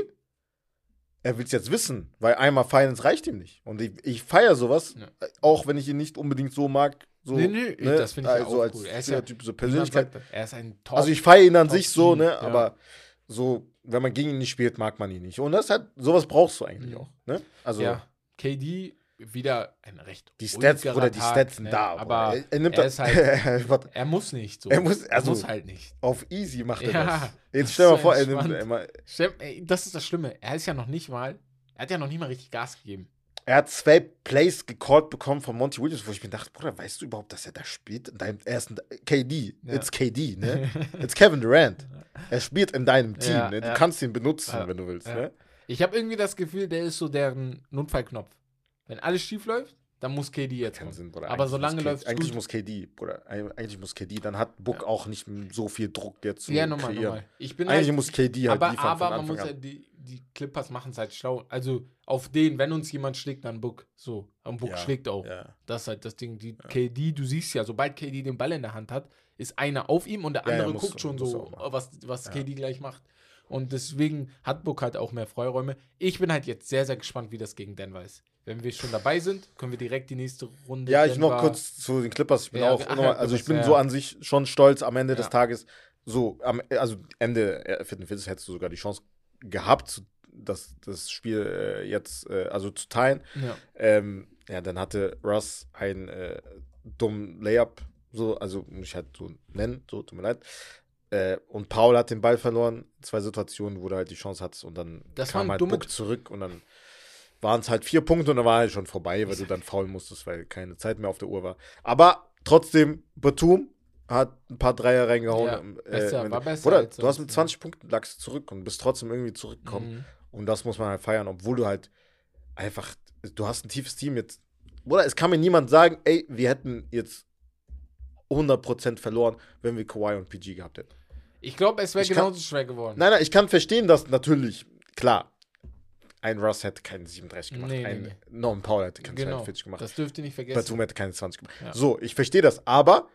Speaker 3: er will es jetzt wissen, weil einmal Finals reicht ihm nicht. Und ich, ich feiere sowas,
Speaker 2: Ja.
Speaker 3: äh, auch wenn ich ihn nicht unbedingt so mag. So,
Speaker 2: Nee, nee, das finde ich ja
Speaker 3: also
Speaker 2: auch
Speaker 3: als
Speaker 2: cool. Er ist ja-
Speaker 3: Typ, so
Speaker 2: Niemand
Speaker 3: Persönlichkeit.
Speaker 2: sagt das. Er ist ein Top.
Speaker 3: Also ich feiere ihn an
Speaker 2: Top
Speaker 3: sich so,
Speaker 2: Team,
Speaker 3: ne,
Speaker 2: ja.
Speaker 3: aber so, wenn man gegen ihn nicht spielt, mag man ihn nicht. Und das hat, sowas brauchst du eigentlich
Speaker 2: Mhm.
Speaker 3: auch, ne? Also
Speaker 2: ja, K D wieder ein recht
Speaker 3: die Stats,
Speaker 2: ruhigerer
Speaker 3: Bruder, die
Speaker 2: Tag,
Speaker 3: Stats sind
Speaker 2: ne?
Speaker 3: da.
Speaker 2: aber
Speaker 3: Bruder. er, er nimmt
Speaker 2: er
Speaker 3: das
Speaker 2: ist halt-
Speaker 3: Warte,
Speaker 2: er muss nicht so.
Speaker 3: Er muss- also-
Speaker 2: er muss halt nicht.
Speaker 3: auf easy macht er
Speaker 2: Ja,
Speaker 3: das.
Speaker 2: das
Speaker 3: Jetzt
Speaker 2: ist
Speaker 3: stell dir mal
Speaker 2: so
Speaker 3: vor, er nimmt
Speaker 2: entspannt.
Speaker 3: immer,
Speaker 2: Stimmt, ey, das ist das Schlimme. Er ist ja noch nicht mal, er hat ja noch nicht mal richtig Gas gegeben.
Speaker 3: er hat zwei Plays gecallt bekommen von Monty Williams, wo ich mir dachte, Bruder, weißt du überhaupt, dass er da spielt? In deinem ersten K D.
Speaker 2: Ja.
Speaker 3: It's K D, ne? It's Kevin Durant. Er spielt in deinem Team,
Speaker 2: Ja,
Speaker 3: ne? Du
Speaker 2: ja.
Speaker 3: kannst ihn benutzen,
Speaker 2: Ja,
Speaker 3: wenn du willst,
Speaker 2: ja.
Speaker 3: ne?
Speaker 2: Ich habe irgendwie das Gefühl, der ist so deren Notfallknopf. Wenn alles schief läuft, dann muss K D jetzt
Speaker 3: Keinen
Speaker 2: kommen.
Speaker 3: Sinn, Bruder.
Speaker 2: Aber
Speaker 3: Eigentlich
Speaker 2: solange
Speaker 3: muss K-
Speaker 2: läuft's
Speaker 3: Eigentlich
Speaker 2: gut.
Speaker 3: muss K D, Bruder. Eigentlich muss K D. Dann hat Book
Speaker 2: Ja.
Speaker 3: auch nicht so viel Druck jetzt zu
Speaker 2: Ja, nochmal,
Speaker 3: kreieren.
Speaker 2: nochmal. Ich bin
Speaker 3: Eigentlich
Speaker 2: halt,
Speaker 3: muss K D halt
Speaker 2: aber,
Speaker 3: liefern
Speaker 2: aber
Speaker 3: von
Speaker 2: man muss
Speaker 3: Anfang
Speaker 2: ja,
Speaker 3: an.
Speaker 2: die, die Clippers machen es halt schlau. Also auf den, wenn uns jemand schlägt, dann Book. So, und Book
Speaker 3: Ja,
Speaker 2: schlägt auch.
Speaker 3: Ja.
Speaker 2: Das ist halt das Ding. Die K D, du siehst ja, sobald K D den Ball in der Hand hat, ist einer auf ihm und der
Speaker 3: Ja, ja,
Speaker 2: andere
Speaker 3: muss-
Speaker 2: guckt schon
Speaker 3: muss
Speaker 2: so,
Speaker 3: auch machen.
Speaker 2: was, was
Speaker 3: Ja.
Speaker 2: K D gleich macht. Und deswegen hat Book halt auch mehr Freiräume. Ich bin halt jetzt sehr, sehr gespannt, wie das gegen Denver ist. Wenn wir schon dabei sind, können wir direkt die nächste Runde.
Speaker 3: Ja, ich noch
Speaker 2: Denver-
Speaker 3: kurz zu den Clippers. Ich bin
Speaker 2: Ja,
Speaker 3: auch,
Speaker 2: ach,
Speaker 3: nochmal-
Speaker 2: ja,
Speaker 3: also ich bin
Speaker 2: Clippers,
Speaker 3: so
Speaker 2: ja.
Speaker 3: an sich schon stolz am Ende
Speaker 2: Ja.
Speaker 3: des Tages. So, am, also Ende äh, vierten Viertels hättest du sogar die Chance gehabt, zu- das, das Spiel äh, jetzt, äh, also zu teilen.
Speaker 2: Ja.
Speaker 3: Ähm, ja, dann hatte Russ einen äh, dummen Layup, so, also muss ich halt so nennen, so, tut mir leid. Äh, und Paul hat den Ball verloren, zwei Situationen, wo du halt die Chance hattest und dann
Speaker 2: Das
Speaker 3: kam
Speaker 2: waren
Speaker 3: halt
Speaker 2: dumme-
Speaker 3: Book zurück und dann waren es halt vier Punkte und dann war halt schon vorbei, weil du dann faulen musstest, weil keine Zeit mehr auf der Uhr war. Aber trotzdem, Batum hat ein paar Dreier reingehauen.
Speaker 2: Ja,
Speaker 3: ähm,
Speaker 2: besser,
Speaker 3: wenn
Speaker 2: war
Speaker 3: du-
Speaker 2: besser
Speaker 3: Bruder,
Speaker 2: als
Speaker 3: du hast
Speaker 2: sonst,
Speaker 3: mit
Speaker 2: ja.
Speaker 3: zwanzig Punkten lagst du zurück und bist trotzdem irgendwie zurückgekommen.
Speaker 2: Mhm.
Speaker 3: Und das muss man halt feiern, obwohl du halt einfach, du hast ein tiefes Team jetzt. Bruder, es kann mir niemand sagen, ey, wir hätten jetzt hundert Prozent verloren, wenn wir Kawhi und P G gehabt hätten.
Speaker 2: Ich glaube, es wäre
Speaker 3: Ich kann-
Speaker 2: genauso schwer geworden.
Speaker 3: Nein, nein, ich kann verstehen, dass natürlich, klar, ein Russ hätte keine siebenunddreißig gemacht,
Speaker 2: Nee, nee,
Speaker 3: ein
Speaker 2: nee.
Speaker 3: Norman Powell hätte keine
Speaker 2: Genau.
Speaker 3: zweiundvierzig gemacht,
Speaker 2: Das dürft ihr nicht vergessen.
Speaker 3: Batum hätte keine zwanzig gemacht.
Speaker 2: Ja.
Speaker 3: So, ich verstehe das, aber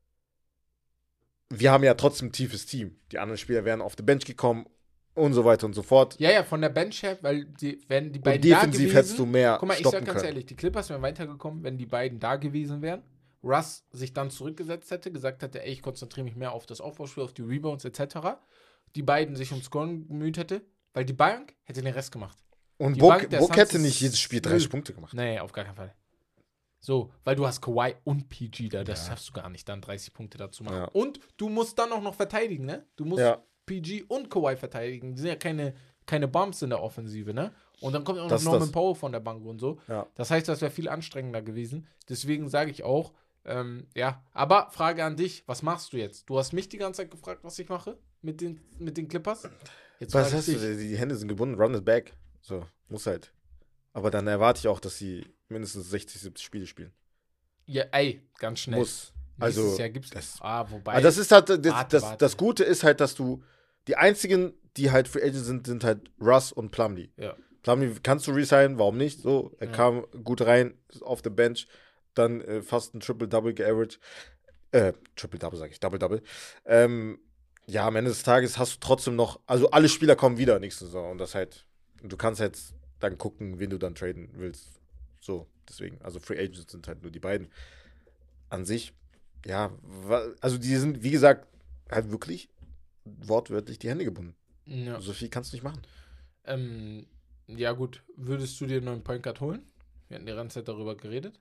Speaker 3: wir haben ja trotzdem ein tiefes Team. Die anderen Spieler wären auf die Bench gekommen und so weiter und so fort.
Speaker 2: Ja, ja, von der Bench her, weil die, wenn die
Speaker 3: Und
Speaker 2: beiden da
Speaker 3: defensiv
Speaker 2: gewesen,
Speaker 3: hättest du mehr
Speaker 2: Guck mal, ich
Speaker 3: stoppen
Speaker 2: sag ganz
Speaker 3: können.
Speaker 2: ehrlich, die Clippers wären weitergekommen, wenn die beiden da gewesen wären. Russ sich dann zurückgesetzt hätte, gesagt hätte, ey, ich konzentriere mich mehr auf das Aufbauspiel, auf die Rebounds et cetera. Die beiden sich um Scoren bemüht hätte, weil die Bank hätte den Rest gemacht.
Speaker 3: Und
Speaker 2: die
Speaker 3: Book,
Speaker 2: Bank der
Speaker 3: Book
Speaker 2: Suns
Speaker 3: hätte
Speaker 2: ist
Speaker 3: nicht jedes Spiel dreißig
Speaker 2: null.
Speaker 3: Punkte gemacht.
Speaker 2: Nee, auf gar keinen Fall. So, weil du hast Kawhi und P G da, das
Speaker 3: Ja.
Speaker 2: schaffst du gar nicht, dann dreißig Punkte dazu machen.
Speaker 3: Ja.
Speaker 2: Und du musst dann auch noch verteidigen, ne? Du musst
Speaker 3: Ja.
Speaker 2: P G und Kawhi verteidigen. Die sind ja keine, keine Bumps in der Offensive, ne? Und dann kommt auch noch
Speaker 3: Das ist
Speaker 2: Norman
Speaker 3: das.
Speaker 2: Powell von der Bank und so.
Speaker 3: Ja.
Speaker 2: Das heißt, das wäre viel anstrengender gewesen. Deswegen sage ich auch, ähm, ja. Aber Frage an dich, was machst du jetzt? Du hast mich die ganze Zeit gefragt, was ich mache mit den, mit den Clippers. Jetzt
Speaker 3: Was
Speaker 2: frage
Speaker 3: hast
Speaker 2: ich
Speaker 3: du?
Speaker 2: dich.
Speaker 3: Die Hände sind gebunden, run it back. So, muss halt. Aber dann erwarte ich auch, dass sie mindestens sechzig, siebzig Spiele spielen.
Speaker 2: Ja, ey, ganz schnell.
Speaker 3: Muss.
Speaker 2: Nächstes
Speaker 3: Also,
Speaker 2: Jahr gibt's
Speaker 3: das-
Speaker 2: Ah, wobei.
Speaker 3: Aber das ist halt, das,
Speaker 2: Warte,
Speaker 3: das,
Speaker 2: warte.
Speaker 3: das Gute ist halt, dass du, die einzigen, die halt Free Agent sind, sind halt Russ und Plumlee.
Speaker 2: Ja.
Speaker 3: Plumlee kannst du resignen, warum nicht? So, er
Speaker 2: Ja.
Speaker 3: kam gut rein, auf der Bench, dann äh, fast ein Triple-Double geaveraged. Äh, Triple-Double sag ich, Double-Double. Ähm, ja, am Ende des Tages hast du trotzdem noch, also alle Spieler kommen wieder nächste Saison und das halt, du kannst jetzt dann gucken, wen du dann traden willst. So, deswegen, also Free Agents sind halt nur die beiden. An sich, ja, wa- also die sind, wie gesagt, halt wirklich wortwörtlich die Hände gebunden.
Speaker 2: Ja.
Speaker 3: So viel kannst du nicht machen.
Speaker 2: Ähm, ja, gut. Würdest du dir einen neuen Point Guard holen? Wir hatten die ganze Zeit darüber geredet.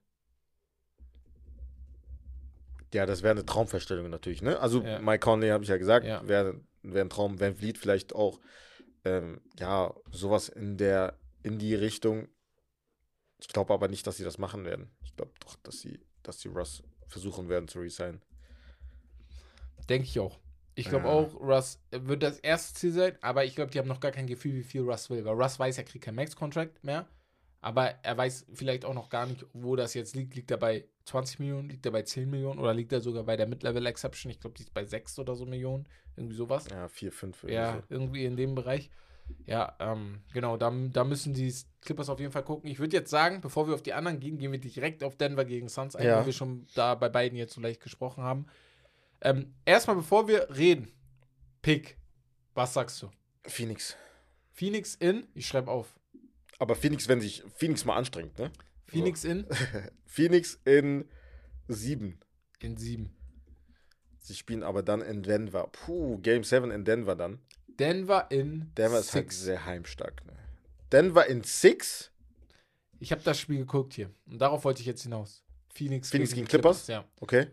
Speaker 3: Ja, das wäre eine Traumvorstellung natürlich, ne? Also
Speaker 2: Ja.
Speaker 3: Mike Conley, habe ich ja gesagt,
Speaker 2: Ja.
Speaker 3: wäre wär ein Traum. Van Vliet vielleicht auch, ähm, ja, sowas in der, in die Richtung. Ich glaube aber nicht, dass sie das machen werden. Ich glaube doch, dass sie, dass sie Russ versuchen werden zu resignen.
Speaker 2: Denke ich auch. Ich glaube
Speaker 3: Ja.
Speaker 2: auch, Russ wird das erste Ziel sein, aber ich glaube, die haben noch gar kein Gefühl, wie viel Russ will. Weil Russ weiß, er kriegt keinen Max-Contract mehr, aber er weiß vielleicht auch noch gar nicht, wo das jetzt liegt. Liegt er bei zwanzig Millionen, liegt er bei zehn Millionen oder liegt er sogar bei der Mid-Level-Exception? Ich glaube, die ist bei sechs oder so Millionen, irgendwie sowas.
Speaker 3: Ja, vier, fünf.
Speaker 2: Ja, irgendwie in dem Bereich. Ja, ähm, genau, da, da müssen die Clippers auf jeden Fall gucken. Ich würde jetzt sagen, bevor wir auf die anderen gehen, gehen wir direkt auf Denver gegen Suns ein,
Speaker 3: Ja.
Speaker 2: weil wir schon da bei beiden jetzt so leicht gesprochen haben. Ähm, erstmal, bevor wir reden, Pick, was sagst du?
Speaker 3: Phoenix.
Speaker 2: Phoenix in, ich schreibe auf.
Speaker 3: Aber Phoenix, wenn sich Phoenix mal anstrengt, ne?
Speaker 2: Phoenix in,
Speaker 3: Phoenix in sieben.
Speaker 2: in sieben.
Speaker 3: Sie spielen aber dann in Denver. Puh, Game sieben in Denver dann.
Speaker 2: Denver in
Speaker 3: Denver ist halt
Speaker 2: six.
Speaker 3: sehr heimstark, ne? Denver in six.
Speaker 2: Ich habe das Spiel geguckt hier und darauf wollte ich jetzt hinaus. Phoenix,
Speaker 3: Phoenix gegen Clippers?
Speaker 2: Ja,
Speaker 3: Okay.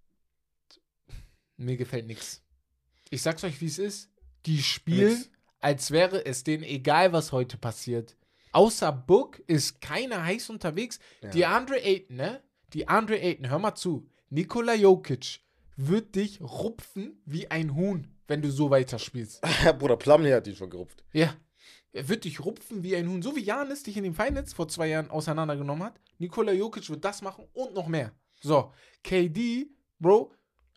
Speaker 2: mir gefällt nichts. Ich sag's euch, wie es ist. Die spielen,
Speaker 3: Nix.
Speaker 2: als wäre es denen egal, was heute passiert. Außer Book ist keiner heiß unterwegs.
Speaker 3: Ja.
Speaker 2: Die Andre Ayton, ne? Die Andre Ayton, hör mal zu. Nikola Jokic wird dich rupfen wie ein Huhn, wenn du so weiterspielst.
Speaker 3: Bruder Plumlee hat ihn schon gerupft.
Speaker 2: Ja. Er wird dich rupfen wie ein Huhn. So wie Giannis dich in den Finals vor zwei Jahren auseinandergenommen hat. Nikola Jokic wird das machen und noch mehr. So, K D, Bro.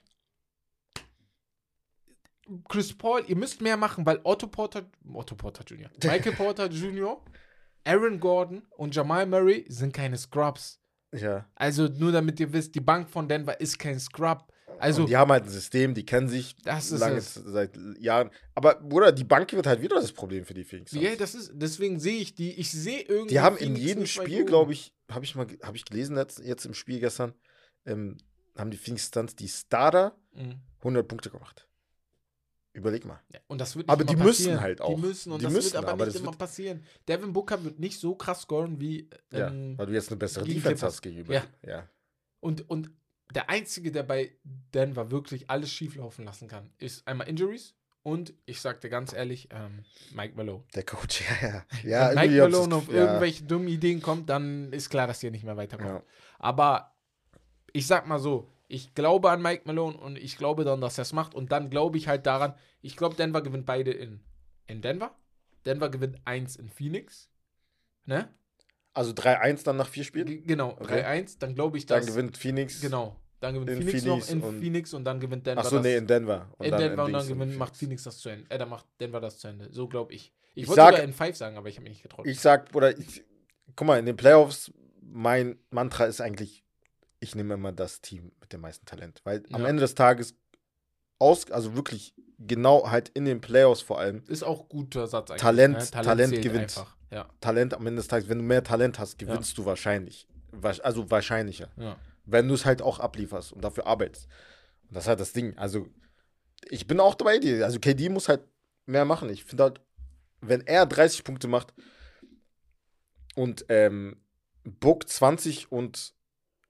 Speaker 2: Chris Paul, ihr müsst mehr machen, weil Otto Porter, Otto Porter Junior, Michael Porter Junior, Aaron Gordon und Jamal Murray sind keine Scrubs.
Speaker 3: Ja.
Speaker 2: Also nur damit ihr wisst, die Bank von Denver ist kein Scrub. Also
Speaker 3: Und die haben halt ein System, die kennen sich
Speaker 2: Das ist
Speaker 3: lange
Speaker 2: es.
Speaker 3: seit Jahren. Aber, Bruder, die Bank wird halt wieder das Problem für die Phoenix Suns.
Speaker 2: ja, das ist, deswegen sehe ich die, ich sehe irgendwie
Speaker 3: Die haben in
Speaker 2: Phoenix
Speaker 3: jedem
Speaker 2: nicht weit
Speaker 3: Spiel,
Speaker 2: oben.
Speaker 3: glaube ich, habe ich mal habe ich gelesen jetzt, jetzt im Spiel gestern, ähm, haben die Phoenix Suns die Starter
Speaker 2: Mhm.
Speaker 3: hundert Punkte gemacht. Überleg mal.
Speaker 2: Ja, und das wird nicht
Speaker 3: Aber
Speaker 2: immer
Speaker 3: die müssen
Speaker 2: passieren.
Speaker 3: halt auch.
Speaker 2: Die müssen und
Speaker 3: Die
Speaker 2: das
Speaker 3: müssen,
Speaker 2: wird aber,
Speaker 3: aber
Speaker 2: nicht
Speaker 3: das
Speaker 2: immer
Speaker 3: wird-
Speaker 2: passieren. Devin Booker wird nicht so krass scoren wie
Speaker 3: Ja,
Speaker 2: ähm,
Speaker 3: weil du jetzt eine bessere
Speaker 2: gegen
Speaker 3: Defense
Speaker 2: Clippers.
Speaker 3: hast gegenüber.
Speaker 2: Ja.
Speaker 3: ja.
Speaker 2: und, und der Einzige, der bei Denver wirklich alles schief laufen lassen kann, ist einmal Injuries und ich sag dir ganz ehrlich, ähm, Mike Malone.
Speaker 3: Der Coach, ja, ja. ja
Speaker 2: Wenn Mike
Speaker 3: irgendwie hab ich das
Speaker 2: Malone auf
Speaker 3: Gefühl- ja.
Speaker 2: irgendwelche dummen Ideen kommt, dann ist klar, dass ihr nicht mehr weiterkommt.
Speaker 3: Ja.
Speaker 2: Aber ich sag mal so, ich glaube an Mike Malone und ich glaube dann, dass er es macht. Und dann glaube ich halt daran, ich glaube, Denver gewinnt beide in, in Denver. Denver gewinnt eins in Phoenix. Ne?
Speaker 3: Also drei eins dann nach vier Spielen?
Speaker 2: G genau,
Speaker 3: Okay.
Speaker 2: drei eins. Dann glaube ich,
Speaker 3: Dann
Speaker 2: dass.
Speaker 3: gewinnt Phoenix.
Speaker 2: Genau. Dann gewinnt
Speaker 3: in
Speaker 2: Phoenix,
Speaker 3: Phoenix
Speaker 2: noch in
Speaker 3: und-
Speaker 2: Phoenix und dann gewinnt Denver
Speaker 3: Achso,
Speaker 2: das.
Speaker 3: nee, in Denver. Und
Speaker 2: in
Speaker 3: dann
Speaker 2: Denver und
Speaker 3: Dings
Speaker 2: dann
Speaker 3: in
Speaker 2: gewinnt, macht
Speaker 3: Phoenix.
Speaker 2: Phoenix das zu Ende. Äh, dann macht Denver das zu Ende. So glaube ich. Ich
Speaker 3: Ich
Speaker 2: wollte
Speaker 3: sag-
Speaker 2: sogar in fünf sagen, aber ich habe mich nicht getraut.
Speaker 3: Ich sag, oder ich, guck mal, in den Playoffs, mein Mantra ist eigentlich, ich nehme immer das Team mit dem meisten Talent. Weil am
Speaker 2: Ja.
Speaker 3: Ende des Tages, aus, also wirklich genau halt in den Playoffs vor allem,
Speaker 2: ist auch guter Satz eigentlich.
Speaker 3: Talent-
Speaker 2: ne?
Speaker 3: Talent
Speaker 2: zählt
Speaker 3: gewinnt.
Speaker 2: Einfach. Ja,
Speaker 3: Talent am Ende des Tages, wenn du mehr Talent hast, gewinnst du wahrscheinlich. Wasch- Also wahrscheinlicher.
Speaker 2: ja.
Speaker 3: Wenn du es halt auch ablieferst und dafür arbeitest. Und das ist halt das Ding. Also, ich bin auch dabei dir. Also, K D muss halt mehr machen. Ich finde halt, wenn er dreißig Punkte macht und ähm, Book zwanzig und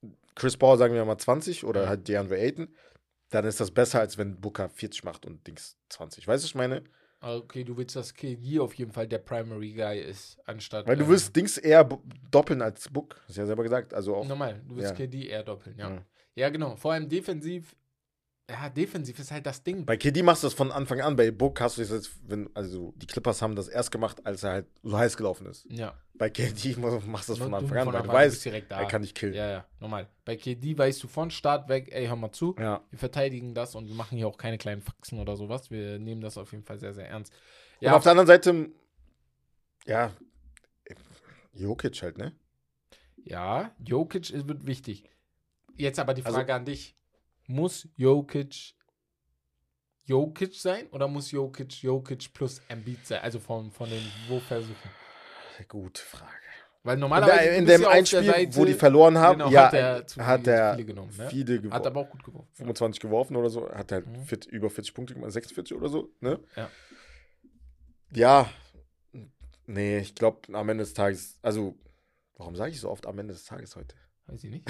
Speaker 3: Chris Paul, sagen wir mal zwanzig oder
Speaker 2: Mhm.
Speaker 3: halt DeAndre Ayton, dann ist das besser, als wenn Booker vierzig macht und Dings zwanzig. Weißt du, was ich meine?
Speaker 2: Okay, du willst, dass K D auf jeden Fall der Primary Guy ist, anstatt.
Speaker 3: Weil du
Speaker 2: äh,
Speaker 3: willst Dings eher b- doppeln als Book. Hast du ja selber gesagt. Also auch.
Speaker 2: Normal, du willst
Speaker 3: ja.
Speaker 2: K D eher doppeln, ja.
Speaker 3: Ja.
Speaker 2: Ja, genau. Vor allem defensiv. Ja, defensiv ist halt das Ding.
Speaker 3: Bei K D machst du das von Anfang an. Bei Book hast du das jetzt, wenn, also die Clippers haben das erst gemacht, als er halt so heiß gelaufen ist.
Speaker 2: Ja.
Speaker 3: Bei K D machst du das von
Speaker 2: Du-
Speaker 3: Anfang an,
Speaker 2: von
Speaker 3: weil du
Speaker 2: Anfang an bist
Speaker 3: weißt,
Speaker 2: direkt da.
Speaker 3: er kann dich killen.
Speaker 2: Ja, ja, normal. Bei K D weißt du von Start weg, ey, hör mal zu.
Speaker 3: Ja.
Speaker 2: Wir verteidigen das und wir machen hier auch keine kleinen Faxen oder sowas. Wir nehmen das auf jeden Fall sehr, sehr ernst.
Speaker 3: Und
Speaker 2: Ja,
Speaker 3: auf der anderen Seite, ja, Jokic halt, ne?
Speaker 2: ja, Jokic ist- wird wichtig. Jetzt aber die
Speaker 3: Also-
Speaker 2: Frage an dich. Muss Jokic Jokic sein oder muss Jokic Jokic plus Embiid sein? Also von, von den Wurfversuchen.
Speaker 3: Gute Frage.
Speaker 2: Weil
Speaker 3: In,
Speaker 2: normalerweise
Speaker 3: der, in
Speaker 2: du bist
Speaker 3: dem
Speaker 2: ja auf
Speaker 3: einen Spiel,
Speaker 2: der Seite,
Speaker 3: wo die verloren haben,
Speaker 2: genau,
Speaker 3: ja,
Speaker 2: hat er zu
Speaker 3: hat
Speaker 2: viele,
Speaker 3: er
Speaker 2: viele genommen. Ne?
Speaker 3: viele
Speaker 2: Hat
Speaker 3: geworfen.
Speaker 2: aber auch gut geworfen.
Speaker 3: fünfundzwanzig geworfen oder so, hat halt
Speaker 2: Mhm.
Speaker 3: vier, über vierzig Punkte gemacht, sechsundvierzig oder so, ne?
Speaker 2: Ja.
Speaker 3: Ja, nee, ich glaube am Ende des Tages, also, warum sage ich so oft am Ende des Tages heute?
Speaker 2: Weiß ich nicht.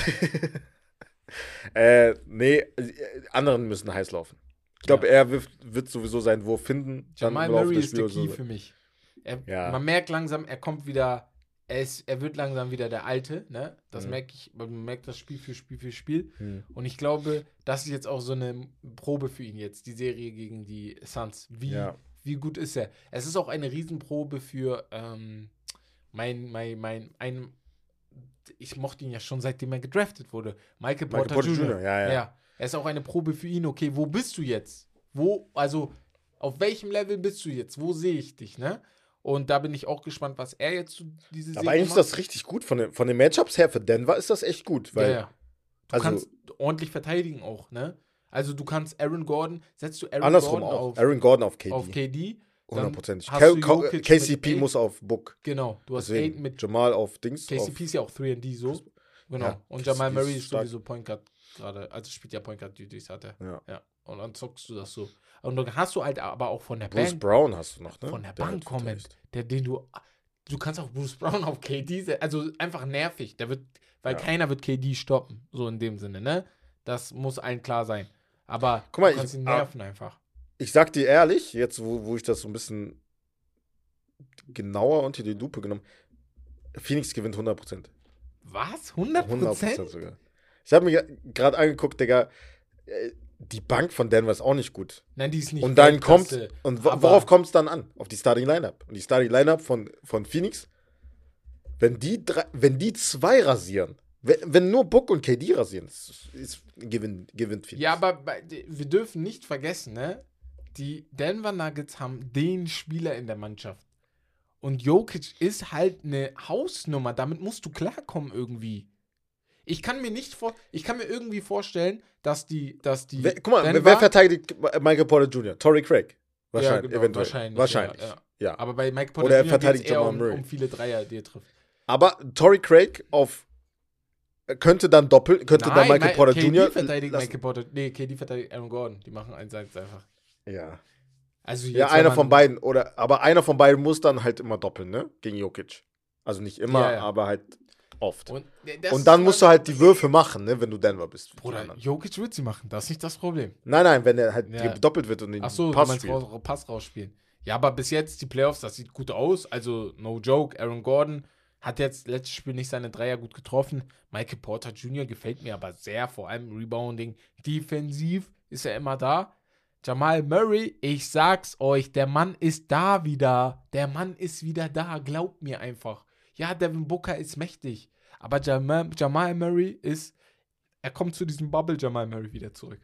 Speaker 3: äh, nee, äh, anderen müssen heiß laufen. Ich glaube,
Speaker 2: Ja.
Speaker 3: er wird, wird sowieso seinen Wurf finden. dann
Speaker 2: Jamal
Speaker 3: im Laufe
Speaker 2: Murray
Speaker 3: des
Speaker 2: ist der
Speaker 3: Spiels
Speaker 2: Key
Speaker 3: so.
Speaker 2: für mich. Er,
Speaker 3: Ja.
Speaker 2: Man merkt langsam, er kommt wieder, er, ist, er wird langsam wieder der Alte, ne? Das
Speaker 3: Mhm.
Speaker 2: merke ich, man merkt das Spiel für Spiel für Spiel.
Speaker 3: Hm.
Speaker 2: Und ich glaube, das ist jetzt auch so eine Probe für ihn jetzt, die Serie gegen die Suns. Wie,
Speaker 3: Ja.
Speaker 2: wie gut ist er? Es ist auch eine Riesenprobe für ähm, mein, mein, mein, ein, ich mochte ihn ja schon seitdem er gedraftet wurde. Michael
Speaker 3: Michael
Speaker 2: Porter,
Speaker 3: Porter
Speaker 2: Junior
Speaker 3: Junior, ja, ja.
Speaker 2: Er ist auch eine Probe für ihn, okay, wo bist du jetzt? Wo, also, auf welchem Level bist du jetzt? Wo sehe ich dich, ne? Und da bin ich auch gespannt, was er jetzt zu diese
Speaker 3: Aber eigentlich ist das richtig gut. Von den, von den Matchups her für Denver ist das echt gut. Weil,
Speaker 2: ja, ja. Du
Speaker 3: also-
Speaker 2: kannst ordentlich verteidigen auch, ne? Also du kannst Aaron Gordon, setzt du Aaron
Speaker 3: andersrum
Speaker 2: Gordon
Speaker 3: auch.
Speaker 2: auf,
Speaker 3: Aaron Gordon auf K D.
Speaker 2: auf K D, dann
Speaker 3: hundertprozentig.
Speaker 2: hast
Speaker 3: K-
Speaker 2: du
Speaker 3: K-
Speaker 2: Jokic
Speaker 3: K C P
Speaker 2: mit
Speaker 3: muss auf Book.
Speaker 2: genau, du hast
Speaker 3: Deswegen
Speaker 2: Aiden mit
Speaker 3: Jamal auf Dings.
Speaker 2: K C
Speaker 3: auf,
Speaker 2: P ist ja auch drei und D so. Genau.
Speaker 3: Ja,
Speaker 2: und
Speaker 3: K C P
Speaker 2: Jamal
Speaker 3: ist
Speaker 2: Murray ist
Speaker 3: stark.
Speaker 2: sowieso Point Guard gerade, also spielt ja Point Guard Duties hat er.
Speaker 3: ja.
Speaker 2: Ja. Und dann zockst du das so. Und dann hast du halt aber auch von der
Speaker 3: Bruce
Speaker 2: Bank,
Speaker 3: Brown hast du noch, ne?
Speaker 2: von der
Speaker 3: Der
Speaker 2: Bank
Speaker 3: halt
Speaker 2: kommen,
Speaker 3: verteidigt.
Speaker 2: der den du du kannst auch Bruce Brown auf K D setzen, also einfach nervig, der wird weil
Speaker 3: Ja.
Speaker 2: keiner wird K D stoppen, so in dem Sinne, ne? Das muss allen klar sein. Aber
Speaker 3: Guck mal,
Speaker 2: du kannst
Speaker 3: ich-
Speaker 2: ihn
Speaker 3: ah,
Speaker 2: nerven einfach.
Speaker 3: Ich sag dir ehrlich, jetzt wo, wo ich das so ein bisschen genauer unter die Lupe genommen, Phoenix gewinnt hundert Prozent.
Speaker 2: Was? hundert Prozent?
Speaker 3: sogar. Ich habe mir gerade angeguckt, Digga, äh, die Bank von Denver ist auch nicht gut.
Speaker 2: Nein, die ist nicht
Speaker 3: Und dann kommt,
Speaker 2: Weltklasse,
Speaker 3: und wo,
Speaker 2: aber-
Speaker 3: worauf kommt es dann an? Auf die Starting Lineup. Und die Starting Lineup von, von Phoenix, wenn die, drei, wenn die zwei rasieren, wenn, wenn nur Book und K D rasieren, ist, ist, gewinnt, gewinnt Phoenix.
Speaker 2: Ja, aber bei, wir dürfen nicht vergessen, ne? Die Denver Nuggets haben den Spieler in der Mannschaft. Und Jokic ist halt eine Hausnummer. Damit musst du klarkommen irgendwie. Ich kann mir nicht vor, ich kann mir irgendwie vorstellen, dass die, dass die.
Speaker 3: Wer, guck mal, wer,
Speaker 2: Denver-
Speaker 3: wer verteidigt Michael Porter Junior? Torrey Craig. Wahrscheinlich,
Speaker 2: ja, genau,
Speaker 3: eventuell.
Speaker 2: Wahrscheinlich.
Speaker 3: Wahrscheinlich.
Speaker 2: Ja, ja.
Speaker 3: Ja.
Speaker 2: Aber bei Mike Porter
Speaker 3: Oder er
Speaker 2: Junior
Speaker 3: verteidigt
Speaker 2: geht's eher
Speaker 3: Jamal
Speaker 2: um,
Speaker 3: Murray.
Speaker 2: um viele Dreier, die er trifft.
Speaker 3: Aber Torrey Craig auf könnte dann doppeln, könnte dann Michael
Speaker 2: Mi-
Speaker 3: Porter
Speaker 2: K D
Speaker 3: Junior
Speaker 2: verteidigt
Speaker 3: lassen.
Speaker 2: Michael Porter. Nee, K D verteidigt Aaron Gordon. Die machen eins eins einfach.
Speaker 3: Ja.
Speaker 2: Also jetzt,
Speaker 3: Ja,
Speaker 2: wenn
Speaker 3: einer
Speaker 2: man-
Speaker 3: von beiden. Oder, aber einer von beiden muss dann halt immer doppeln, ne? Gegen Jokic. Also nicht immer,
Speaker 2: Ja, ja.
Speaker 3: aber halt oft.
Speaker 2: Und, äh, das
Speaker 3: Und
Speaker 2: ist
Speaker 3: dann
Speaker 2: mal-
Speaker 3: musst du halt die Würfe machen, ne? Wenn du Denver bist. Die
Speaker 2: Bruder,
Speaker 3: anderen.
Speaker 2: Jokic wird sie machen, das ist nicht das Problem.
Speaker 3: Nein, nein, wenn er halt
Speaker 2: Ja.
Speaker 3: gedoppelt wird und den
Speaker 2: Ach so, du
Speaker 3: Pass
Speaker 2: meinst
Speaker 3: spielt.
Speaker 2: raus, Pass rausspielen. Ja, aber bis jetzt die Playoffs, das sieht gut aus. Also, no joke, Aaron Gordon hat jetzt letztes Spiel nicht seine Dreier gut getroffen. Michael Porter Junior gefällt mir aber sehr, vor allem Rebounding. Defensiv ist er immer da. Jamal Murray, ich sag's euch, der Mann ist da wieder. Der Mann ist wieder da, glaubt mir einfach. Ja, Devin Booker ist mächtig. Aber Jamal, Jamal Murray ist, er kommt zu diesem Bubble Jamal Murray wieder zurück.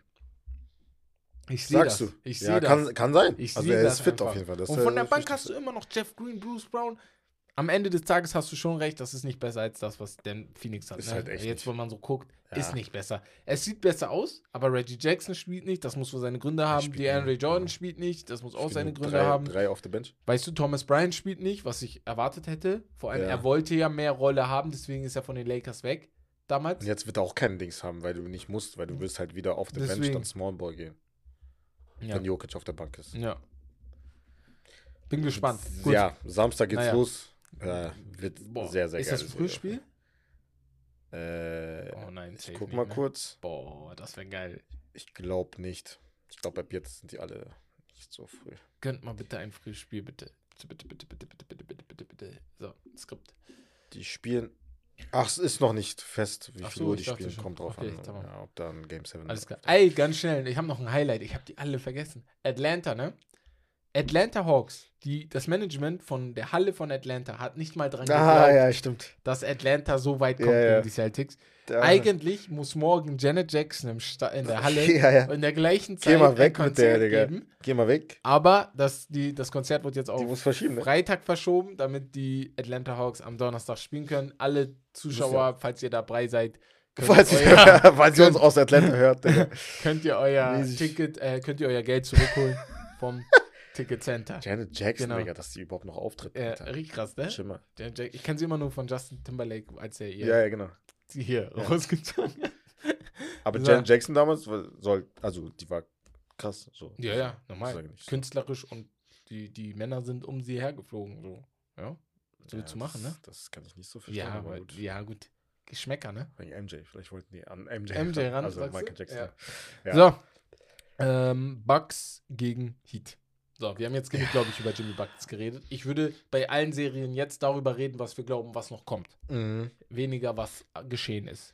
Speaker 2: Ich sehe das.
Speaker 3: Sagst du?
Speaker 2: Ich
Speaker 3: ja,
Speaker 2: sehe
Speaker 3: kann,
Speaker 2: das.
Speaker 3: kann sein.
Speaker 2: Ich
Speaker 3: also
Speaker 2: sehe
Speaker 3: er
Speaker 2: das
Speaker 3: ist fit
Speaker 2: einfach.
Speaker 3: auf jeden Fall. Das
Speaker 2: Und
Speaker 3: ist
Speaker 2: von der
Speaker 3: das
Speaker 2: Bank
Speaker 3: Wichtigste.
Speaker 2: hast du immer noch Jeff Green, Bruce Brown. Am Ende des Tages hast du schon recht, das ist nicht besser als das, was Dan Phoenix hat.
Speaker 3: Ist
Speaker 2: ne?
Speaker 3: halt echt
Speaker 2: Jetzt,
Speaker 3: nicht.
Speaker 2: wenn man so guckt,
Speaker 3: Ja.
Speaker 2: ist nicht besser. Es sieht besser aus, aber Reggie Jackson spielt nicht, das muss wohl seine Gründe haben.
Speaker 3: spielt
Speaker 2: DeAndre
Speaker 3: nicht,
Speaker 2: Jordan
Speaker 3: ja.
Speaker 2: spielt nicht, das muss auch
Speaker 3: Spielen
Speaker 2: seine
Speaker 3: nur
Speaker 2: Gründe
Speaker 3: drei,
Speaker 2: haben.
Speaker 3: Drei auf der Bench.
Speaker 2: Weißt du, Thomas Bryant spielt nicht, was ich erwartet hätte. Vor allem,
Speaker 3: Ja.
Speaker 2: er wollte ja mehr Rolle haben, deswegen ist er von den Lakers weg damals.
Speaker 3: Und jetzt wird er auch keinen Dings haben, weil du nicht musst, weil du willst halt wieder auf der Bench
Speaker 2: Deswegen.
Speaker 3: dann Small Ball gehen,
Speaker 2: Ja.
Speaker 3: wenn Jokic auf der Bank ist.
Speaker 2: ja. Bin gespannt. Gut.
Speaker 3: Ja, Samstag geht's
Speaker 2: Naja.
Speaker 3: los. Äh, wird
Speaker 2: Boah,
Speaker 3: sehr, sehr
Speaker 2: ist
Speaker 3: geil.
Speaker 2: das ein Frühspiel?
Speaker 3: Äh,
Speaker 2: Oh nein,
Speaker 3: ich
Speaker 2: safe
Speaker 3: guck
Speaker 2: nicht,
Speaker 3: mal
Speaker 2: ne?
Speaker 3: kurz.
Speaker 2: Boah, das wäre geil.
Speaker 3: Ich glaube nicht. Ich glaube, ab jetzt sind die alle nicht so früh.
Speaker 2: Könnt mal bitte ein frühes Spiel, bitte. Bitte, bitte, bitte, bitte, bitte, bitte, bitte, bitte, bitte. So, Skript.
Speaker 3: Die spielen. Ach, es ist noch nicht fest, wie
Speaker 2: Ach
Speaker 3: viel
Speaker 2: so,
Speaker 3: Uhr
Speaker 2: ich
Speaker 3: die
Speaker 2: dachte
Speaker 3: spielen.
Speaker 2: schon.
Speaker 3: Kommt drauf
Speaker 2: Okay,
Speaker 3: an,
Speaker 2: tamam.
Speaker 3: ja, ob da ein Game sieben
Speaker 2: Alles klar.
Speaker 3: läuft.
Speaker 2: Ey, ganz schnell. Ich habe noch ein Highlight. Ich habe die alle vergessen. Atlanta, ne? Atlanta Hawks. Die, das Management von der Halle von Atlanta hat nicht mal dran geglaubt,
Speaker 3: Ah, ja, stimmt.
Speaker 2: dass Atlanta so weit kommt
Speaker 3: Ja, ja.
Speaker 2: gegen die Celtics.
Speaker 3: Da-
Speaker 2: Eigentlich muss morgen Janet Jackson im Sta in der Halle
Speaker 3: Ja, ja.
Speaker 2: in der gleichen Zeit
Speaker 3: Geh mal weg
Speaker 2: ein
Speaker 3: mit der,
Speaker 2: Konzert
Speaker 3: Digga.
Speaker 2: geben.
Speaker 3: Geh mal weg.
Speaker 2: Aber das, die, das Konzert wird jetzt
Speaker 3: Die
Speaker 2: auf
Speaker 3: muss verschieben, ne?
Speaker 2: Freitag verschoben, damit die Atlanta Hawks am Donnerstag spielen können. Alle Zuschauer, falls ihr dabei seid, könnt,
Speaker 3: Falls,
Speaker 2: euer,
Speaker 3: ihr, falls ihr uns aus Atlanta hört, Digga.
Speaker 2: könnt ihr euer
Speaker 3: Mäßig.
Speaker 2: Ticket, äh, könnt ihr euer Geld zurückholen vom Ticket Center.
Speaker 3: Janet Jackson,
Speaker 2: Genau.
Speaker 3: Digga, dass die überhaupt noch auftritt.
Speaker 2: Äh,
Speaker 3: Alter.
Speaker 2: richtig krass, ne?
Speaker 3: Schimmer.
Speaker 2: Janet Jack- Ich kenne sie immer nur von Justin Timberlake, als er ihr
Speaker 3: Ja, ja, genau.
Speaker 2: sie hier
Speaker 3: Ja.
Speaker 2: rausgezogen hat.
Speaker 3: Aber
Speaker 2: So.
Speaker 3: Janet Jackson damals war- soll, also die war krass. So.
Speaker 2: Ja, ja,
Speaker 3: Das
Speaker 2: normal.
Speaker 3: sag ich nicht so.
Speaker 2: Künstlerisch und die, die Männer sind um sie hergeflogen. So. Ja, so
Speaker 3: Ja,
Speaker 2: zu machen,
Speaker 3: das,
Speaker 2: ne?
Speaker 3: Das kann ich nicht so verstehen.
Speaker 2: Ja,
Speaker 3: aber
Speaker 2: aber,
Speaker 3: gut.
Speaker 2: ja, gut. Geschmäcker, ne?
Speaker 3: Wegen M J, vielleicht wollten die an M J,
Speaker 2: M J ran,
Speaker 3: also
Speaker 2: sagst du?
Speaker 3: Michael Jackson.
Speaker 2: Ja.
Speaker 3: Ja.
Speaker 2: So. Ähm, Bucks gegen Heat. So, wir haben jetzt genug, glaube ich, über Jimmy Buckets geredet. Ich würde bei allen Serien jetzt darüber reden, was wir glauben, was noch kommt.
Speaker 3: Mhm.
Speaker 2: Weniger, was geschehen ist.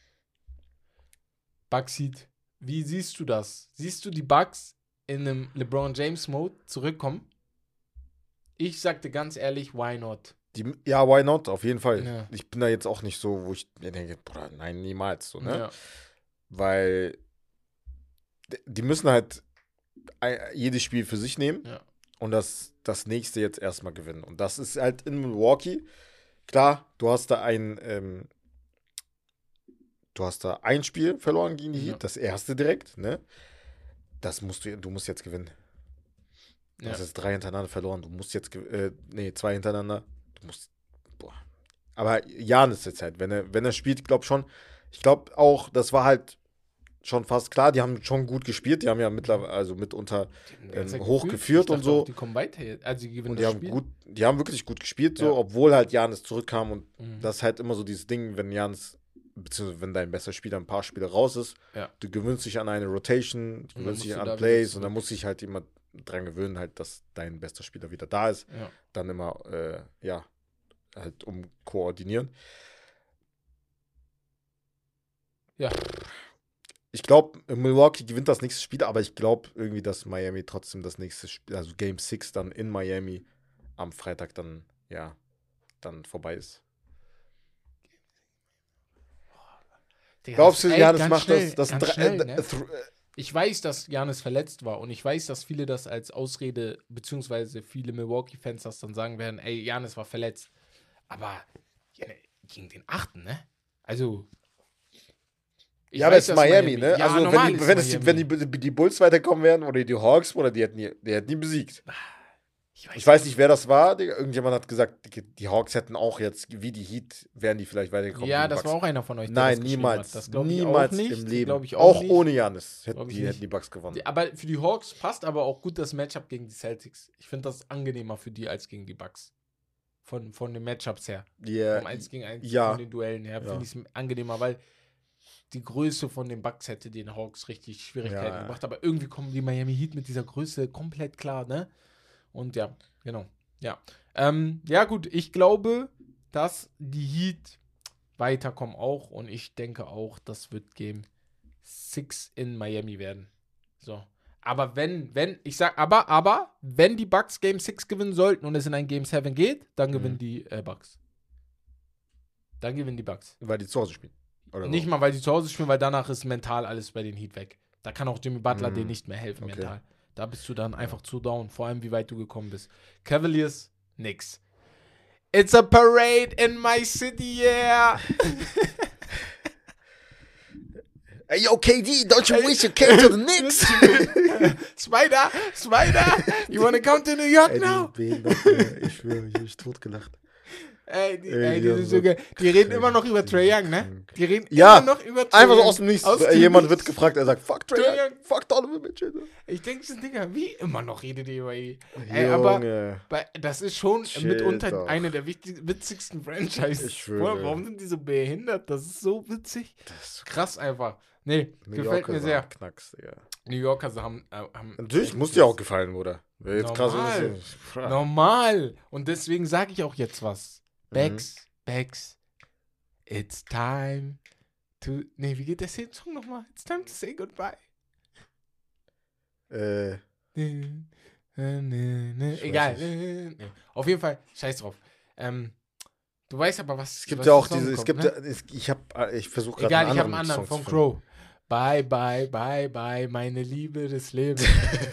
Speaker 2: Bucks Heat. Wie siehst du das? Siehst du die Bucks in einem LeBron James Mode zurückkommen? Ich sagte ganz ehrlich, why not?
Speaker 3: Die, ja, why not? Auf jeden Fall.
Speaker 2: Ja.
Speaker 3: Ich bin da jetzt auch nicht so, wo ich mir denke, Bruder, nein, niemals. So, ne?
Speaker 2: Ja.
Speaker 3: Weil d- die müssen halt ein- jedes Spiel für sich nehmen
Speaker 2: Ja.
Speaker 3: und das, das nächste jetzt erstmal gewinnen. Und das ist halt in Milwaukee. Klar, du hast da ein, ähm, du hast da ein Spiel verloren gegen die Heat,
Speaker 2: Ja.
Speaker 3: das erste direkt, ne? Das musst du, du musst jetzt gewinnen. Du
Speaker 2: Ja.
Speaker 3: hast jetzt drei hintereinander verloren, du musst jetzt, gew- äh, nee, zwei hintereinander, du musst, boah. Aber Jan ist jetzt halt, wenn er, wenn er spielt, glaub schon, ich glaube auch, das war halt schon fast klar, die haben schon gut gespielt, die haben ja mittlerweile, also mitunter
Speaker 2: Die haben die ganze
Speaker 3: ähm,
Speaker 2: Zeit
Speaker 3: hochgeführt
Speaker 2: gefühlt. Ich
Speaker 3: und so.
Speaker 2: dachte auch, Die kommen weiter jetzt. Also, die gewinnen
Speaker 3: und die
Speaker 2: das
Speaker 3: haben
Speaker 2: Spiel.
Speaker 3: gut, die haben wirklich gut gespielt, so,
Speaker 2: Ja.
Speaker 3: obwohl halt Janis zurückkam und
Speaker 2: Mhm.
Speaker 3: das ist halt immer so dieses Ding, wenn Janis, beziehungsweise wenn dein bester Spieler ein paar Spiele raus ist,
Speaker 2: Ja.
Speaker 3: du gewöhnst dich an eine Rotation, du
Speaker 2: dann
Speaker 3: gewöhnst
Speaker 2: musst
Speaker 3: dich
Speaker 2: du
Speaker 3: an
Speaker 2: da wieder
Speaker 3: Plays und
Speaker 2: zurück.
Speaker 3: dann muss sich halt jemand dran gewöhnen, halt, dass dein bester Spieler wieder da ist,
Speaker 2: Ja.
Speaker 3: dann immer, äh, ja, halt um koordinieren.
Speaker 2: Ja.
Speaker 3: Ich glaube, Milwaukee gewinnt das nächste Spiel, aber ich glaube irgendwie, dass Miami trotzdem das nächste Spiel, also Game sechs dann in Miami am Freitag dann, ja, dann vorbei ist.
Speaker 2: Digga,
Speaker 3: Glaubst du,
Speaker 2: ey,
Speaker 3: Janis
Speaker 2: ganz
Speaker 3: macht
Speaker 2: schnell,
Speaker 3: das? das
Speaker 2: ganz
Speaker 3: drei-
Speaker 2: schnell,
Speaker 3: äh,
Speaker 2: ne?
Speaker 3: th- äh,
Speaker 2: Ich weiß, dass Janis verletzt war und ich weiß, dass viele das als Ausrede, beziehungsweise viele Milwaukee-Fans das dann sagen werden, ey, Janis war verletzt. Aber ja, ne, gegen den Achten, ne? Also. ich
Speaker 3: ja, aber
Speaker 2: weiß,
Speaker 3: es ist
Speaker 2: dass
Speaker 3: Miami, ne?
Speaker 2: Ja,
Speaker 3: also,
Speaker 2: normal
Speaker 3: wenn, die,
Speaker 2: ist
Speaker 3: wenn, es die,
Speaker 2: Miami.
Speaker 3: wenn die, die, die Bulls weiterkommen wären oder die Hawks, oder die hätten die, die hätten die besiegt.
Speaker 2: Ich weiß,
Speaker 3: Ich weiß nicht, wer das war. Digga. Irgendjemand hat gesagt, die, die Hawks hätten auch jetzt, wie die Heat, wären die vielleicht weitergekommen.
Speaker 2: Ja,
Speaker 3: gegen die
Speaker 2: das war
Speaker 3: Bucks.
Speaker 2: auch einer von euch, der
Speaker 3: Nein,
Speaker 2: das geschrieben
Speaker 3: niemals.
Speaker 2: hat. Das glaube ich
Speaker 3: niemals
Speaker 2: auch nicht.
Speaker 3: im Leben.
Speaker 2: Glaub ich
Speaker 3: auch
Speaker 2: auch nicht.
Speaker 3: ohne Janis hätten
Speaker 2: Glaub ich
Speaker 3: die,
Speaker 2: nicht.
Speaker 3: hätten die Bucks gewonnen.
Speaker 2: Aber für die Hawks passt aber auch gut das Matchup gegen die Celtics. Ich finde das angenehmer für die als gegen die Bucks. Von, von den Matchups her.
Speaker 3: Yeah.
Speaker 2: Vom eins gegen eins,
Speaker 3: ja.
Speaker 2: von den Duellen her,
Speaker 3: Ja.
Speaker 2: finde ich es angenehmer, weil die Größe von den Bucks hätte den Hawks richtig Schwierigkeiten
Speaker 3: Ja.
Speaker 2: gemacht. Aber irgendwie kommen die Miami Heat mit dieser Größe komplett klar, ne? Und ja, genau. Ja. Ähm, ja, gut, ich glaube, dass die Heat weiterkommen auch und ich denke auch, das wird Game sechs in Miami werden. So. Aber wenn, wenn, ich sag, aber, aber, wenn die Bucks Game sechs gewinnen sollten und es in ein Game sieben geht, dann gewinnen
Speaker 3: Mhm.
Speaker 2: die äh, Bucks. Dann gewinnen die Bucks.
Speaker 3: Weil die zu Hause spielen. Oder
Speaker 2: Nicht
Speaker 3: so.
Speaker 2: mal, weil sie zu Hause spielen, weil danach ist mental alles bei den Heat weg. Da kann auch Jimmy Butler
Speaker 3: Mhm.
Speaker 2: denen nicht mehr helfen,
Speaker 3: Okay.
Speaker 2: mental. Da bist du dann einfach zu down, vor allem wie weit du gekommen bist. Cavaliers, nix. It's a parade in my city, yeah.
Speaker 3: Hey, yo, K D, don't you wish you came to the Knicks?
Speaker 2: Spider, Spider, you wanna come to New York
Speaker 3: Ey,
Speaker 2: now?
Speaker 3: du behindert, Digga. Ich schwöre, ich hab mich totgelacht.
Speaker 2: Ey, die,
Speaker 3: Ey,
Speaker 2: ey,
Speaker 3: die
Speaker 2: die
Speaker 3: haben
Speaker 2: sind
Speaker 3: so
Speaker 2: so geil. Die reden immer noch über
Speaker 3: krank.
Speaker 2: Trae Young, ne? Die reden
Speaker 3: Ja,
Speaker 2: immer noch über Trae
Speaker 3: Einfach so
Speaker 2: Young.
Speaker 3: aus dem Nichts.
Speaker 2: Aus
Speaker 3: Äh,
Speaker 2: dem
Speaker 3: Jemand
Speaker 2: Nichts.
Speaker 3: wird gefragt, er sagt, fuck Trae
Speaker 2: Trae
Speaker 3: Young,
Speaker 2: Young.
Speaker 3: fuck Donovan Mitchell.
Speaker 2: Ich denke, Digga, wie immer noch redet ihr über ihn. Ey, aber
Speaker 3: Junge.
Speaker 2: bei, das ist schon
Speaker 3: Chill
Speaker 2: mitunter
Speaker 3: doch.
Speaker 2: eine der wichtig, witzigsten Franchises.
Speaker 3: Ich schwöre.
Speaker 2: Boah, warum sind die so behindert? Das ist so witzig.
Speaker 3: Das ist
Speaker 2: Krass einfach. Nee,
Speaker 3: New
Speaker 2: gefällt
Speaker 3: Yorker
Speaker 2: mir
Speaker 3: sind
Speaker 2: sehr.
Speaker 3: Knacks, Digga.
Speaker 2: New Yorker sie haben, äh, haben
Speaker 3: Natürlich,
Speaker 2: echt
Speaker 3: muss
Speaker 2: das-
Speaker 3: dir auch gefallen, Bruder. Wäre jetzt krass,
Speaker 2: Normal.
Speaker 3: wenn es so-
Speaker 2: Normal. Und deswegen sage ich auch jetzt was.
Speaker 3: Mhm.
Speaker 2: Bex, Bex, it's time to. Nee, wie geht der Song nochmal? It's time to say goodbye.
Speaker 3: Äh,
Speaker 2: Egal.
Speaker 3: weiß
Speaker 2: Nee. Auf jeden Fall, scheiß drauf. Ähm, du weißt aber, was.
Speaker 3: es gibt
Speaker 2: was
Speaker 3: ja
Speaker 2: der
Speaker 3: auch
Speaker 2: Song
Speaker 3: diese, es
Speaker 2: kommt,
Speaker 3: gibt
Speaker 2: ne?
Speaker 3: ja, es, ich hab, ich versuche gerade
Speaker 2: Egal, ich habe einen anderen
Speaker 3: Song
Speaker 2: von
Speaker 3: zu
Speaker 2: Crow. Bye, bye, bye, bye, meine Liebe des Lebens.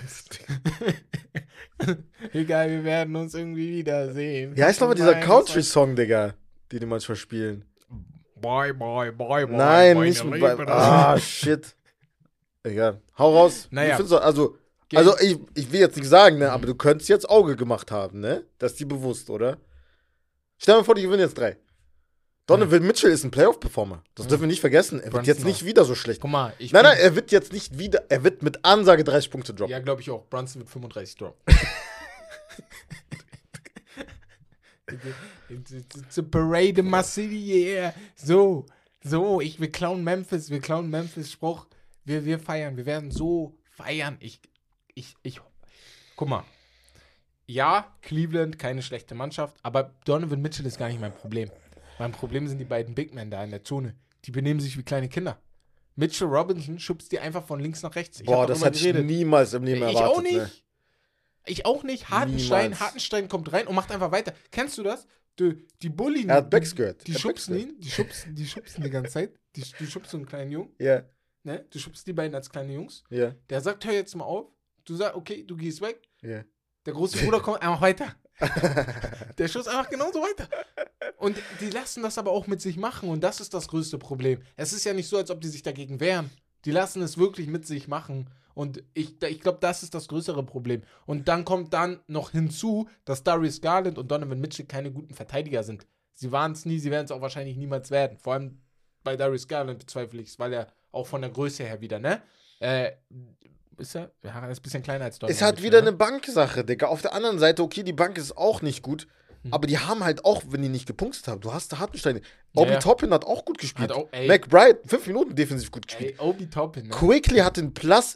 Speaker 2: Egal, wir werden uns irgendwie wiedersehen.
Speaker 3: Wie heißt nochmal dieser
Speaker 2: Nein,
Speaker 3: Country-Song, Digga, den die manchmal spielen?
Speaker 2: Bye, bye, bye, bye.
Speaker 3: Nein,
Speaker 2: meine
Speaker 3: nicht mit
Speaker 2: Liebe
Speaker 3: bei,
Speaker 2: des
Speaker 3: ah, shit. Egal. Hau raus.
Speaker 2: Naja.
Speaker 3: Ich find's doch- also,
Speaker 2: Geh-
Speaker 3: also ich, ich will jetzt nicht sagen, ne, aber du könntest jetzt Auge gemacht haben, ne? Das ist dir bewusst, oder? Stell dir mal vor, die gewinnen jetzt drei. Donovan Mitchell ist ein Playoff-Performer. Das dürfen wir nicht vergessen. Er wird
Speaker 2: Brunson
Speaker 3: jetzt nicht
Speaker 2: auch.
Speaker 3: wieder so schlecht.
Speaker 2: Guck mal, ich
Speaker 3: Nein,
Speaker 2: bin-
Speaker 3: nein, er wird jetzt nicht wieder, er wird mit Ansage dreißig Punkte droppen.
Speaker 2: Ja, glaube ich auch. Brunson mit fünfunddreißig Drop. It's, it's, it's a parade in my city, yeah. So, so, ich, wir klauen Memphis, wir klauen Memphis Spruch. Wir, wir feiern, wir werden so feiern. Ich, ich, ich, guck mal. Ja, Cleveland, keine schlechte Mannschaft, aber Donovan Mitchell ist gar nicht mein Problem. Mein Problem sind die beiden Big Men da in der Zone. Die benehmen sich wie kleine Kinder. Mitchell Robinson schubst die einfach von links nach rechts. Ich
Speaker 3: Boah,
Speaker 2: hab
Speaker 3: das
Speaker 2: darüber
Speaker 3: hätte ich
Speaker 2: geredet.
Speaker 3: niemals im Leben
Speaker 2: Ich
Speaker 3: erwartet.
Speaker 2: auch nicht.
Speaker 3: Ne?
Speaker 2: Ich auch nicht. Hartenstein,
Speaker 3: Niemals.
Speaker 2: Hartenstein kommt rein und macht einfach weiter. Kennst du das? Die, die Bullen.
Speaker 3: Er hat Backs gehört.
Speaker 2: Die
Speaker 3: Er hat
Speaker 2: schubsen
Speaker 3: Backs
Speaker 2: ihn, die schubsen, die schubsen die ganze Zeit. Die, die schubsen so einen kleinen Jungen.
Speaker 3: Ja,
Speaker 2: Ne? Du schubst die beiden als kleine Jungs.
Speaker 3: ja,
Speaker 2: Der sagt, hör jetzt mal auf. Du sagst, okay, du gehst weg.
Speaker 3: ja.
Speaker 2: Der große Bruder kommt einfach weiter. Der schuss einfach genauso weiter. Und die lassen das aber auch mit sich machen. Und das ist das größte Problem. Es ist ja nicht so, als ob die sich dagegen wehren. Die lassen es wirklich mit sich machen. Und ich, ich glaube, das ist das größere Problem. Und dann kommt dann noch hinzu, dass Darius Garland und Donovan Mitchell keine guten Verteidiger sind. Sie waren es nie, sie werden es auch wahrscheinlich niemals werden. Vor allem bei Darius Garland bezweifle ich es, weil er auch von der Größe her wieder, ne? Äh, ist er? Ja, er ist ein bisschen kleiner als Donovan
Speaker 3: Ist halt
Speaker 2: Mitchell,
Speaker 3: wieder
Speaker 2: ne?
Speaker 3: eine Banksache, Digga. Auf der anderen Seite, okay, die Bank ist auch nicht gut.
Speaker 2: Hm.
Speaker 3: Aber die haben halt auch, wenn die nicht gepunktet haben, du hast da Hartenstein.
Speaker 2: Ja,
Speaker 3: Obi
Speaker 2: ja.
Speaker 3: Toppin hat auch gut gespielt.
Speaker 2: Hat auch- ey.
Speaker 3: McBride, fünf Minuten defensiv gut gespielt.
Speaker 2: Ey, Obi Toppin, ne?
Speaker 3: Quickly hat den Plus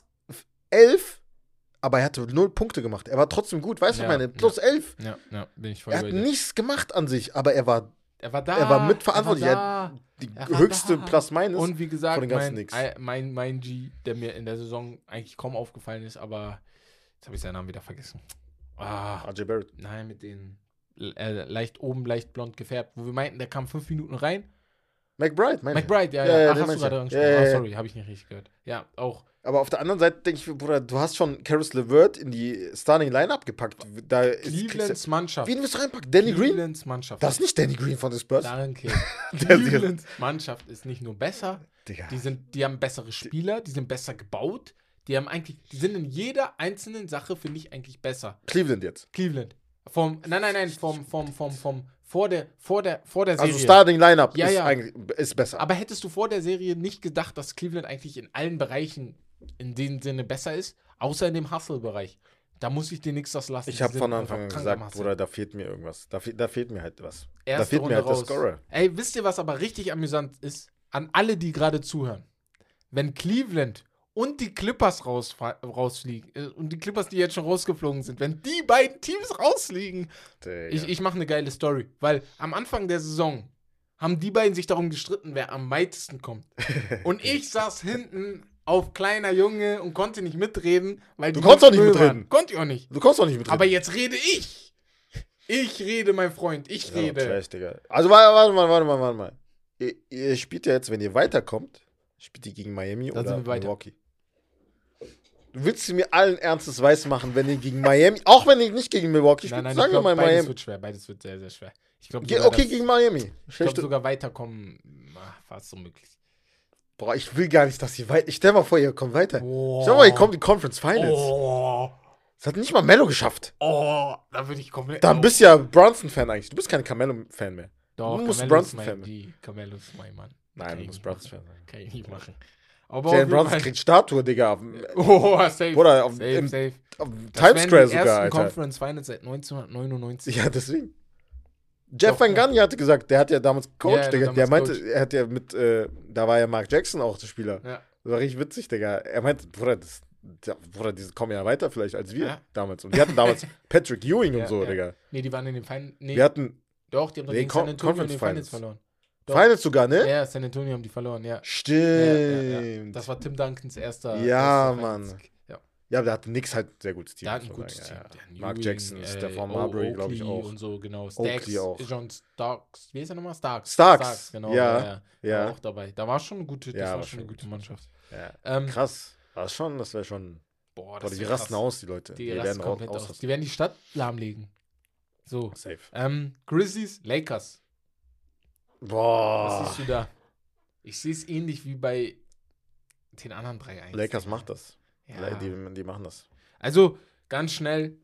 Speaker 3: elf, aber er hatte null Punkte gemacht. Er war trotzdem gut, weißt du,
Speaker 2: Ja,
Speaker 3: was ich meine?
Speaker 2: ja.
Speaker 3: Plus elf.
Speaker 2: Ja, ja, bin ich voll
Speaker 3: Er
Speaker 2: bei
Speaker 3: hat
Speaker 2: dir.
Speaker 3: nichts gemacht an sich, aber er war
Speaker 2: Er war da.
Speaker 3: er war mitverantwortlich.
Speaker 2: Er
Speaker 3: Er
Speaker 2: war
Speaker 3: hat die
Speaker 2: Er war
Speaker 3: höchste
Speaker 2: da.
Speaker 3: Plus-Minus.
Speaker 2: Und wie gesagt,
Speaker 3: von den ganzen
Speaker 2: mein,
Speaker 3: Knicks.
Speaker 2: I- mein, mein G, der mir in der Saison eigentlich kaum aufgefallen ist, aber jetzt habe ich seinen Namen wieder vergessen. Ah,
Speaker 3: R J Barrett.
Speaker 2: nein, mit den äh, leicht oben, leicht blond gefärbt, wo wir meinten, der kam fünf Minuten rein.
Speaker 3: McBride, meine ich.
Speaker 2: McBride, ja,
Speaker 3: Ja,
Speaker 2: ja.
Speaker 3: ja,
Speaker 2: Ach,
Speaker 3: den
Speaker 2: hast du
Speaker 3: meinst
Speaker 2: gerade
Speaker 3: du.
Speaker 2: angesprochen?
Speaker 3: Ja, ja,
Speaker 2: Ah,
Speaker 3: ja.
Speaker 2: sorry, habe ich nicht richtig gehört. Ja, auch.
Speaker 3: Aber auf der anderen Seite denke ich, Bruder, du hast schon Karis LeVert in die Starting Lineup gepackt. Da ist,
Speaker 2: Clevelands Mannschaft.
Speaker 3: wen willst du reinpacken? Danny Green?
Speaker 2: Clevelands Mannschaft.
Speaker 3: Das ist nicht Danny Green von den Spurs.
Speaker 2: Danke.
Speaker 3: Der-
Speaker 2: Clevelands Mannschaft ist nicht nur besser,
Speaker 3: Digga.
Speaker 2: die, sind, die haben bessere Spieler, die sind besser gebaut, die haben eigentlich, die sind in jeder einzelnen Sache, finde ich, eigentlich besser.
Speaker 3: Cleveland jetzt.
Speaker 2: Cleveland. Vom, nein, nein, nein, vom, vom, vom, vom, vor der, vor der, vor der Serie.
Speaker 3: Also Starting Lineup
Speaker 2: Ja,
Speaker 3: ist
Speaker 2: ja.
Speaker 3: eigentlich ist besser.
Speaker 2: Aber hättest du vor der Serie nicht gedacht, dass Cleveland eigentlich in allen Bereichen in dem Sinne besser ist, außer in dem Hustle-Bereich? Da muss ich dir nichts das lassen.
Speaker 3: ich
Speaker 2: Die
Speaker 3: habe
Speaker 2: sind
Speaker 3: von
Speaker 2: einfach
Speaker 3: Anfang an
Speaker 2: krank
Speaker 3: gesagt,
Speaker 2: am Hustle.
Speaker 3: Bruder, da fehlt mir irgendwas. Da, fe da fehlt mir halt was. da
Speaker 2: Erste
Speaker 3: fehlt
Speaker 2: Runde
Speaker 3: mir halt
Speaker 2: raus.
Speaker 3: der Scorer.
Speaker 2: Ey, wisst ihr, was aber richtig amüsant ist? An alle, die gerade zuhören. Wenn Cleveland und die Clippers rausfa- rausfliegen, äh, und die Clippers, die jetzt schon rausgeflogen sind, wenn die beiden Teams rausfliegen,
Speaker 3: Digga.
Speaker 2: ich, ich mache eine geile Story. Weil am Anfang der Saison haben die beiden sich darum gestritten, wer am weitesten kommt. Und ich saß hinten auf kleiner Junge und konnte nicht mitreden, weil
Speaker 3: Du
Speaker 2: die
Speaker 3: konntest auch nicht
Speaker 2: Müll
Speaker 3: mitreden.
Speaker 2: waren. Konnte ich auch nicht.
Speaker 3: Du kommst doch nicht mit
Speaker 2: Aber jetzt rede ich. Ich rede, mein Freund. Ich
Speaker 3: Ja,
Speaker 2: rede.
Speaker 3: Trash, Digga. Also warte, warte mal, warte mal, warte mal. Ihr, ihr spielt ja jetzt, wenn ihr weiterkommt, spielt ihr gegen Miami
Speaker 2: Dann
Speaker 3: oder
Speaker 2: sind wir weiter.
Speaker 3: Milwaukee. Du willst mir allen Ernstes weiß machen, wenn ihr gegen Miami, auch wenn ihr nicht gegen Milwaukee spielt,
Speaker 2: Nein, nein, ich
Speaker 3: sagen wir
Speaker 2: glaub,
Speaker 3: mal
Speaker 2: beides
Speaker 3: Miami.
Speaker 2: wird schwer. Beides wird sehr, sehr schwer. Ich glaube,
Speaker 3: Ge
Speaker 2: sogar,
Speaker 3: okay,
Speaker 2: dass-
Speaker 3: gegen Miami.
Speaker 2: ich glaube
Speaker 3: Schlechte,
Speaker 2: sogar weiterkommen, ach, fast unmöglich.
Speaker 3: Boah, ich will gar nicht, dass ihr weiter. Ich stell mal vor, ihr kommt weiter.
Speaker 2: Oh.
Speaker 3: Stell mal, ihr kommt in die Conference Finals.
Speaker 2: Oh.
Speaker 3: Das hat nicht mal Melo geschafft.
Speaker 2: Oh, da würde ich komplett.
Speaker 3: Da bist du ja Brunson-Fan eigentlich. Du bist kein Carmelo-Fan mehr.
Speaker 2: Doch,
Speaker 3: du musst
Speaker 2: Carmelo ist
Speaker 3: Brunson-Fan
Speaker 2: mein, die Carmelo ist mein Mann.
Speaker 3: Nein,
Speaker 2: Kann
Speaker 3: du
Speaker 2: ich
Speaker 3: musst
Speaker 2: nicht
Speaker 3: Brunson-Fan
Speaker 2: machen.
Speaker 3: sein.
Speaker 2: Kann ich nicht machen. Aber
Speaker 3: Jalen
Speaker 2: auf jeden
Speaker 3: Brunson
Speaker 2: Fall-
Speaker 3: kriegt Statue, Digga.
Speaker 2: Oh, safe.
Speaker 3: Oder auf,
Speaker 2: safe,
Speaker 3: im,
Speaker 2: safe.
Speaker 3: auf
Speaker 2: Das
Speaker 3: Times
Speaker 2: wären
Speaker 3: Square
Speaker 2: die
Speaker 3: sogar,
Speaker 2: ersten
Speaker 3: Alter.
Speaker 2: Conference Finals seit neunzehnhundertneunundneunzig.
Speaker 3: Ja, deswegen. Jeff
Speaker 2: Doch,
Speaker 3: Van
Speaker 2: ja.
Speaker 3: Gundy hatte gesagt, der hat ja damals Coach,
Speaker 2: Ja, der
Speaker 3: Digga.
Speaker 2: damals
Speaker 3: Der meinte,
Speaker 2: Coach.
Speaker 3: er hat ja mit, äh, da war ja Mark Jackson auch der Spieler.
Speaker 2: Ja.
Speaker 3: Das war richtig witzig, Digga. Er meinte, Bruder, das, der, Bruder, die kommen ja weiter vielleicht als wir
Speaker 2: Ja.
Speaker 3: damals. Und wir hatten damals Patrick Ewing und
Speaker 2: Ja,
Speaker 3: so,
Speaker 2: ja.
Speaker 3: Digga.
Speaker 2: Nee, die waren in den Finals. Nee,
Speaker 3: Wir hatten
Speaker 2: doch, die haben doch
Speaker 3: Nee,
Speaker 2: gegen
Speaker 3: Con-
Speaker 2: San Antonio in den
Speaker 3: Conference
Speaker 2: Finals
Speaker 3: Finals.
Speaker 2: verloren. Doch.
Speaker 3: Finals sogar, ne?
Speaker 2: Ja, San Antonio haben die verloren, ja.
Speaker 3: Stimmt.
Speaker 2: Ja, ja, ja. Das war Tim Duncans erster.
Speaker 3: Ja,
Speaker 2: erster Finals.
Speaker 3: Mann.
Speaker 2: Ja.
Speaker 3: Ja, aber der hatte nix halt ein sehr gutes Team.
Speaker 2: Der hat ein
Speaker 3: muss man
Speaker 2: gutes
Speaker 3: sagen.
Speaker 2: Team.
Speaker 3: Ja, ja.
Speaker 2: Der hat
Speaker 3: Mark
Speaker 2: Ewing,
Speaker 3: Jackson,
Speaker 2: äh,
Speaker 3: Stephon
Speaker 2: O-
Speaker 3: Marbury, glaube ich,
Speaker 2: Oakley
Speaker 3: auch.
Speaker 2: Und so, genau.
Speaker 3: Oakley
Speaker 2: Stacks,
Speaker 3: auch.
Speaker 2: John Starks. Wie ist er nochmal? Starks.
Speaker 3: Starks,
Speaker 2: genau.
Speaker 3: ja,
Speaker 2: ja.
Speaker 3: ja.
Speaker 2: War auch dabei. Da war schon eine gute, das
Speaker 3: Ja,
Speaker 2: war
Speaker 3: war
Speaker 2: schon
Speaker 3: schon
Speaker 2: eine
Speaker 3: gut.
Speaker 2: gute Mannschaft.
Speaker 3: Ja.
Speaker 2: Ähm,
Speaker 3: Krass. War schon, das wäre schon.
Speaker 2: Boah,
Speaker 3: Boah,
Speaker 2: das
Speaker 3: die
Speaker 2: wär
Speaker 3: rasten
Speaker 2: krass.
Speaker 3: aus, die Leute.
Speaker 2: Die,
Speaker 3: Die
Speaker 2: rasten
Speaker 3: werden
Speaker 2: komplett aus.
Speaker 3: aus.
Speaker 2: Die werden die Stadt lahmlegen. So.
Speaker 3: Safe.
Speaker 2: Ähm, Grizzlies, Lakers. Was
Speaker 3: Boah.
Speaker 2: siehst du da? Ich sehe es ähnlich wie bei den anderen drei eigentlich.
Speaker 3: Lakers macht das.
Speaker 2: Ja.
Speaker 3: Die, die machen das.
Speaker 2: Also, ganz schnell.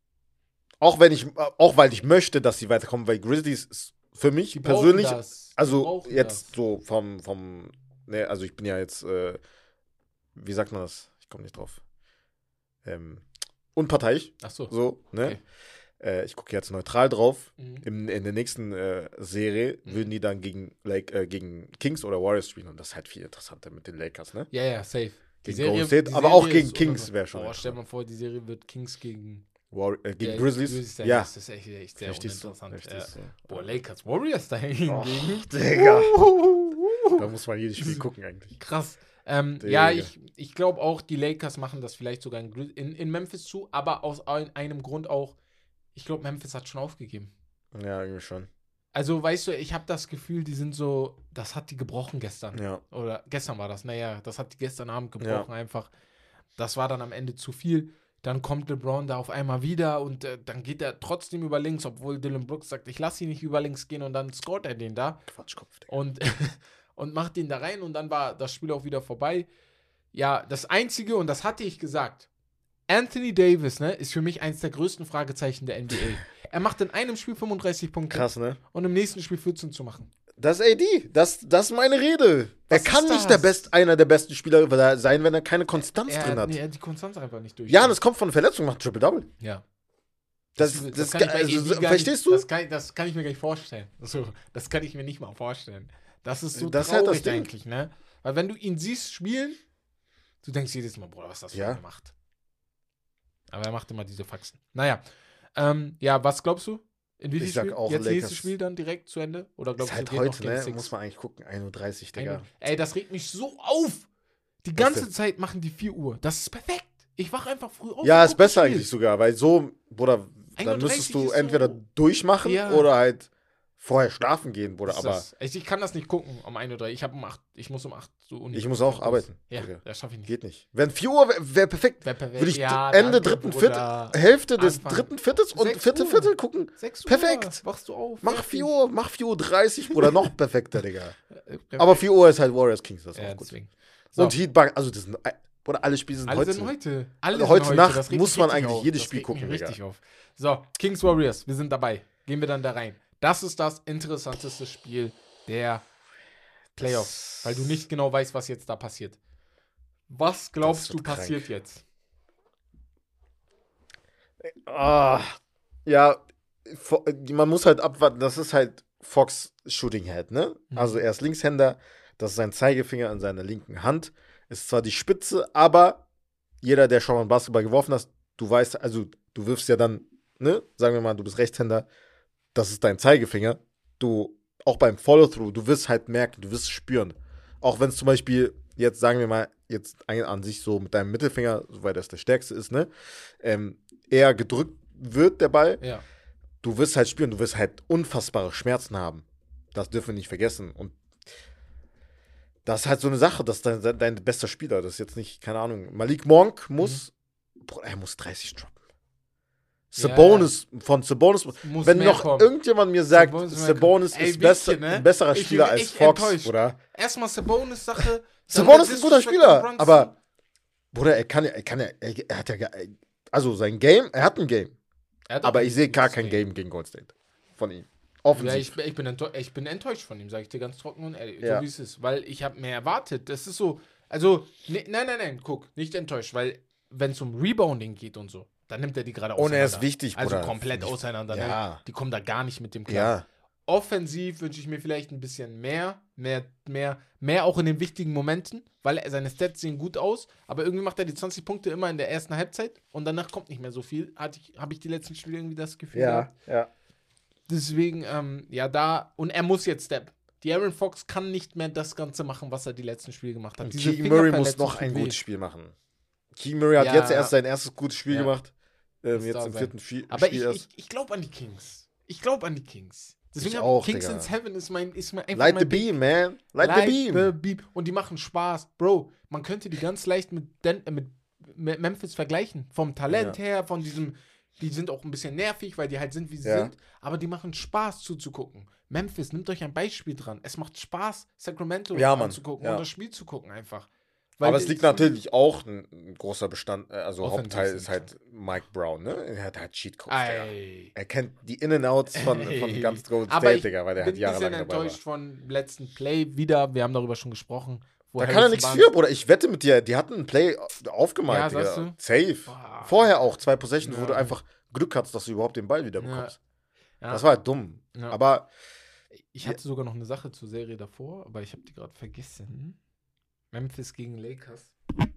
Speaker 3: Auch wenn ich, auch weil ich möchte, dass sie weiterkommen, weil Grizzlies ist für mich
Speaker 2: Die brauchen
Speaker 3: persönlich,
Speaker 2: das. Die
Speaker 3: also
Speaker 2: brauchen
Speaker 3: jetzt
Speaker 2: das.
Speaker 3: so vom, vom, ne, also ich bin ja jetzt, äh, wie sagt man das? Ich komme nicht drauf. Ähm, unparteiisch,
Speaker 2: Ach so.
Speaker 3: so, ne?
Speaker 2: Okay.
Speaker 3: Äh, ich gucke jetzt neutral drauf.
Speaker 2: Mhm.
Speaker 3: Im, in der nächsten äh, Serie
Speaker 2: Mhm.
Speaker 3: würden die dann gegen, Lake, äh, gegen Kings oder Warriors spielen und das ist halt viel interessanter mit den Lakers, ne?
Speaker 2: Ja, ja, safe. Die
Speaker 3: Gegen Golden State, aber auch gegen Kings wäre schon
Speaker 2: Boah, stell
Speaker 3: interessant.
Speaker 2: mal vor, die Serie wird Kings gegen,
Speaker 3: War, äh, gegen
Speaker 2: ja,
Speaker 3: Grizzlies.
Speaker 2: sein.
Speaker 3: Ja,
Speaker 2: Das ist echt, echt sehr
Speaker 3: verstehst du?
Speaker 2: uninteressant.
Speaker 3: Verstehst
Speaker 2: Ja.
Speaker 3: du?
Speaker 2: Boah, Lakers, Warriors da hingegen.
Speaker 3: Oh, Digga.
Speaker 2: Uh.
Speaker 3: Da muss man jedes Spiel gucken eigentlich.
Speaker 2: Krass. Ähm,
Speaker 3: Digga.
Speaker 2: ja, ich, ich glaube auch, die Lakers machen das vielleicht sogar in, Grizz- in, in Memphis zu, aber aus ein, einem Grund auch, ich glaube, Memphis hat schon aufgegeben.
Speaker 3: Ja, irgendwie schon.
Speaker 2: Also, weißt du, ich habe das Gefühl, die sind so, das hat die gebrochen gestern.
Speaker 3: Ja.
Speaker 2: Oder gestern war das, naja, das hat die gestern Abend gebrochen einfach. Das war dann am Ende zu viel. Dann kommt LeBron da auf einmal wieder und äh, dann geht er trotzdem über links, obwohl Dylan Brooks sagt, ich lasse ihn nicht über links gehen und dann scoret er den da
Speaker 3: Quatschkopf, Digga.
Speaker 2: und, und macht den da rein und dann war das Spiel auch wieder vorbei. Ja, das Einzige, und das hatte ich gesagt, Anthony Davis, ne, ist für mich eins der größten Fragezeichen der N B A. Er macht in einem Spiel fünfunddreißig Punkte
Speaker 3: Krass, ne?
Speaker 2: und im nächsten Spiel vierzehn zu machen.
Speaker 3: Das ist A D. Das, das ist meine Rede.
Speaker 2: Was
Speaker 3: er kann
Speaker 2: ist
Speaker 3: nicht
Speaker 2: das?
Speaker 3: der Best, einer der besten Spieler sein, wenn er keine Konstanz
Speaker 2: Er,
Speaker 3: drin hat.
Speaker 2: nee, er hat die Konstanz einfach nicht durch.
Speaker 3: Ja, das kommt von Verletzung, macht Triple-Double.
Speaker 2: Ja.
Speaker 3: Das, das,
Speaker 2: kann ich bei
Speaker 3: also,
Speaker 2: A D gar
Speaker 3: verstehst
Speaker 2: nicht,
Speaker 3: du?
Speaker 2: Das kann, das kann ich mir gar nicht vorstellen. So, das kann ich mir nicht mal vorstellen. Das ist so
Speaker 3: Das ist halt
Speaker 2: traurig
Speaker 3: das Ding.
Speaker 2: eigentlich, ne? Weil wenn du ihn siehst spielen, du denkst jedes Mal, Bruder, was ist das für
Speaker 3: Ja.
Speaker 2: eine Macht? Aber er macht immer diese Faxen. Naja, ähm, ja, was glaubst du? In wie viel
Speaker 3: Ich sag
Speaker 2: Spiel?
Speaker 3: auch
Speaker 2: Jetzt nächstes
Speaker 3: Lakers.
Speaker 2: Spiel dann direkt zu Ende? Oder
Speaker 3: Ist
Speaker 2: glaubst
Speaker 3: halt
Speaker 2: du, geht
Speaker 3: heute,
Speaker 2: noch Game
Speaker 3: ne?
Speaker 2: Six?
Speaker 3: Muss man eigentlich gucken. ein Uhr dreißig, Digga.
Speaker 2: Ey, das regt mich so auf. Die
Speaker 3: Was
Speaker 2: ganze
Speaker 3: denn?
Speaker 2: Zeit machen die vier Uhr. Das ist perfekt. Ich wache einfach früh auf.
Speaker 3: Ja,
Speaker 2: und
Speaker 3: ist
Speaker 2: guck
Speaker 3: besser
Speaker 2: das Spiel.
Speaker 3: eigentlich sogar, weil so, Bruder, dann
Speaker 2: ein Uhr
Speaker 3: müsstest
Speaker 2: dreißig
Speaker 3: du
Speaker 2: ist so-
Speaker 3: entweder durchmachen
Speaker 2: Ja.
Speaker 3: oder halt vorher schlafen gehen, Bruder.
Speaker 2: Ist
Speaker 3: Aber
Speaker 2: das, ich, ich kann das nicht gucken um ein Uhr drei. Ich habe um acht, ich muss um acht zur Uni.
Speaker 3: ich muss auch arbeiten.
Speaker 2: Ja,
Speaker 3: Digga.
Speaker 2: das schaffe ich nicht.
Speaker 3: Geht nicht. Wenn vier Uhr wäre wär perfekt.
Speaker 2: Wär perfekt.
Speaker 3: Würde ich
Speaker 2: Ja,
Speaker 3: Ende
Speaker 2: danke,
Speaker 3: dritten
Speaker 2: Bruder.
Speaker 3: Viertel, Hälfte des
Speaker 2: Anfang.
Speaker 3: dritten Viertels und
Speaker 2: sechs
Speaker 3: vierte
Speaker 2: Uhr.
Speaker 3: Viertel gucken.
Speaker 2: sechs Uhr.
Speaker 3: Perfekt.
Speaker 2: Wachst du auf.
Speaker 3: Mach
Speaker 2: fertig.
Speaker 3: vier Uhr, mach vier Uhr dreißig, Bruder, noch perfekter, Digga.
Speaker 2: Äh, perfekt.
Speaker 3: Aber vier Uhr ist halt Warriors Kings, das ist
Speaker 2: ja,
Speaker 3: auch gut.
Speaker 2: deswegen. So,
Speaker 3: Und Heat Bucks, also das sind, Bruder, alle Spiele sind
Speaker 2: alle
Speaker 3: heute.
Speaker 2: sind heute. Alle
Speaker 3: Also
Speaker 2: sind
Speaker 3: heute Nacht
Speaker 2: Das regt
Speaker 3: muss
Speaker 2: mich
Speaker 3: man
Speaker 2: richtig
Speaker 3: eigentlich
Speaker 2: auf.
Speaker 3: jedes
Speaker 2: Das
Speaker 3: Spiel
Speaker 2: regt mich
Speaker 3: gucken, Digga.
Speaker 2: richtig auf. So, Kings Warriors, wir sind dabei. Gehen wir dann da rein. Das ist das interessanteste Spiel der Playoffs, weil du nicht genau weißt, was jetzt da passiert. Was glaubst
Speaker 3: Das
Speaker 2: du
Speaker 3: wird krank.
Speaker 2: passiert jetzt?
Speaker 3: Ah, ja, fo- man muss halt abwarten, das ist halt Fox Shooting Head, ne?
Speaker 2: Mhm.
Speaker 3: Also er ist Linkshänder, das ist sein Zeigefinger an seiner linken Hand. Ist zwar die Spitze, aber jeder, der schon mal Basketball geworfen hat, du weißt, also du wirfst ja dann, ne? Sagen wir mal, du bist Rechtshänder, das ist dein Zeigefinger. Du, auch beim Follow-Through, du wirst halt merken, du wirst es spüren. Auch wenn es zum Beispiel, jetzt sagen wir mal, jetzt ein- an sich so mit deinem Mittelfinger, weil das der stärkste ist, ne? Ähm, eher gedrückt wird der Ball,
Speaker 2: Ja.
Speaker 3: du wirst halt spüren, du wirst halt unfassbare Schmerzen haben. Das dürfen wir nicht vergessen. Und das ist halt so eine Sache, das ist dein, dein bester Spieler. Das ist jetzt nicht, keine Ahnung. Malik Monk muss, Bruder, er muss dreißig droppen.
Speaker 2: Ja,
Speaker 3: Sabonis, von Sabonis,
Speaker 2: Muss
Speaker 3: wenn
Speaker 2: mehr
Speaker 3: noch
Speaker 2: kommen.
Speaker 3: irgendjemand mir sagt,
Speaker 2: Sabonis muss mehr
Speaker 3: Sabonis
Speaker 2: kommen. Ey,
Speaker 3: ist besser,
Speaker 2: Wichtige, ne?
Speaker 3: ein besserer
Speaker 2: Ich
Speaker 3: Spieler
Speaker 2: bin
Speaker 3: als
Speaker 2: echt
Speaker 3: Fox,
Speaker 2: enttäuscht.
Speaker 3: oder?
Speaker 2: Erstmal Sabonis-Sache.
Speaker 3: Sabonis ist ein
Speaker 2: Disrespect
Speaker 3: guter
Speaker 2: von
Speaker 3: Spieler,
Speaker 2: Brunson.
Speaker 3: aber Bruder, er kann ja, er kann ja, er, er hat ja, gar- Also sein Game, er hat ein Game.
Speaker 2: Er hat
Speaker 3: Aber
Speaker 2: auch
Speaker 3: ich
Speaker 2: ein
Speaker 3: sehe gar
Speaker 2: gutes
Speaker 3: kein Game gegen Golden State. Von ihm. Offensiv.
Speaker 2: Ja, ich, ich, bin enttäuscht, ich bin enttäuscht von ihm, sage ich dir ganz trocken und ehrlich,
Speaker 3: Ja.
Speaker 2: so wie es ist. Weil ich habe mehr erwartet. Das ist so, also, ne, nein, nein, nein, guck, nicht enttäuscht, weil wenn es um Rebounding geht und so, dann nimmt er die gerade auseinander.
Speaker 3: Und er ist wichtig,
Speaker 2: Also
Speaker 3: Bruder.
Speaker 2: komplett
Speaker 3: Ich-
Speaker 2: auseinander.
Speaker 3: Ja.
Speaker 2: Ne? Die kommen da gar nicht mit dem klar.
Speaker 3: Ja.
Speaker 2: Offensiv wünsche ich mir vielleicht ein bisschen mehr, mehr, mehr, mehr auch in den wichtigen Momenten, weil er, seine Stats sehen gut aus, aber irgendwie macht er die zwanzig Punkte immer in der ersten Halbzeit und danach kommt nicht mehr so viel. Hatte ich, habe ich die letzten Spiele irgendwie das Gefühl gehabt.
Speaker 3: ja.
Speaker 2: Deswegen, ähm, ja, da, und er muss jetzt Step. Die Aaron Fox kann nicht mehr das Ganze machen, was er die letzten Spiele gemacht hat.
Speaker 3: Und
Speaker 2: Diese
Speaker 3: Keegan Murray muss
Speaker 2: Fingerverletzung
Speaker 3: noch ein
Speaker 2: tut weh.
Speaker 3: gutes Spiel machen. Keegan Murray hat
Speaker 2: Ja.
Speaker 3: jetzt erst sein erstes gutes Spiel
Speaker 2: Ja.
Speaker 3: gemacht. Ähm,
Speaker 2: Muss
Speaker 3: jetzt
Speaker 2: da
Speaker 3: im
Speaker 2: sein.
Speaker 3: vierten Fi-
Speaker 2: Aber
Speaker 3: Spiel
Speaker 2: ich,
Speaker 3: erst.
Speaker 2: ich, ich glaube an die Kings. Ich glaube an die Kings. Deswegen
Speaker 3: Ich
Speaker 2: hab
Speaker 3: auch,
Speaker 2: Kings
Speaker 3: Digga.
Speaker 2: in Seven ist mein, ist mein einfach
Speaker 3: Light
Speaker 2: mein
Speaker 3: the beam, man. Light, the beam.
Speaker 2: beam. Und die machen Spaß. Bro, man könnte die ganz leicht mit, Den äh, mit Me- Memphis vergleichen. Vom Talent
Speaker 3: Ja.
Speaker 2: her, von diesem, die sind auch ein bisschen nervig, weil die halt sind, wie sie
Speaker 3: Ja.
Speaker 2: sind. Aber die machen Spaß zuzugucken. Memphis, nimmt euch ein Beispiel dran. Es macht Spaß, Sacramento
Speaker 3: Ja, Mann.
Speaker 2: anzugucken
Speaker 3: Ja.
Speaker 2: und das Spiel zu gucken einfach.
Speaker 3: Aber es liegt natürlich auch ein, ein großer Bestand, äh, also
Speaker 2: Offensiv
Speaker 3: Hauptteil
Speaker 2: sind
Speaker 3: ist halt Mike Brown, ne? Er hat halt Cheatcodes, Digga.
Speaker 2: Ei.
Speaker 3: Er kennt die In- and Outs von, von
Speaker 2: Ey.
Speaker 3: ganz Golden
Speaker 2: Aber
Speaker 3: State,
Speaker 2: ich
Speaker 3: Digga, weil der
Speaker 2: bin
Speaker 3: halt
Speaker 2: ein
Speaker 3: jahrelang
Speaker 2: bisschen
Speaker 3: dabei war.
Speaker 2: enttäuscht von letzten Play wieder. Wir haben darüber schon gesprochen. wo
Speaker 3: Da kann er
Speaker 2: Harrison
Speaker 3: nichts
Speaker 2: Barnes-
Speaker 3: für, Bruder. Ich wette mit dir, die hatten ein Play aufgemalt,
Speaker 2: Ja,
Speaker 3: Digga.
Speaker 2: sagst du?
Speaker 3: Safe.
Speaker 2: Boah.
Speaker 3: Vorher auch zwei Possessions, wo
Speaker 2: Ja.
Speaker 3: du einfach Glück hattest, dass du überhaupt den Ball wieder bekommst.
Speaker 2: Ja.
Speaker 3: Das war halt dumm.
Speaker 2: Ja.
Speaker 3: Aber
Speaker 2: Ich hatte sogar noch eine Sache zur Serie davor, aber ich habe die gerade vergessen. Memphis gegen Lakers.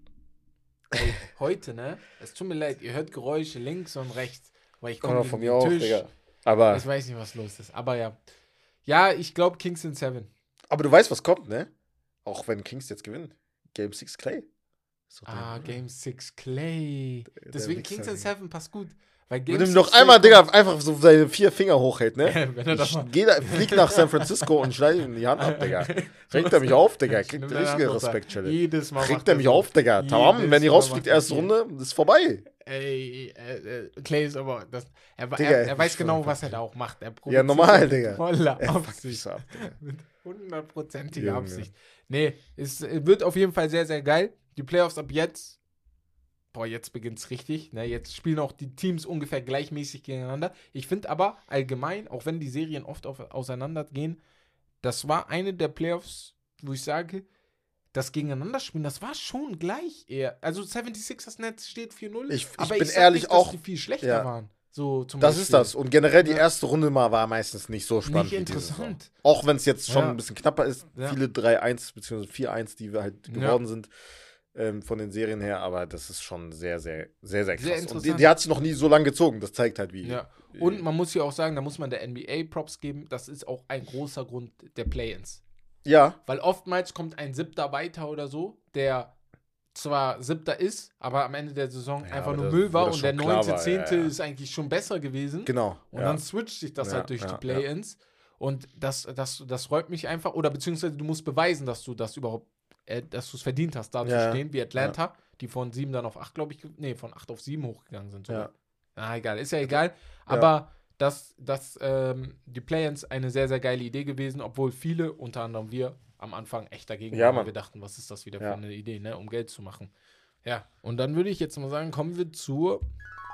Speaker 2: Ey, heute, ne? Es tut mir leid, ihr hört Geräusche links und rechts, weil ich komme
Speaker 3: Oder
Speaker 2: gegen
Speaker 3: von
Speaker 2: den
Speaker 3: mir auch,
Speaker 2: Tisch.
Speaker 3: Digga. Aber,
Speaker 2: Ich weiß nicht, was los ist, aber ja. Ja, ich glaube Kings in Seven.
Speaker 3: aber du weißt, was kommt, ne? Auch wenn Kings jetzt gewinnen. Game six Clay. So
Speaker 2: Ah,
Speaker 3: dumm, ne?
Speaker 2: Game six Clay.
Speaker 3: Der
Speaker 2: Deswegen
Speaker 3: Wichser,
Speaker 2: Kings in
Speaker 3: Digga.
Speaker 2: Seven passt gut. Weil
Speaker 3: Wenn
Speaker 2: Game
Speaker 3: du ihm
Speaker 2: six
Speaker 3: noch
Speaker 2: Clay
Speaker 3: einmal,
Speaker 2: kommt-
Speaker 3: Digga, einfach so seine vier Finger hochhält, ne?
Speaker 2: Wenn er das
Speaker 3: Ich
Speaker 2: mal-
Speaker 3: geh da, flieg nach San Francisco und schneide ihm die Hand ab, Digga. Regt er mich auf, Digga. Kriegt
Speaker 2: Nimm
Speaker 3: eine
Speaker 2: deine Hand
Speaker 3: richtige
Speaker 2: runter.
Speaker 3: Respekt-Challenge.
Speaker 2: Jedes Mal macht
Speaker 3: Regt er mich
Speaker 2: so.
Speaker 3: auf, Digga. Tamam,
Speaker 2: Jedes
Speaker 3: wenn die
Speaker 2: Mal
Speaker 3: rausfliegt,
Speaker 2: macht er
Speaker 3: erste
Speaker 2: viel.
Speaker 3: Runde, ist vorbei.
Speaker 2: Ey, äh, äh, Clay ist aber. Das, er,
Speaker 3: Digga,
Speaker 2: er, er weiß
Speaker 3: ich-
Speaker 2: genau, was er da auch macht. Er
Speaker 3: Ja,
Speaker 2: provoziert
Speaker 3: normal,
Speaker 2: mit
Speaker 3: Digga.
Speaker 2: Voller
Speaker 3: Er fuckt mich
Speaker 2: Absicht.
Speaker 3: so ab, Digga.
Speaker 2: Mit hundertprozentiger
Speaker 3: Junge.
Speaker 2: Absicht. Nee, es äh, wird auf jeden Fall sehr, sehr geil. Die Playoffs ab jetzt. Boah, jetzt beginnt's richtig. Ne, jetzt spielen auch die Teams ungefähr gleichmäßig gegeneinander. Ich finde aber allgemein, auch wenn die Serien oft auf, auseinandergehen, das war eine der Playoffs, wo ich sage, das Gegeneinanderspielen, das war schon gleich eher. Also seventy-sixers Netz steht vier null.
Speaker 3: Ich- ich
Speaker 2: aber
Speaker 3: bin
Speaker 2: sag
Speaker 3: ehrlich
Speaker 2: nicht,
Speaker 3: auch-
Speaker 2: dass die viel schlechter
Speaker 3: ja.
Speaker 2: waren. So zum
Speaker 3: Das
Speaker 2: Beispiel.
Speaker 3: ist das. Und generell die
Speaker 2: Ja.
Speaker 3: erste Runde mal war meistens nicht so spannend.
Speaker 2: Nicht
Speaker 3: wie diese
Speaker 2: interessant.
Speaker 3: Saison. Auch wenn es jetzt schon
Speaker 2: Ja.
Speaker 3: ein bisschen knapper ist.
Speaker 2: Ja.
Speaker 3: Viele drei eins bzw. vier eins, die wir halt
Speaker 2: Ja.
Speaker 3: geworden sind ähm, von den Serien her. Aber das ist schon sehr, sehr, sehr, sehr krass.
Speaker 2: Sehr
Speaker 3: Und die,
Speaker 2: interessant.
Speaker 3: die hat sich noch nie so lange gezogen. Das zeigt halt, wie.
Speaker 2: Ja. Und man muss ja auch sagen, da muss man der N B A Props geben, das ist auch ein großer Grund der Play-Ins.
Speaker 3: Ja,
Speaker 2: Weil oftmals kommt ein Siebter weiter oder so, der zwar Siebter ist, aber am Ende der Saison
Speaker 3: Ja,
Speaker 2: einfach
Speaker 3: aber
Speaker 2: nur
Speaker 3: das-
Speaker 2: Müll
Speaker 3: wo
Speaker 2: war
Speaker 3: das
Speaker 2: und der
Speaker 3: schon klar
Speaker 2: neunte,
Speaker 3: war,
Speaker 2: zehnte
Speaker 3: ja, ja.
Speaker 2: ist eigentlich schon besser gewesen.
Speaker 3: genau.
Speaker 2: Und
Speaker 3: ja.
Speaker 2: dann switcht sich das
Speaker 3: Ja,
Speaker 2: halt durch
Speaker 3: ja,
Speaker 2: die
Speaker 3: ja.
Speaker 2: Play-Ins. Und das, das, das räumt mich einfach, oder beziehungsweise du musst beweisen, dass du das überhaupt, äh, dass du es verdient hast, da
Speaker 3: Ja,
Speaker 2: zu
Speaker 3: ja.
Speaker 2: stehen, wie Atlanta, die von sieben dann auf acht, glaube ich, ge- nee, von acht auf sieben hochgegangen sind. sogar.
Speaker 3: Ja.
Speaker 2: Ah, egal, ist ja egal. Aber dass das, ähm, die Play-Ins eine sehr, sehr geile Idee gewesen, obwohl viele, unter anderem wir, am Anfang echt dagegen
Speaker 3: Ja,
Speaker 2: waren.
Speaker 3: Mann.
Speaker 2: Wir dachten, was ist das wieder
Speaker 3: Ja.
Speaker 2: für eine Idee, ne, um Geld zu machen. Ja, und dann würde ich jetzt mal sagen, kommen wir zur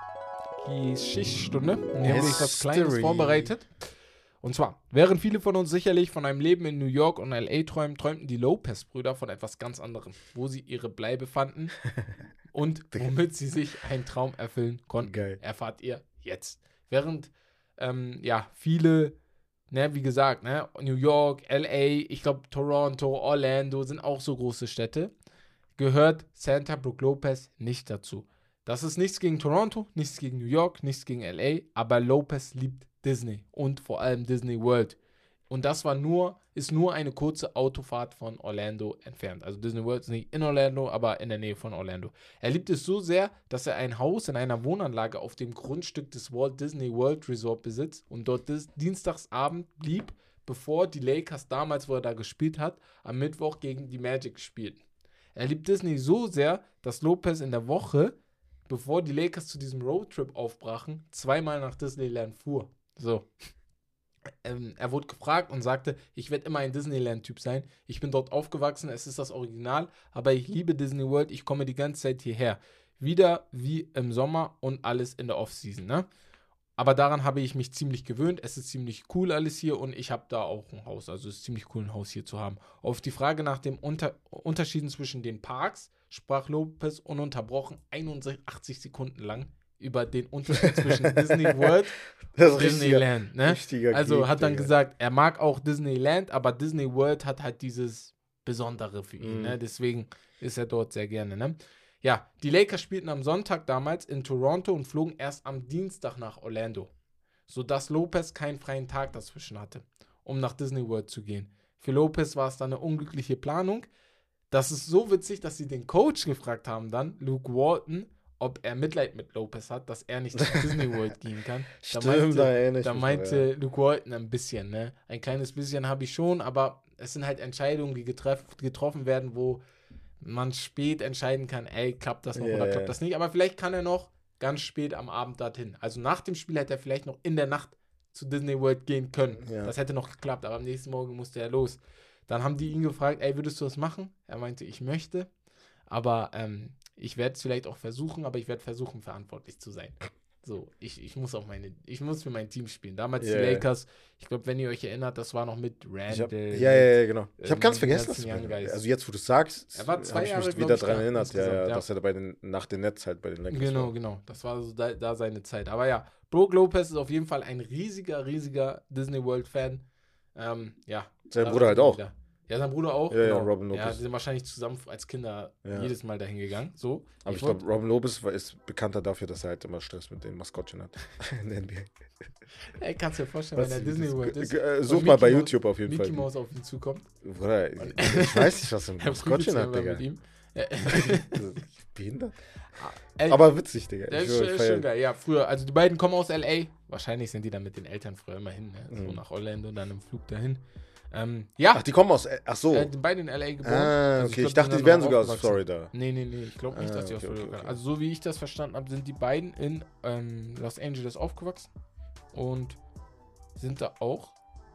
Speaker 2: Geschichtsstunde. Und hier habe ich was Kleines
Speaker 3: History.
Speaker 2: vorbereitet. Und zwar, während viele von uns sicherlich von einem Leben in New York und L A träumen, träumten die Lopez-Brüder von etwas ganz anderem, wo sie ihre Bleibe fanden und womit sie sich einen Traum erfüllen konnten.
Speaker 3: Geil.
Speaker 2: Erfahrt ihr jetzt. Während, ähm, ja, viele, ne, wie gesagt, ne, New York, L A, ich glaube Toronto, Orlando sind auch so große Städte, gehört Santa Brook Lopez nicht dazu. Das ist nichts gegen Toronto, nichts gegen New York, nichts gegen L A, aber Lopez liebt Disney und vor allem Disney World. Und das war nur, ist nur eine kurze Autofahrt von Orlando entfernt. Also Disney World ist nicht in Orlando, aber in der Nähe von Orlando. Er liebt es so sehr, dass er ein Haus in einer Wohnanlage auf dem Grundstück des Walt Disney World Resort besitzt und dort dis- dienstagsabend blieb, bevor die Lakers damals, wo er da gespielt hat, am Mittwoch gegen die Magic spielten. Er liebt Disney so sehr, dass Lopez in der Woche, bevor die Lakers zu diesem Roadtrip aufbrachen, zweimal nach Disneyland fuhr. So. Ähm, er wurde gefragt und sagte, ich werde immer ein Disneyland-Typ sein. Ich bin dort aufgewachsen, es ist das Original, aber ich liebe Disney World, ich komme die ganze Zeit hierher. wieder wie im Sommer und alles in der Offseason, ne? Aber daran habe ich mich ziemlich gewöhnt. Es ist ziemlich cool alles hier und ich habe da auch ein Haus. Also es ist ziemlich cool, ein Haus hier zu haben. Auf die Frage nach den Unter- Unterschieden zwischen den Parks sprach Lopez ununterbrochen einundachtzig Sekunden lang über den Unterschied zwischen Disney World
Speaker 3: Das
Speaker 2: und
Speaker 3: ist
Speaker 2: Disneyland. Ne?
Speaker 3: richtiger
Speaker 2: Also
Speaker 3: Geek,
Speaker 2: hat dann
Speaker 3: Digga.
Speaker 2: gesagt, er mag auch Disneyland, aber Disney World hat halt dieses Besondere für ihn.
Speaker 3: Mhm.
Speaker 2: Ne? Deswegen ist er dort sehr gerne. Ne? Ja, die Lakers spielten am Sonntag damals in Toronto und flogen erst am Dienstag nach Orlando, sodass Lopez keinen freien Tag dazwischen hatte, um nach Disney World zu gehen. Für Lopez war es dann eine unglückliche Planung. Das ist so witzig, dass sie den Coach gefragt haben dann, Luke Walton, ob er Mitleid mit Lopez hat, dass er nicht nach Disney World gehen kann. Da
Speaker 3: Stimmt,
Speaker 2: meinte,
Speaker 3: da erinnere ich
Speaker 2: da
Speaker 3: mich
Speaker 2: meinte
Speaker 3: noch, ja.
Speaker 2: Luke Walton ein bisschen, ne? Ein kleines bisschen habe ich schon, aber es sind halt Entscheidungen, die getref- getroffen werden, wo man spät entscheiden kann, ey, klappt das noch
Speaker 3: Ja,
Speaker 2: oder
Speaker 3: ja.
Speaker 2: klappt das nicht. Aber vielleicht kann er noch ganz spät am Abend dorthin. Also nach dem Spiel hätte er vielleicht noch in der Nacht zu Disney World gehen können.
Speaker 3: Ja.
Speaker 2: Das hätte noch geklappt, aber am nächsten Morgen musste er los. Dann haben die ihn gefragt, ey, würdest du das machen? Er meinte, ich möchte, aber ähm, ich werde es vielleicht auch versuchen, aber ich werde versuchen, verantwortlich zu sein. So, ich, ich muss auch meine, ich muss für mein Team spielen. Damals
Speaker 3: Ja,
Speaker 2: die
Speaker 3: ja.
Speaker 2: Lakers, ich glaube, wenn ihr euch erinnert, das war noch mit
Speaker 3: Ich
Speaker 2: Randall.
Speaker 3: hab, ja, ja, ja, genau. Ich habe
Speaker 2: ähm,
Speaker 3: ganz vergessen,
Speaker 2: ganzen
Speaker 3: dass
Speaker 2: Young Guys.
Speaker 3: also jetzt, wo du es sagst,
Speaker 2: Er war zwei
Speaker 3: habe ich
Speaker 2: Jahre,
Speaker 3: mich
Speaker 2: glaub
Speaker 3: wieder
Speaker 2: ich,
Speaker 3: daran
Speaker 2: da
Speaker 3: erinnert, ja,
Speaker 2: insgesamt,
Speaker 3: ja,
Speaker 2: ja.
Speaker 3: dass er bei den, nach den Netz halt bei den Lakers
Speaker 2: Genau,
Speaker 3: war.
Speaker 2: genau. Das war so da, da seine Zeit. Aber ja, Brook Lopez ist auf jeden Fall ein riesiger, riesiger Disney World-Fan. Ähm, ja.
Speaker 3: Sein
Speaker 2: da
Speaker 3: Bruder
Speaker 2: sind
Speaker 3: halt
Speaker 2: wir
Speaker 3: auch.
Speaker 2: wieder. Ja, sein Bruder auch.
Speaker 3: Ja, ja,
Speaker 2: genau.
Speaker 3: Robin
Speaker 2: Ja,
Speaker 3: Lopez.
Speaker 2: die sind wahrscheinlich zusammen als Kinder
Speaker 3: Ja.
Speaker 2: jedes Mal dahin gegangen. So.
Speaker 3: Aber ich,
Speaker 2: wollt-
Speaker 3: glaube, Robin Lopez war- ist bekannter dafür, dass er halt immer Stress mit den Maskottchen hat in der N B A.
Speaker 2: Ey, kannst du dir vorstellen, wenn
Speaker 3: Was-
Speaker 2: er Disney
Speaker 3: das-
Speaker 2: World ist.
Speaker 3: g- äh,
Speaker 2: und
Speaker 3: Such mal
Speaker 2: Mickey
Speaker 3: bei
Speaker 2: Mouse-
Speaker 3: YouTube auf jeden
Speaker 2: Mickey
Speaker 3: Fall.
Speaker 2: Mouse auf ihn zukommt.
Speaker 3: Bruder, ich weiß nicht, was er mit
Speaker 2: Er prügelt sich
Speaker 3: Maskottchen hat,
Speaker 2: einfach
Speaker 3: Digga.
Speaker 2: mit ihm.
Speaker 3: Behindert?
Speaker 2: Ey,
Speaker 3: Aber witzig, Digga.
Speaker 2: Das
Speaker 3: Ich
Speaker 2: ist,
Speaker 3: schwör,
Speaker 2: schon-
Speaker 3: ich
Speaker 2: ist schon
Speaker 3: feier-
Speaker 2: geil. Ja, früher, also die beiden kommen aus L A. Wahrscheinlich sind die dann mit den Eltern früher immer hin, ne? So
Speaker 3: Mhm.
Speaker 2: nach Orlando, dann im Flug dahin. Ähm, ja,
Speaker 3: Ach, die kommen aus. Ach so.
Speaker 2: äh, die beiden in L A geboren.
Speaker 3: Ah,
Speaker 2: Also
Speaker 3: okay.
Speaker 2: glaub,
Speaker 3: Ich dachte,
Speaker 2: sind
Speaker 3: die
Speaker 2: dann
Speaker 3: wären
Speaker 2: noch
Speaker 3: sogar aus
Speaker 2: aufgewachsen.
Speaker 3: Florida.
Speaker 2: Nee, nee, nee, ich glaube nicht,
Speaker 3: Ah,
Speaker 2: dass die aus
Speaker 3: okay,
Speaker 2: Florida
Speaker 3: okay,
Speaker 2: kommen.
Speaker 3: okay.
Speaker 2: Also so wie ich das verstanden habe, sind die beiden in ähm, Los Angeles aufgewachsen und sind da auch,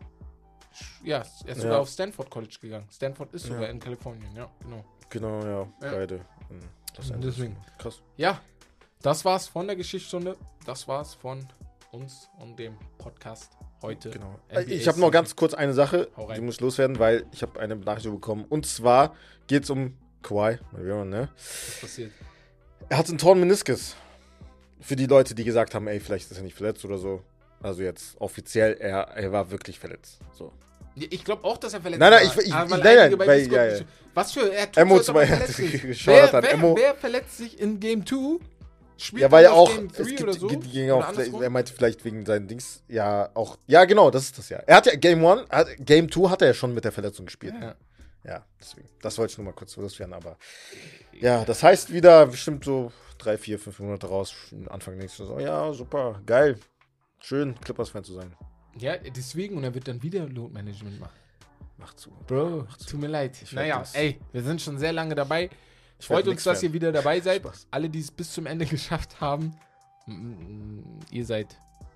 Speaker 2: ja, er ist sogar
Speaker 3: Ja.
Speaker 2: auf Stanford College gegangen. Stanford ist sogar
Speaker 3: Ja.
Speaker 2: in Kalifornien, ja, genau.
Speaker 3: Genau, ja.
Speaker 2: Ja.
Speaker 3: Beide. Hm, Los Angeles.
Speaker 2: Deswegen.
Speaker 3: Krass.
Speaker 2: Ja, das war's von der Geschichtsstunde. Das war's von uns und dem Podcast heute.
Speaker 3: Genau.
Speaker 2: N B A
Speaker 3: Ich habe noch ganz kurz eine Sache,
Speaker 2: Hau rein.
Speaker 3: die muss loswerden, weil ich habe eine Benachrichtigung bekommen. Und zwar geht es um Kawhi. Ne?
Speaker 2: Was passiert?
Speaker 3: Er hat einen Torn-Meniskus. Für die Leute, die gesagt haben, ey, vielleicht ist er nicht verletzt oder so. Also jetzt offiziell, er, er war wirklich verletzt. So.
Speaker 2: Ja, ich glaube auch, dass er verletzt
Speaker 3: Nein, nein,
Speaker 2: war.
Speaker 3: ich- ich-
Speaker 2: Aber weil
Speaker 3: nein, nein,
Speaker 2: einige bei
Speaker 3: weil-
Speaker 2: Discord
Speaker 3: ja, ja.
Speaker 2: nicht- Was für, er tut
Speaker 3: Emo
Speaker 2: so, als ob er
Speaker 3: zwei
Speaker 2: verletzt ist.
Speaker 3: geschaut
Speaker 2: wer,
Speaker 3: an
Speaker 2: wer,
Speaker 3: Emo.
Speaker 2: wer verletzt sich in Game zwei? Spielt
Speaker 3: Ja, weil
Speaker 2: er
Speaker 3: er auch,
Speaker 2: Game
Speaker 3: es
Speaker 2: drei
Speaker 3: gibt,
Speaker 2: oder so?
Speaker 3: die ging
Speaker 2: Oder
Speaker 3: auch,
Speaker 2: andersrum?
Speaker 3: er meinte vielleicht wegen seinen Dings, ja, auch, ja, genau, das ist das ja. Er hat ja Game One, hat, Game Two hat er ja schon mit der Verletzung gespielt.
Speaker 2: Ja.
Speaker 3: Ja, deswegen. Das wollte ich nur mal kurz loswerden, aber ja, das heißt wieder bestimmt so drei, vier, fünf Monate raus, Anfang nächstes Jahr. So, ja, super, geil. Schön, Clippers-Fan zu sein.
Speaker 2: Ja, deswegen, und er wird dann wieder Load Management machen.
Speaker 3: Mach zu.
Speaker 2: Bro,
Speaker 3: Mach zu.
Speaker 2: tut mir leid.
Speaker 3: Ich werd
Speaker 2: Naja,
Speaker 3: das-
Speaker 2: ey, wir sind schon sehr lange dabei.
Speaker 3: Ich
Speaker 2: Freut
Speaker 3: werd
Speaker 2: uns,
Speaker 3: nix
Speaker 2: dass
Speaker 3: Fan.
Speaker 2: ihr wieder dabei seid.
Speaker 3: Spaß.
Speaker 2: Alle, die es bis zum Ende geschafft haben, m- m- ihr seid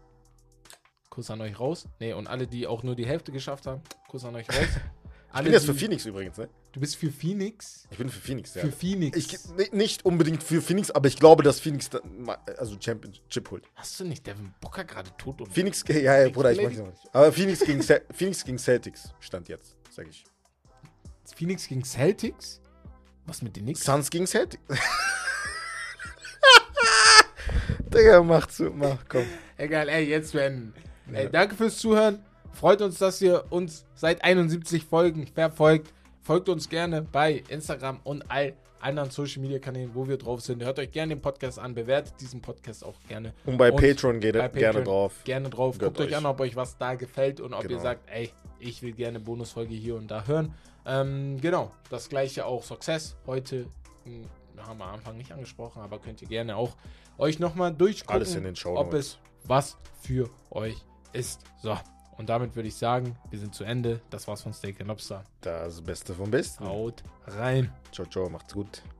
Speaker 2: Kuss an euch raus. Nee, und alle, die auch nur die Hälfte geschafft haben, Kuss an euch raus.
Speaker 3: Ich
Speaker 2: Alle,
Speaker 3: bin jetzt
Speaker 2: die-
Speaker 3: für Phoenix übrigens, ne?
Speaker 2: Du bist für Phoenix?
Speaker 3: Ich bin für Phoenix, ja.
Speaker 2: Für Phoenix.
Speaker 3: Ich, ni- nicht unbedingt für Phoenix, aber ich glaube, dass Phoenix dann mal- also Championship holt.
Speaker 2: Hast du nicht Devin Booker gerade tot und
Speaker 3: Phoenix, ja, ja, Bruder, ich mag ihn noch nicht. Aber Phoenix gegen, Cel- Phoenix gegen Celtics stand jetzt, sag ich.
Speaker 2: Phoenix gegen Celtics? Was mit den Knicks?
Speaker 3: Suns gegen Celtics. Digga, mach zu, mach, komm.
Speaker 2: Egal, ey, jetzt werden.
Speaker 3: Ja.
Speaker 2: Ey, danke fürs Zuhören. Freut uns, dass ihr uns seit einundsiebzig Folgen verfolgt. Folgt uns gerne bei Instagram und all anderen Social Media Kanälen, wo wir drauf sind. Hört euch gerne den Podcast an, bewertet diesen Podcast auch gerne.
Speaker 3: Und bei
Speaker 2: Und
Speaker 3: Patreon geht
Speaker 2: bei
Speaker 3: gerne
Speaker 2: Patreon
Speaker 3: drauf.
Speaker 2: Gerne drauf.
Speaker 3: Gönnt
Speaker 2: Guckt euch
Speaker 3: euch.
Speaker 2: an, ob euch was da gefällt und ob
Speaker 3: Genau.
Speaker 2: ihr sagt, ey, ich will gerne Bonusfolge hier und da hören. Ähm, genau, das gleiche auch Success. Heute mh, haben wir am Anfang nicht angesprochen, aber könnt ihr gerne auch euch nochmal durchgucken,
Speaker 3: Alles in den Shownotes.
Speaker 2: ob es was für euch ist. So, und damit würde ich sagen, wir sind zu Ende. Das war's von Steak and Lobster.
Speaker 3: Das Beste vom Besten.
Speaker 2: Haut rein.
Speaker 3: Ciao, ciao, macht's gut.